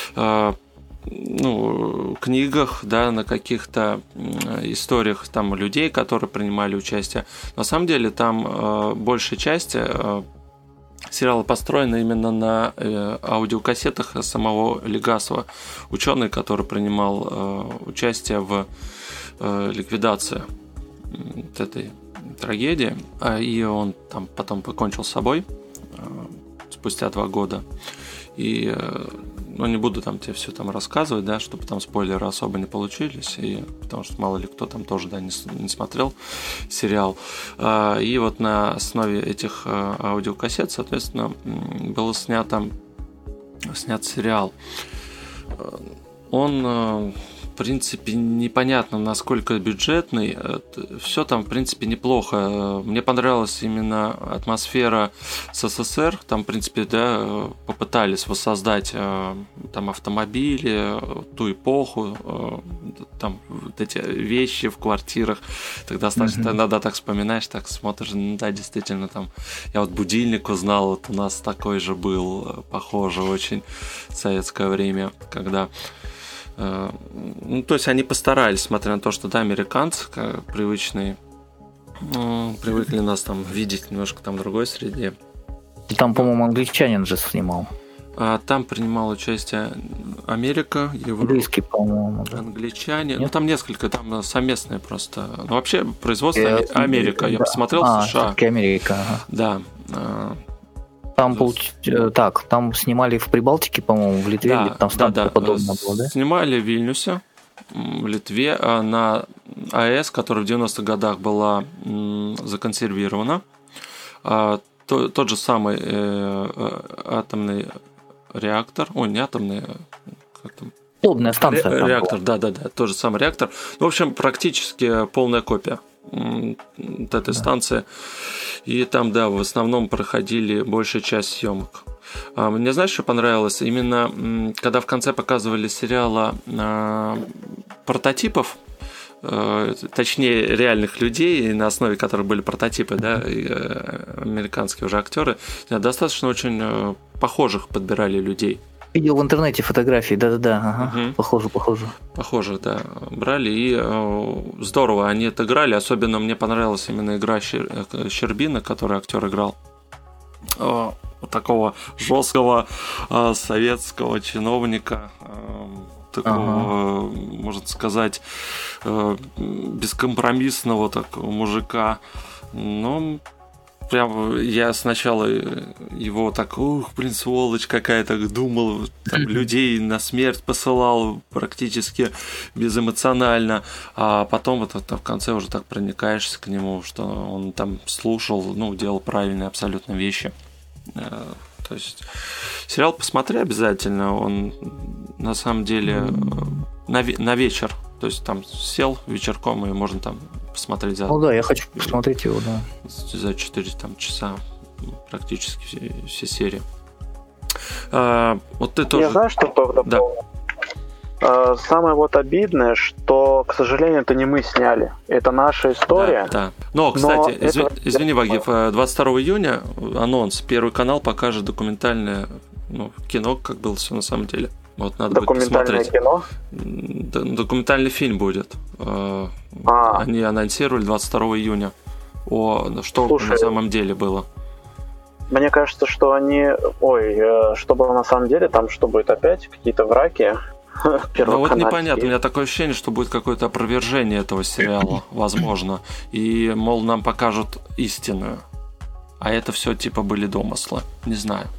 ну, книгах, да, на каких-то историях там людей, которые принимали участие. На самом деле там большая часть сериала построена именно на аудиокассетах самого Легасова, ученый, который принимал участие в ликвидации вот этой трагедии, и он там потом покончил с собой спустя два года. И ну, не буду там тебе все там рассказывать, да, чтобы там спойлеры особо не получились, и, потому что мало ли кто там тоже да, не, не смотрел сериал. И вот на основе этих аудиокассет, соответственно, был снят, снят сериал. Он принципе, непонятно, насколько бюджетный. Все там, в принципе, неплохо. Мне понравилась именно атмосфера СССР. Там, в принципе, да, попытались воссоздать там автомобили, ту эпоху, там вот эти вещи в квартирах. Тогда достаточно, mm-hmm. иногда так вспоминаешь, так смотришь, ну да, действительно, там, я вот будильник узнал, вот у нас такой же был, похоже, очень в советское время, когда ну, то есть они постарались, смотря на то, что да, американцы как привычные, ну, привыкли нас там видеть немножко там в другой среде. Там, по-моему, англичанин же снимал. А там принимал участие Америка, Европа. Английский, по-моему, да. Англичане. Нет? Ну, там несколько, там совместные просто. Ну, вообще, производство я, Америка. Да. Я посмотрел а, США. Все-таки Америка. Ага. Да. Там, получ... так, там снимали в Прибалтике, по-моему, в Литве, да, там да, да. подобное было, да? Снимали в Вильнюсе, в Литве, на АЭС, которая в девяностых годах была законсервирована. Тот же самый атомный реактор, ой, не атомный, как там? Подобная станция. Ре- реактор, да-да-да, тот же самый реактор. В общем, практически полная копия вот этой да. станции. И там, да, в основном проходили большая часть съемок. Мне, знаешь, что понравилось? Именно когда в конце показывали сериала прототипов, точнее, реальных людей, на основе которых были прототипы, да, американские уже актеры, достаточно очень похожих подбирали людей. Видел в интернете фотографии, да-да-да, ага. Угу. Похоже, похоже. Похоже, да, брали, и э, здорово они отыграли, особенно мне понравилась именно игра Щер... Щербина, который актер играл, э, такого жесткого э, советского чиновника, э, такого, ага. можно сказать, э, бескомпромиссного такого мужика, но... Прям я сначала его так, ух, блин, сволочь какая-то, думал, там, людей на смерть посылал практически безэмоционально, а потом вот это в конце уже так проникаешься к нему, что он там слушал, ну, делал правильные абсолютно вещи. То есть сериал посмотри обязательно, он на самом деле на, на вечер, то есть там сел вечерком и можно там посмотреть за... Ну да, я хочу посмотреть его, да. За четыре там, часа практически все, все серии. А, вот ты тоже... Я знаю, что по да. а, самое вот обидное, что, к сожалению, это не мы сняли. Это наша история. Да, да. Но, кстати, но изв... это... извини, Вагиф, двадцать второго июня анонс. Первый канал покажет документальное ну, кино, как было все на самом деле. Вот надо документальное будет кино? Документальный фильм будет. А. Они анонсировали двадцать второго июня. О, что Слушай, на самом деле было. Мне кажется, что они... Ой, что было на самом деле, там что будет опять? Какие-то враки? Ну вот непонятно, у меня такое ощущение, что будет какое-то опровержение этого сериала, возможно. И, мол, нам покажут истинную. А это все типа были домыслы. Не знаю.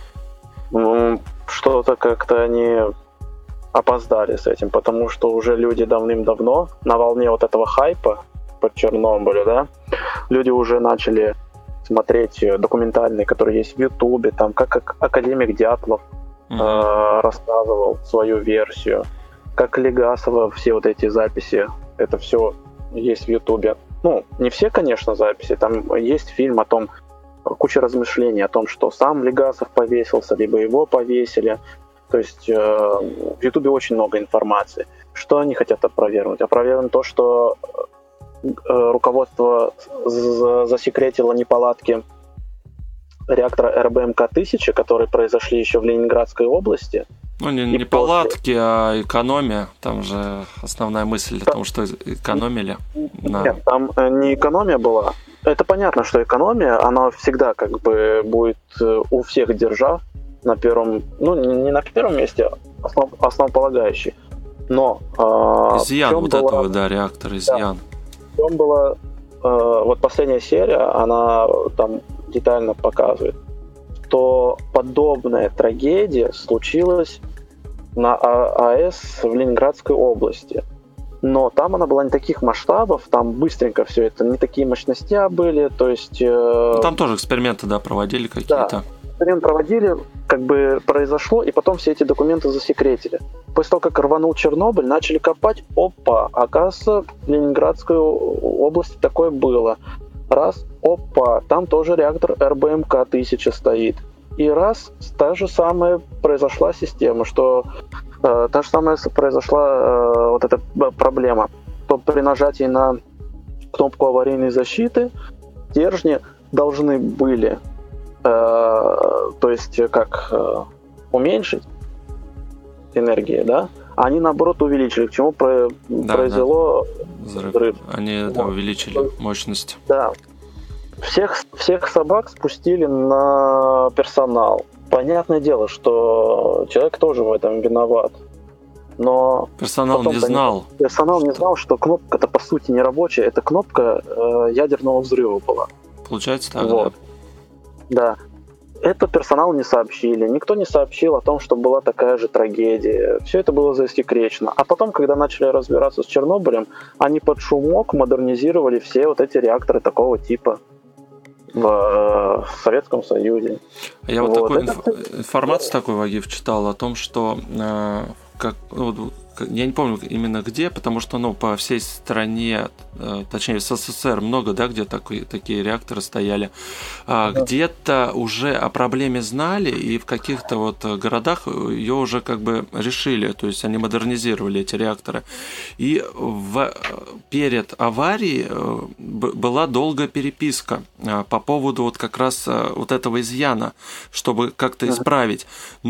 Ну, что-то как-то они опоздали с этим, потому что уже люди давным-давно на волне вот этого хайпа по Чернобылю, да, люди уже начали смотреть документальные, которые есть в Ютубе, там, как, как академик Дятлов mm-hmm. э, рассказывал свою версию, как Легасова, все вот эти записи, это все есть в Ютубе. Ну, не все, конечно, записи, там есть фильм о том, куча размышлений о том, что сам Легасов повесился, либо его повесили. То есть э, в Ютубе очень много информации. Что они хотят опровергнуть? Опровергнуть то, что э, руководство за- засекретило неполадки реактора эр бэ эм ка тысяча, которые произошли еще в Ленинградской области. Ну, не, не палатки, а экономия. Там же основная мысль о том, что экономили. На... Нет, там не экономия была. Это понятно, что экономия, она всегда как бы будет у всех держав на первом, ну, не на первом месте, основ, основополагающий. Но... Изъян вот была, этого, да, реактора, изъян. Да, в чем была... Вот последняя серия, она там детально показывает, что подобная трагедия случилась на АЭС в Ленинградской области. Но там она была не таких масштабов, там быстренько все это, не такие мощности были, то есть... Э... Там тоже эксперименты, да, проводили какие-то. Да, эксперименты проводили, как бы произошло, и потом все эти документы засекретили. После того, как рванул Чернобыль, начали копать, опа, оказывается, в Ленинградской области такое было. Раз, опа, там тоже реактор эр бэ эм ка тысяча стоит. И раз, та же самая произошла система, что э, та же самая произошла э, вот эта проблема, что при нажатии на кнопку аварийной защиты стержни должны были, э, то есть как э, уменьшить энергию, да, а они наоборот увеличили, к чему про, да, произвело да. взрыв. взрыв. Они вот. да, увеличили мощность. Да. Всех, всех собак спустили на персонал. Понятное дело, что человек тоже в этом виноват. Но персонал не знал. Не, персонал не знал, что кнопка-то по сути не рабочая. Это кнопка э, ядерного взрыва была. Получается так, вот. Да. Да. Это персонал не сообщили. Никто не сообщил о том, что была такая же трагедия. Все это было засекречено. А потом, когда начали разбираться с Чернобылем, они под шумок модернизировали все вот эти реакторы такого типа в, в Советском Союзе. Я вот, вот такую инф- информацию такой, Вагиф, читал о том, что э, как, вот, я не помню именно где, потому что ну, по всей стране, э, точнее в эс эс эс эр много, да, где такие, такие реакторы стояли, а, да. Где-то уже о проблеме знали, и в каких-то вот городах ее уже как бы решили, то есть они модернизировали эти реакторы. И в, перед аварией э, была долгая переписка э, по поводу вот как раз э, вот этого изъяна, чтобы как-то исправить.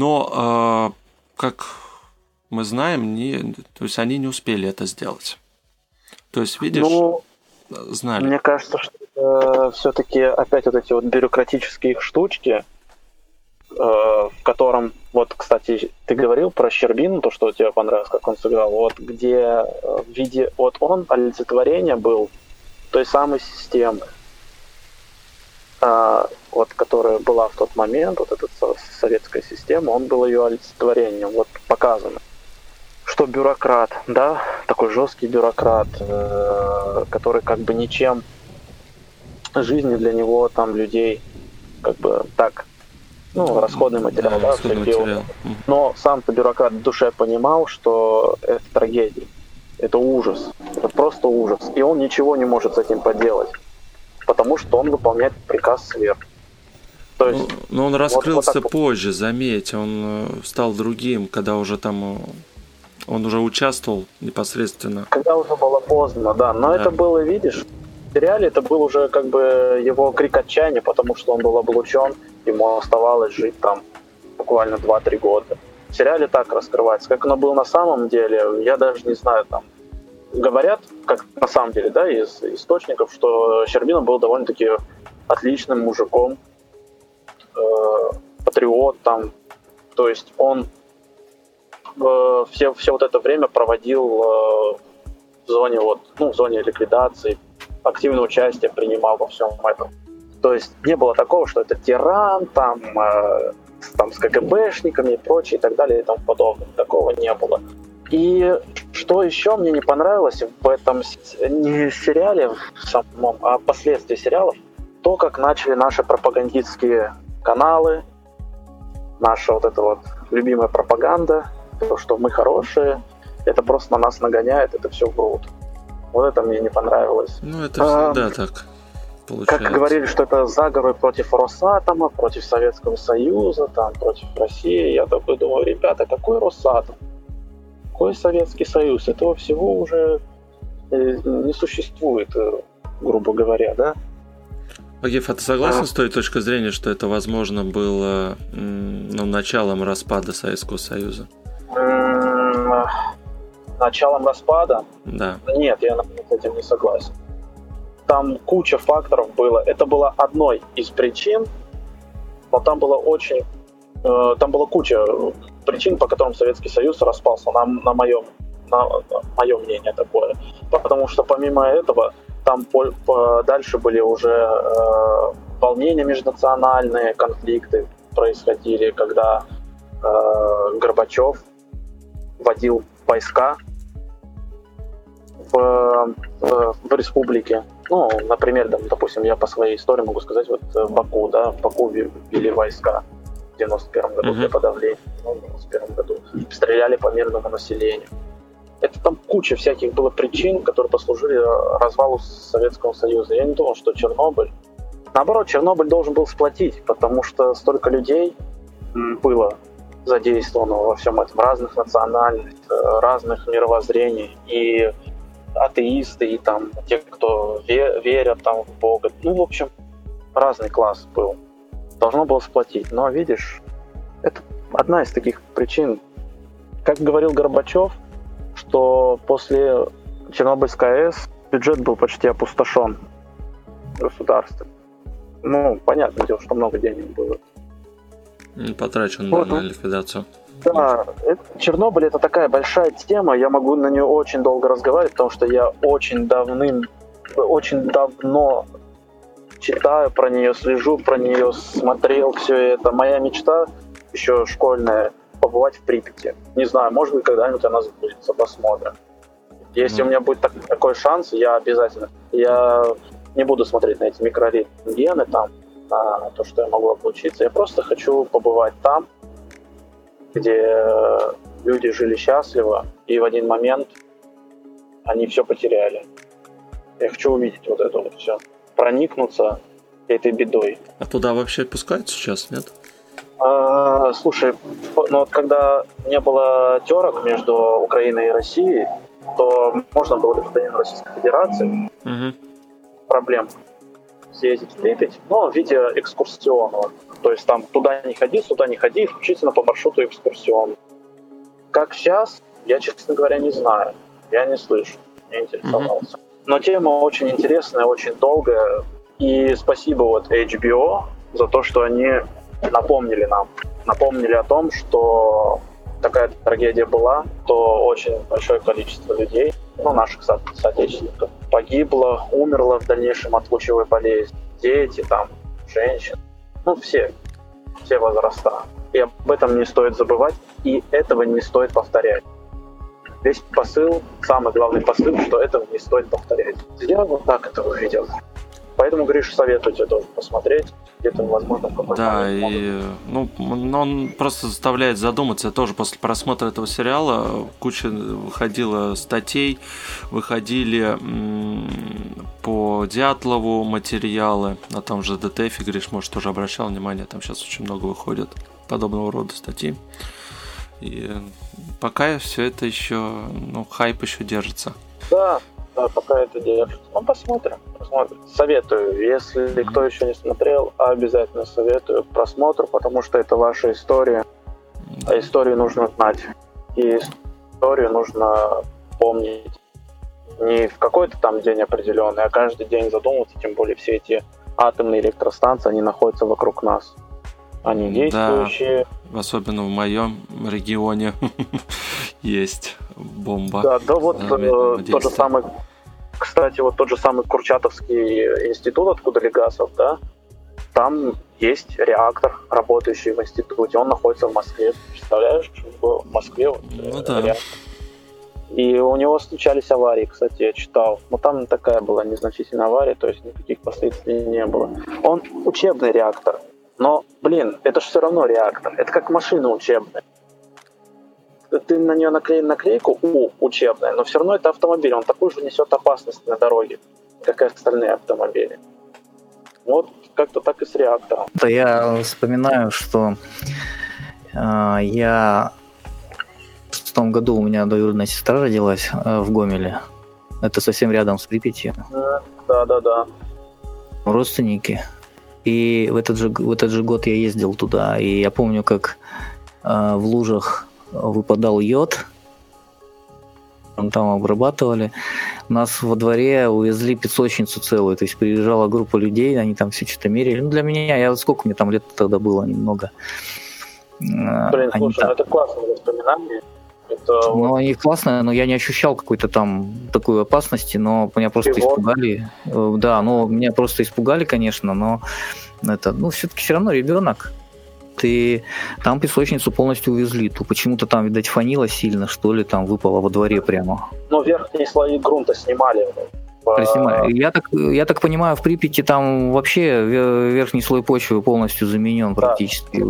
Но э, как мы знаем, не, то есть они не успели это сделать. То есть, видишь, ну, знали. Мне кажется, что э, все-таки опять вот эти вот бюрократические их штучки, э, в котором, вот, кстати, ты говорил про Щербину, то, что тебе понравилось, как он сыграл, вот, где в виде, вот он олицетворение был той самой системы, э, вот, которая была в тот момент, вот эта советская система, он был ее олицетворением, вот, показано. Что бюрократ, да, такой жесткий бюрократ, э, который как бы ничем жизни для него там людей как бы так, ну, расходный материал, да, да расходный материал. Но сам-то бюрократ в душе понимал, что это трагедия, это ужас, это просто ужас, и он ничего не может с этим поделать, потому что он выполняет приказ сверху. То есть, но он раскрылся вот, вот позже, заметь, он стал другим, когда уже там он уже участвовал непосредственно. Когда уже было поздно, да. Но да. Это было, видишь, в сериале это был уже как бы его крик отчаяния, потому что он был облучен, ему оставалось жить там буквально два-три года. В сериале так раскрывается. Как оно было на самом деле, я даже не знаю, там говорят, как на самом деле, да, из источников, что Щербина был довольно-таки отличным мужиком, э, патриот там, то есть он Все, все вот это время проводил э, в зоне вот, ну, в зоне ликвидации, активное участие принимал во всем этом. То есть не было такого, что это тиран, там, э, там с ка гэ бэшниками и прочее, и так далее, и тому подобное. Такого не было. И что еще мне не понравилось в этом не сериале в самом, а последствии сериалов, то, как начали наши пропагандистские каналы, наша вот эта вот любимая пропаганда, то, что мы хорошие, это просто на нас нагоняет, это все врут. Вот это мне не понравилось. Ну, это всегда а, так получается. Как говорили, что это заговоры против Росатома, против Советского Союза, там, против России. Я такой думаю, ребята, какой Росатом? Какой Советский Союз? Этого всего уже не существует, грубо говоря, да? Вагиф, а ты согласен а. с той точкой зрения, что это, возможно, было ну, началом распада Советского Союза? Началом распада? Да. Нет, я с этим не согласен. Там куча факторов было. Это было одной из причин, но там было очень... Э, там была куча причин, по которым Советский Союз распался, на, на, моем, на, на мое мнение такое. Потому что помимо этого, там по, по, дальше были уже э, волнения межнациональные, конфликты происходили, когда э, Горбачев вводил войска в, в, в республике. Ну, например, там, допустим, я по своей истории могу сказать, вот в Баку, да, в Баку ввели войска. в девяносто первом году uh-huh. для подавления, ну, в девяносто первом году стреляли по мирному населению. Это там куча всяких было причин, которые послужили развалу Советского Союза. Я не думал, что Чернобыль... Наоборот, Чернобыль должен был сплотить, потому что столько людей было задействовано во всем этом, разных национальностей, разных мировоззрений, и атеисты, и там те, кто ве- верят там, в Бога. Ну, в общем, разный класс был. Должно было сплотить. Но, видишь, это одна из таких причин. Как говорил Горбачев, что после Чернобыльской АЭС бюджет был почти опустошен государством. Ну, понятное дело, что много денег было. Потрачено вот, на ликвидацию. Да, это, Чернобыль это такая большая тема, я могу на нее очень долго разговаривать, потому что я очень давным, очень давно читаю про нее, слежу про нее, смотрел все это. Моя мечта еще школьная побывать в Припяти. Не знаю, может быть, когда-нибудь она сбудется, посмотрим. Если mm. у меня будет так, такой шанс, я обязательно. Я не буду смотреть на эти микрорентгены там, на то, что я могу облучиться. Я просто хочу побывать там, где люди жили счастливо, и в один момент они все потеряли. Я хочу увидеть вот это вот все. Проникнуться этой бедой. А туда вообще пускают сейчас, нет? А, слушай, ну вот когда не было терок между Украиной и Россией, то можно было гражданину Российской Федерации угу. проблем съездить в Припять, но в виде экскурсионного. То есть там туда не ходи, сюда не ходи, исключительно по маршруту экскурсион. Как сейчас, я, честно говоря, не знаю. Я не слышу, не интересовался. Mm-hmm. Но тема очень интересная, очень долгая. И спасибо вот эйч би о за то, что они напомнили нам. Напомнили о том, что такая трагедия была, то очень большое количество людей, ну, наших со- соотечественников, погибло, умерло в дальнейшем от лучевой болезни. Дети, там, женщины. Ну, все. Все возраста. И об этом не стоит забывать, и этого не стоит повторять. Весь посыл, самый главный посыл, что этого не стоит повторять. Я вот так это увидел. Поэтому, Гриш, советую тебе тоже посмотреть. Где-то, возможно, в какой-то Да, момент и ну, он просто заставляет задуматься. Я тоже после просмотра этого сериала куча выходила статей, выходили м- по Дятлову материалы, на том же дэ тэ эф, Гриш, может, тоже обращал внимание, там сейчас очень много выходит подобного рода статей. И пока все это еще, ну, хайп еще держится. Да, да, пока это держится. Ну, посмотрим, посмотрим. Советую, если mm-hmm. кто еще не смотрел, обязательно советую к просмотру, потому что это ваша история, mm-hmm. а историю нужно знать. И историю нужно помнить не в какой-то там день определенный, а каждый день задумываться, тем более все эти атомные электростанции, они находятся вокруг нас. Они действующие. Да, особенно в моем регионе есть бомба. Да, да, вот э, тот же самый, кстати, вот тот же самый Курчатовский институт, откуда Легасов, да, там есть реактор, работающий в институте, он находится в Москве. Представляешь, в Москве вот, ну, да. реактор. И у него случались аварии, кстати, я читал. Но там такая была незначительная авария, то есть никаких последствий не было. Он учебный реактор. Но, блин, это же все равно реактор. Это как машина учебная. Ты на нее наклеил наклейку «У» учебная, но все равно это автомобиль. Он такую же несет опасность на дороге, как и остальные автомобили. Вот как-то так и с реактором. Да, я вспоминаю, что э, я в том году у меня двоюродная сестра родилась э, в Гомеле. Это совсем рядом с Припятью. Да, да, да. Родственники. И в этот же, в этот же год я ездил туда, и я помню, как э, в лужах выпадал йод, там обрабатывали. Нас во дворе увезли песочницу целую, то есть приезжала группа людей, они там все что-то мерили. Ну, для меня, я сколько мне там лет тогда было, немного. Блин, они слушай, там... это классное воспоминание. Это... Ну, они классные, но я не ощущал какой-то там такой опасности, но меня просто Чего? испугали. Да, ну, меня просто испугали, конечно, но это, ну, все-таки все равно ребенок. И там песочницу полностью увезли. То почему-то там, видать, фанило сильно, что ли, там выпало во дворе прямо. Ну, верхние слои грунта снимали. Я так, я так понимаю, в Припяти там вообще верхний слой почвы полностью заменен, да, практически.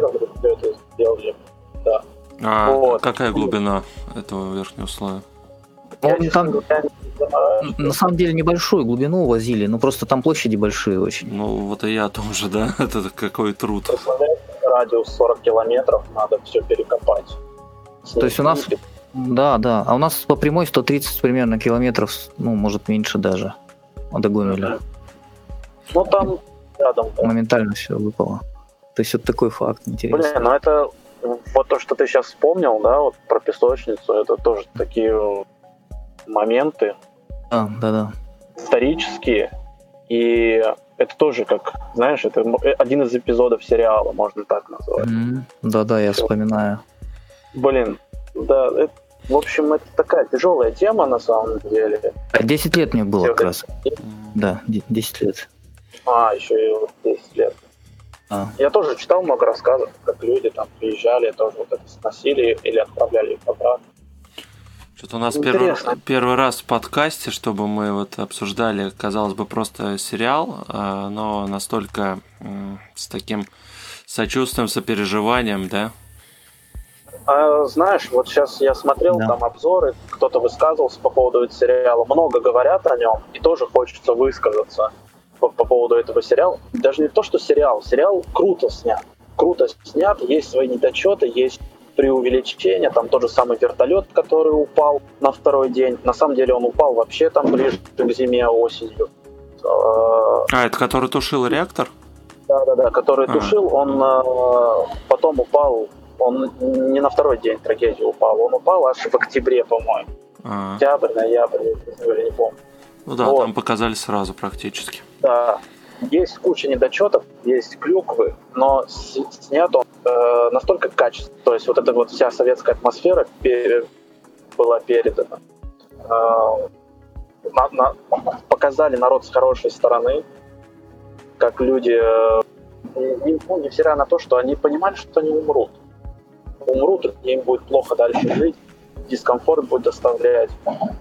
Да. А вот. Какая глубина этого верхнего слоя? Он там, на самом деле, небольшую глубину увозили, но просто там площади большие очень. Ну, вот и я о том же, да? Это какой труд. Радиус сорок километров, надо все перекопать. То есть у нас... Да, да. А у нас по прямой сто тридцать примерно километров, ну, может, меньше даже, до Гомеля. Ну, там рядом. Да. Моментально все выпало. То есть вот такой факт интересный. Блин, ну это... Вот то, что ты сейчас вспомнил, да, вот про песочницу, это тоже такие моменты. А, да-да. Исторические. И это тоже, как, знаешь, это один из эпизодов сериала, можно так назвать. Mm-hmm. Да-да, я Все. вспоминаю. Блин, да, это, в общем, это такая тяжелая тема на самом деле. десять лет мне было как раз. Да, десять лет. А, еще и вот десять лет. А. Я тоже читал много рассказов, как люди там приезжали, тоже вот это сносили или отправляли их обратно. Что-то у нас первый, первый раз в подкасте, чтобы мы вот обсуждали, казалось бы, просто сериал, но настолько с таким сочувствием, сопереживанием, да? А, знаешь, вот сейчас я смотрел да. там обзоры, кто-то высказывался по поводу этого сериала, много говорят о нем, и тоже хочется высказаться по, по поводу этого сериала. Даже не то, что сериал, сериал круто снят, круто снят, есть свои недочеты, есть преувеличение, там тот же самый вертолет, который упал на второй день, на самом деле он упал вообще там ближе к зиме, осенью. А, это который тушил реактор? Да-да-да, который а. тушил, он потом упал. Он не на второй день трагедии упал, он упал аж в октябре, по-моему. А-а-а. Октябрь, ноябрь, я уже не помню. Ну да, вот. Там показали сразу практически. Да, есть куча недочетов, есть клюквы, но снят он э, настолько качественно. То есть вот эта вот вся советская атмосфера пере... была передана. Э, на, на, показали народ с хорошей стороны, как люди, э, не, ну, невзирая на то, что они понимали, что они умрут. умрут, им будет плохо дальше жить, дискомфорт будет доставлять,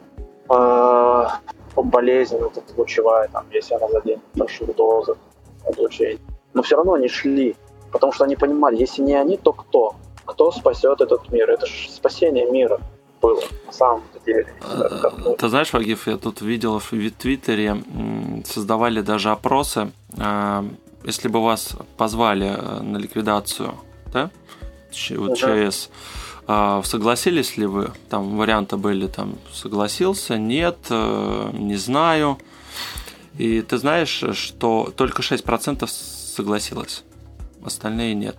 э, болезнь вот эта лучевая, там, если она заденет большую дозу облучения. Но все равно они шли, потому что они понимали, если не они, то кто? Кто спасет этот мир? Это же спасение мира было на самом деле. Ты знаешь, Вагиф, я тут видел в Твиттере, создавали даже опросы, если бы вас позвали на ликвидацию, да? Вот ЧАЭС, согласились ли вы? Там варианты были, там, согласился, нет, не знаю. И ты знаешь, что только шесть процентов согласилось, остальные нет.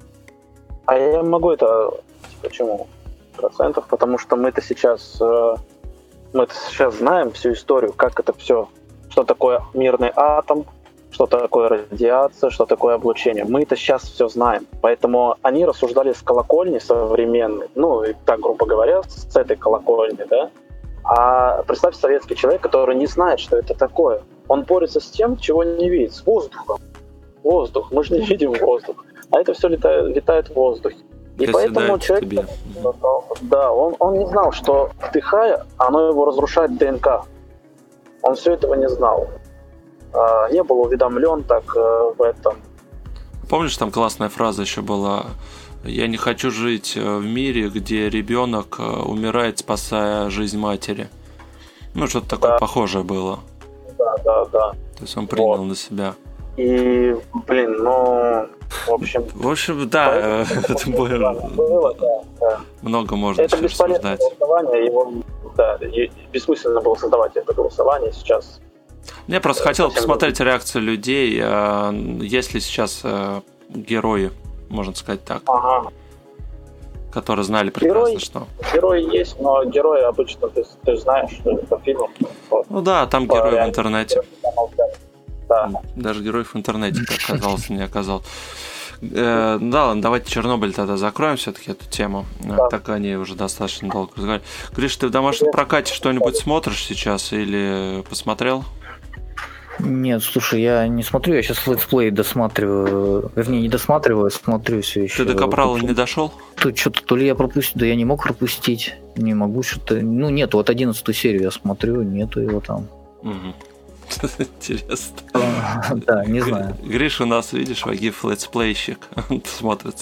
А я могу это... Почему? Процентов, потому что мы-то сейчас... Мы-то сейчас знаем всю историю, как это все... Что такое мирный атом, что такое радиация, что такое облучение. Мы-то сейчас все знаем. Поэтому они рассуждали с колокольни современной, ну, и так, грубо говоря, с этой колокольни, да? А представь, советский человек, который не знает, что это такое. Он борется с тем, чего не видит, с воздухом. Воздух, мы же не видим воздух. А это все летает, летает в воздухе. И Если поэтому человек, тебе. да, он, он не знал, что вдыхая, оно его разрушает ДНК. Он все этого не знал. Не был уведомлен так в этом. Помнишь, там классная фраза еще была: «Я не хочу жить в мире, где ребенок умирает, спасая жизнь матери». Ну, что-то такое да. похожее было. Да, да, да. То есть он принял вот. на себя. И, блин, ну, в общем... В общем, да, это было, много можно это бесполезное голосование, его, да, бессмысленно было создавать это голосование сейчас. Я просто хотел посмотреть реакцию людей, есть ли сейчас герои, можно сказать так, ага. которые знали прекрасно, герой, что... Герои есть, но герои обычно, ты, ты знаешь, что это фильм. Вот, ну да, там герои в интернете. Да. Даже героев в интернете, как оказалось, не оказалось. Э, да, ладно, давайте Чернобыль тогда закроем все-таки эту тему. Да. Так они уже достаточно долго разговаривали. Гриш, ты в домашнем прокате что-нибудь смотришь сейчас или посмотрел? Нет, слушай, я не смотрю, я сейчас летсплей досматриваю. Вернее, не досматриваю, смотрю все еще. Ты до Капрала не дошел? Тут что-то то ли я пропустил, да я не мог пропустить. Не могу что-то. Ну, нету, вот одиннадцатую серию я смотрю, нету его там. Интересно. Да, не знаю. Гриша у нас, видишь, Вагиф летсплейщик. Он смотрит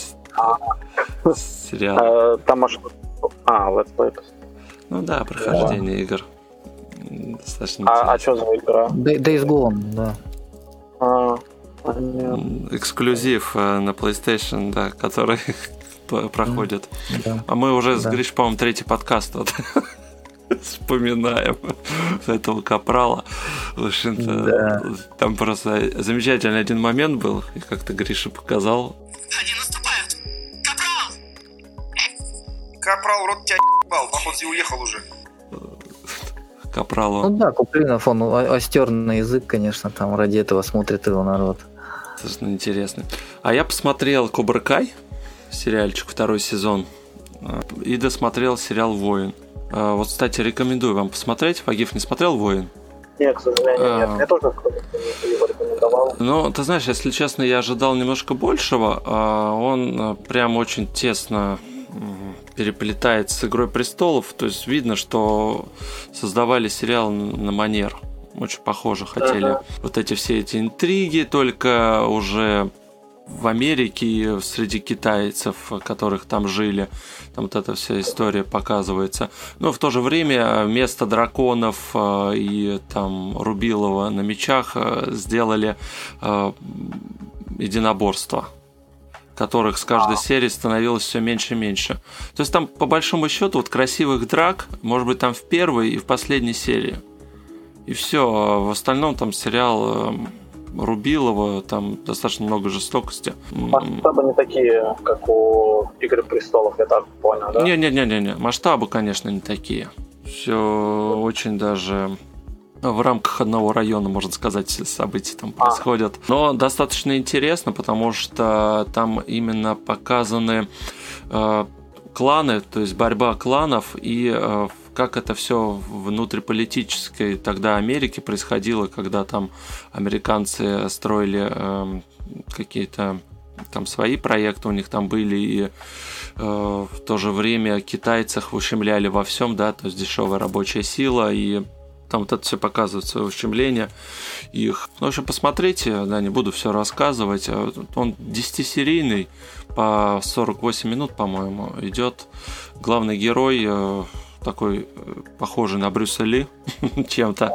сериал. А, там аж... А, летсплей. Ну да, прохождение игр. Достаточно А, а что за игра? Days Gone, да. А, эксклюзив на PlayStation, да, который проходит. Да. А мы уже с Да. Гриш, по-моему, третий подкаст вот вспоминаем этого Капрала. В общем-то, Да. там просто замечательный один момент был, и как-то Гриша показал. Они наступают! Капрал! Капрал, рот тебя ебал, походу уехал уже. Капралу. Ну да, Куплинов, он о- остер на язык, конечно, там ради этого смотрит его народ. Достаточно интересно. А я посмотрел Кобра Кай, сериальчик, второй сезон, и досмотрел сериал «Воин». Вот, кстати, рекомендую вам посмотреть. Вагиф не смотрел «Воин»? Нет, к сожалению, А. нет. Мне тоже кто-то его рекомендовал. Ну, ты знаешь, если честно, я ожидал немножко большего. а Он прям очень тесно м, переплетает с «Игрой престолов». То есть видно, что создавали сериал на манер. Очень похоже хотели. Ага. Вот эти все эти интриги, только уже в Америке и среди китайцев, которых там жили. Там вот эта вся история показывается. Но в то же время вместо драконов э, и там Рубилова на мечах э, сделали э, единоборства, которых с каждой серии становилось все меньше и меньше. То есть там по большому счету вот красивых драк, может быть, там в первой и в последней серии. И все. А в остальном там сериал Рубилова, там достаточно много жестокости. Масштабы не такие, как у «Игры престолов», я так понял, да? Не-не-не-не, масштабы, конечно, не такие. Все очень даже в рамках одного района, можно сказать, события там А. происходят. Но достаточно интересно, потому что там именно показаны э, кланы, то есть борьба кланов и э, как это все внутриполитической тогда Америки происходило, когда там американцы строили э, какие-то там свои проекты, у них там были, и э, в то же время китайцев ущемляли во всем, да, то есть дешевая рабочая сила, и там вот это все показывается, ущемление их. Ну, в общем, посмотрите, да, не буду все рассказывать. Он десятисерийный, по сорок восемь минут, по-моему, идет. Главный герой э, такой э, похожий на Брюса Ли чем-то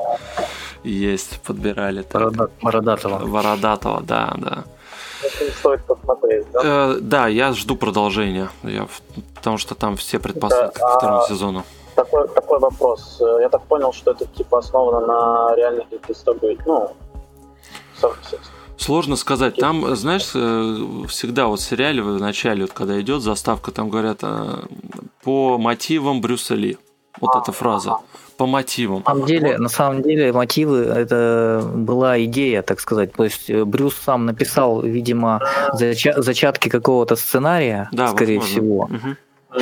есть, подбирали. так. Борода- Бородатого. Бородатого, да, да. Это стоит посмотреть, да? Э, да, я жду продолжения, я, в- потому что там все предпосылки Да, к второму а- сезону. Такой, такой вопрос. Я так понял, что это типа основано на реальных историях. Ну, со- со- Сложно сказать. Там, знаешь, э, всегда вот в сериале в начале, вот, когда идет заставка, там говорят э, по мотивам Брюса Ли. Вот эта фраза. По мотивам. На самом деле, на самом деле мотивы это была идея, так сказать. То есть Брюс сам написал, видимо, зача- зачатки какого-то сценария, Да, скорее возможно. всего, Мгм.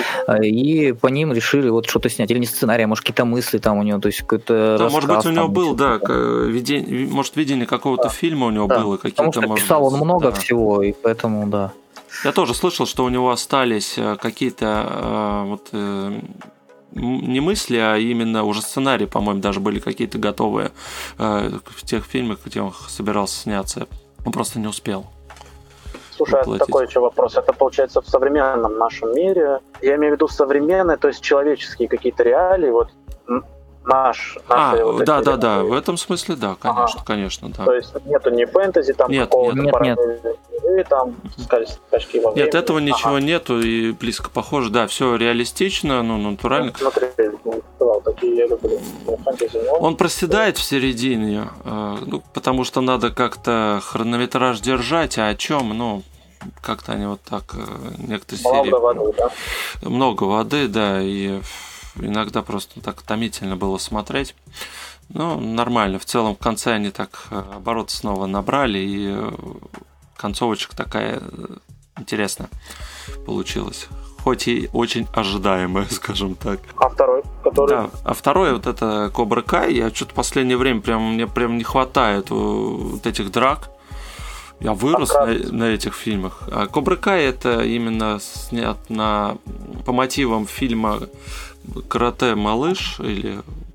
и по ним решили вот что-то снять. Или не сценарий, а может какие-то мысли там у него, то есть какой-то Да, рассказ. может быть, у него там, был, да, что-то. к- видение, может, видение какого-то фильма у него Да, было. Потому Какие-то, что может писал быть, он много да. всего, и поэтому, да. Я тоже слышал, что у него остались э, какие-то э, вот э, м- не мысли, а именно уже сценарии, по-моему, даже были какие-то готовые э, в тех фильмах, где он собирался сняться. Он просто не успел. Слушай, а воплотить. такой еще вопрос. Это получается в современном нашем мире. Я имею в виду современные, то есть человеческие какие-то реалии. Вот м, наш, А, наши вот да, эти да, да, реалии. в этом смысле, да, конечно, конечно, да. То есть нету ни фэнтези, там Нет, какого-то нет. Нет, нет. параллельного мира, там ска- скачки во времени. Нет, этого Ага. ничего нету и близко похоже, да, все реалистично, ну, натурально. Ну, смотри, ну, сказал, такие я люблю. Ну, фэнтези, ну, Он проседает в середине, э, ну, потому что надо как-то хронометраж держать, а о чем, ну, как-то они вот так, э, некоторые серии... много воды, да? Много воды, да, и иногда просто так томительно было смотреть. Ну, нормально. В целом, в конце они так э, обороты снова набрали, и э, концовочка такая э, интересная получилась. Хоть и очень ожидаемая, скажем так. А второй, который... Да. А второе, вот это Кобра Кай, я что-то в последнее время прям, мне прям не хватает э, вот этих драк. Я вырос А на, на этих фильмах. А Кобра Кай это именно снят на, по мотивам фильма «Карате Малыш» или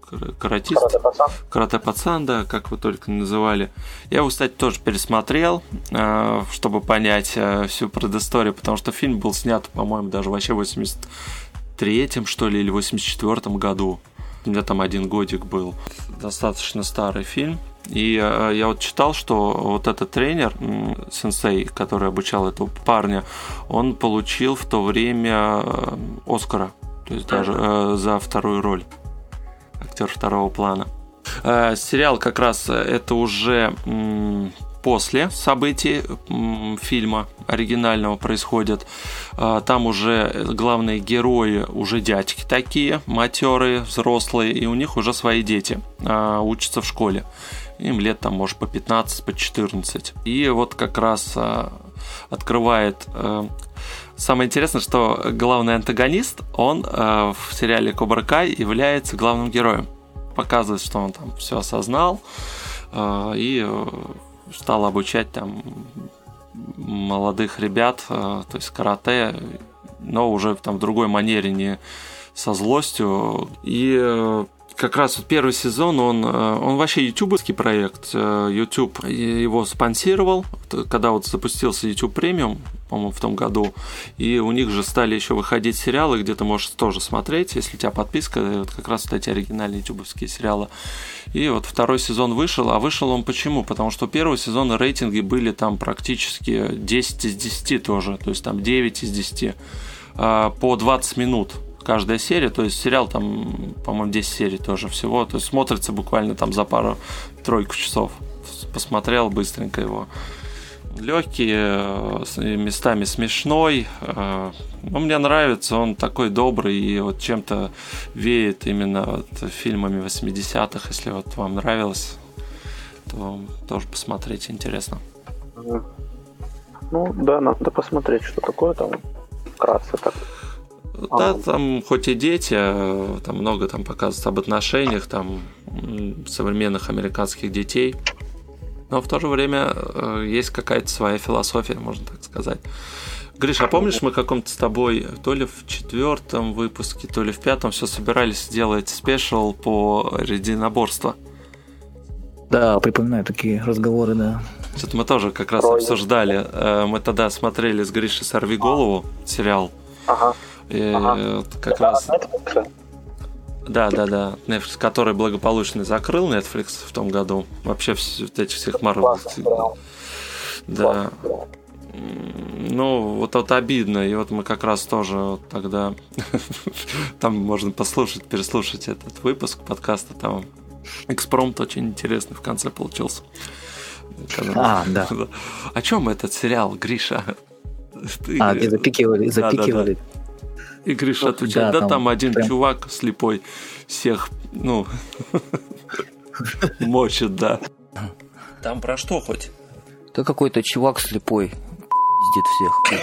каратист. Карате-пацан. Карате-пацан, да, как вы только называли. Я его, кстати, тоже пересмотрел, чтобы понять всю предысторию, потому что фильм был снят, по-моему, даже вообще в восемьдесят третьем, что ли, или восемьдесят четвёртом году. У меня там один годик был. Достаточно старый фильм. И я вот читал, что вот этот тренер, сенсей, который обучал этого парня, он получил в то время Оскара, то есть даже э, за вторую роль. Актер второго плана. Э, сериал как раз это уже м, после событий м, фильма оригинального происходит. Э, там уже главные герои уже дядьки такие, матерые, взрослые, и у них уже свои дети э, учатся в школе. Им лет там, может, по пятнадцать, по четырнадцать. И вот как раз э, открывает... Э, самое интересное, что главный антагонист, он э, в сериале «Кобра Кай» является главным героем. Показывает, что он там все осознал э, и э, стал обучать там молодых ребят, э, то есть карате, но уже там в другой манере, не со злостью. И... Э, Как раз вот первый сезон, он, он вообще ютубовский проект. YouTube его спонсировал, когда вот запустился YouTube Premium, по-моему, в том году. И у них же стали еще выходить сериалы, где ты можешь тоже смотреть, если у тебя подписка, вот как раз вот эти оригинальные ютубовские сериалы. И вот второй сезон вышел. А вышел он почему? Потому что у первого сезона рейтинги были там практически десять из десяти тоже, то есть там девять из десяти по двадцать минут. Каждая серия, то есть сериал там, по-моему, десять серий тоже всего, то есть смотрится буквально там за пару-тройку часов. Посмотрел быстренько его. Легкий, местами смешной, но мне нравится, он такой добрый и вот чем-то веет именно вот фильмами восьмидесятых, если вот вам нравилось, то тоже посмотреть интересно. Ну да, надо посмотреть, что такое там, вкратце так. Да, там хоть и дети, там много там показывается об отношениях там современных американских детей, но в то же время есть какая-то своя философия, можно так сказать. Гриш, а помнишь, мы каком-то с тобой то ли в четвертом выпуске, то ли в пятом все собирались сделать спешл по единоборству? Да, припоминаю такие разговоры, да. Что-то мы тоже как раз обсуждали. Мы тогда смотрели с Гришей «Сорви голову» сериал. Ага. И ага. как да, раз... Да, да, да. Netflix, который благополучно закрыл Netflix в том году. Вообще вот этих всех Marvel. Да. Ну, вот это обидно. И вот мы как раз тоже вот тогда... Там можно послушать, переслушать этот выпуск подкаста. Там экспромт очень интересный в конце получился. А, да. О чем этот сериал, Гриша? А, где запикивали, запикивали. Да, да, да. И Гриша отвечает, да, да, там, там один прям... чувак слепой всех, ну, мочит, да. Там про что хоть? Да какой-то чувак слепой пиздит всех.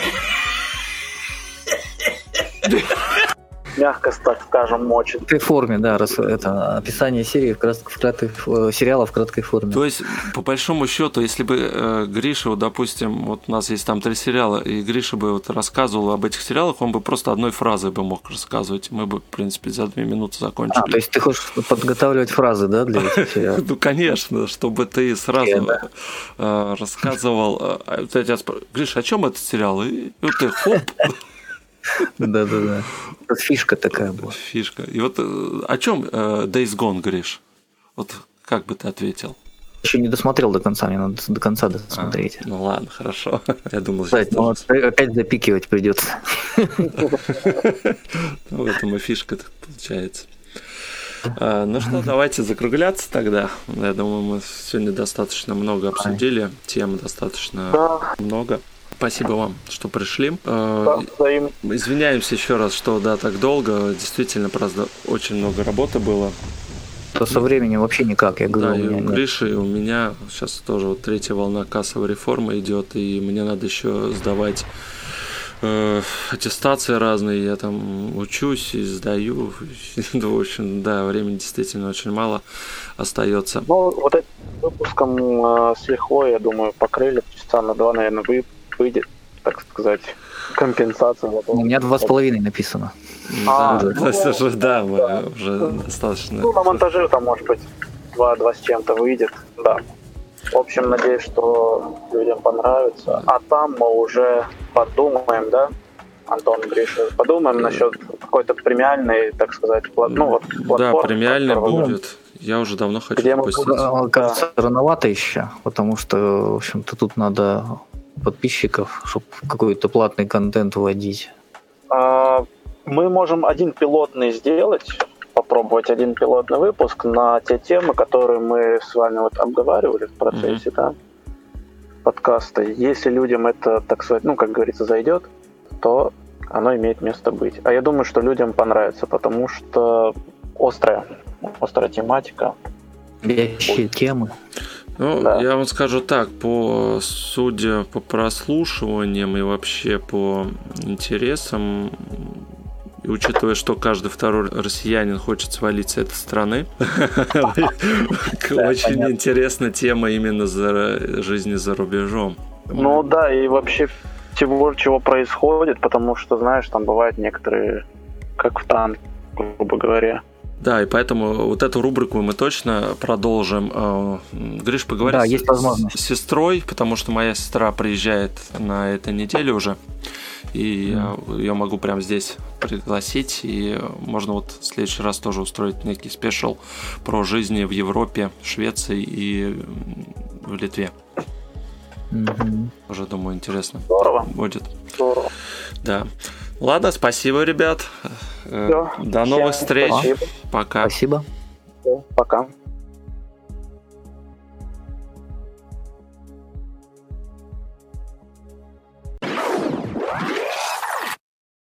Мягко, так скажем, мочит. В краткой форме, да, раз это описание серии в краткой, в краткой, сериала в краткой форме. То есть, по большому счету, если бы э, Гриша, вот, допустим, вот у нас есть там три сериала, и Гриша бы вот рассказывал об этих сериалах, он бы просто одной фразой бы мог рассказывать, мы бы, в принципе, за две минуты закончили. А, то есть ты хочешь подготавливать фразы, да, для этих сериалов? Ну, конечно, чтобы ты сразу рассказывал. Гриша, о чем этот сериал? И вот ты хоп. Да-да-да. Это фишка такая была. Фишка. И вот о чем Days Gone, Гриш? Вот как бы ты ответил? Еще не досмотрел до конца, мне надо до конца досмотреть. А, ну ладно, хорошо. Я думал, сейчас ну, вот, опять запикивать придется. В этом и фишка получается. Ну что, давайте закругляться тогда. Я думаю, мы сегодня достаточно много обсудили. Тем достаточно много. Спасибо вам, что пришли. Да, извиняемся еще раз, что да, так долго. Действительно, правда, очень много работы было. То со временем вообще никак, я говорю. Да, и у Гриши, и у меня сейчас тоже вот третья волна кассовой реформы идет, и мне надо еще сдавать э, аттестации разные. Я там учусь и сдаю. В общем, да, времени действительно очень мало остается. Ну, вот этим выпуском э, с лихвой, я думаю, покрыли часа на два, наверное, вы выйдет, так сказать, компенсация. У меня два с половиной написано. Да, А, то ну, есть уже, да, мы да. уже достаточно. Ну, на монтаже там, может быть, два-два с чем-то выйдет, да. В общем, надеюсь, что людям понравится. А там мы уже подумаем, да, Антон, Гриша, подумаем насчет какой-то премиальной, так сказать, плат... ну вот платформы. Да, премиальный которая- будет. Я уже давно хочу Где мы запустить. А, Кажется, рановато еще, потому что, в общем-то, тут надо подписчиков, чтобы какой-то платный контент вводить. А, Мы можем один пилотный сделать, попробовать один пилотный выпуск на те темы, которые мы с вами вот обговаривали в процессе, да, подкаста. Если людям это, так сказать, ну, как говорится, зайдет, то оно имеет место быть. А я думаю, что людям понравится, потому что острая, острая тематика. Вещие темы. Ну, Да. я вам скажу так, по судя по прослушиваниям и вообще по интересам, и учитывая, что каждый второй россиянин хочет свалить с этой страны, очень интересная тема именно за жизни за рубежом. Ну да, и вообще всего, чего происходит, потому что, знаешь, там бывают некоторые, как в танке, грубо говоря. Да, и поэтому вот эту рубрику мы точно продолжим. Э, Гриш, поговори Да, с, есть возможность. с сестрой, потому что моя сестра приезжает на этой неделе уже, и я ее могу прямо здесь пригласить, и можно вот в следующий раз тоже устроить некий спешл про жизни в Европе, Швеции и в Литве. Мгм. Уже, думаю, интересно Здорово. будет. Здорово. Да. Ладно, спасибо, ребят. Э, Всё. До новых Всем встреч. спасибо. Пока. Спасибо. Всё, пока.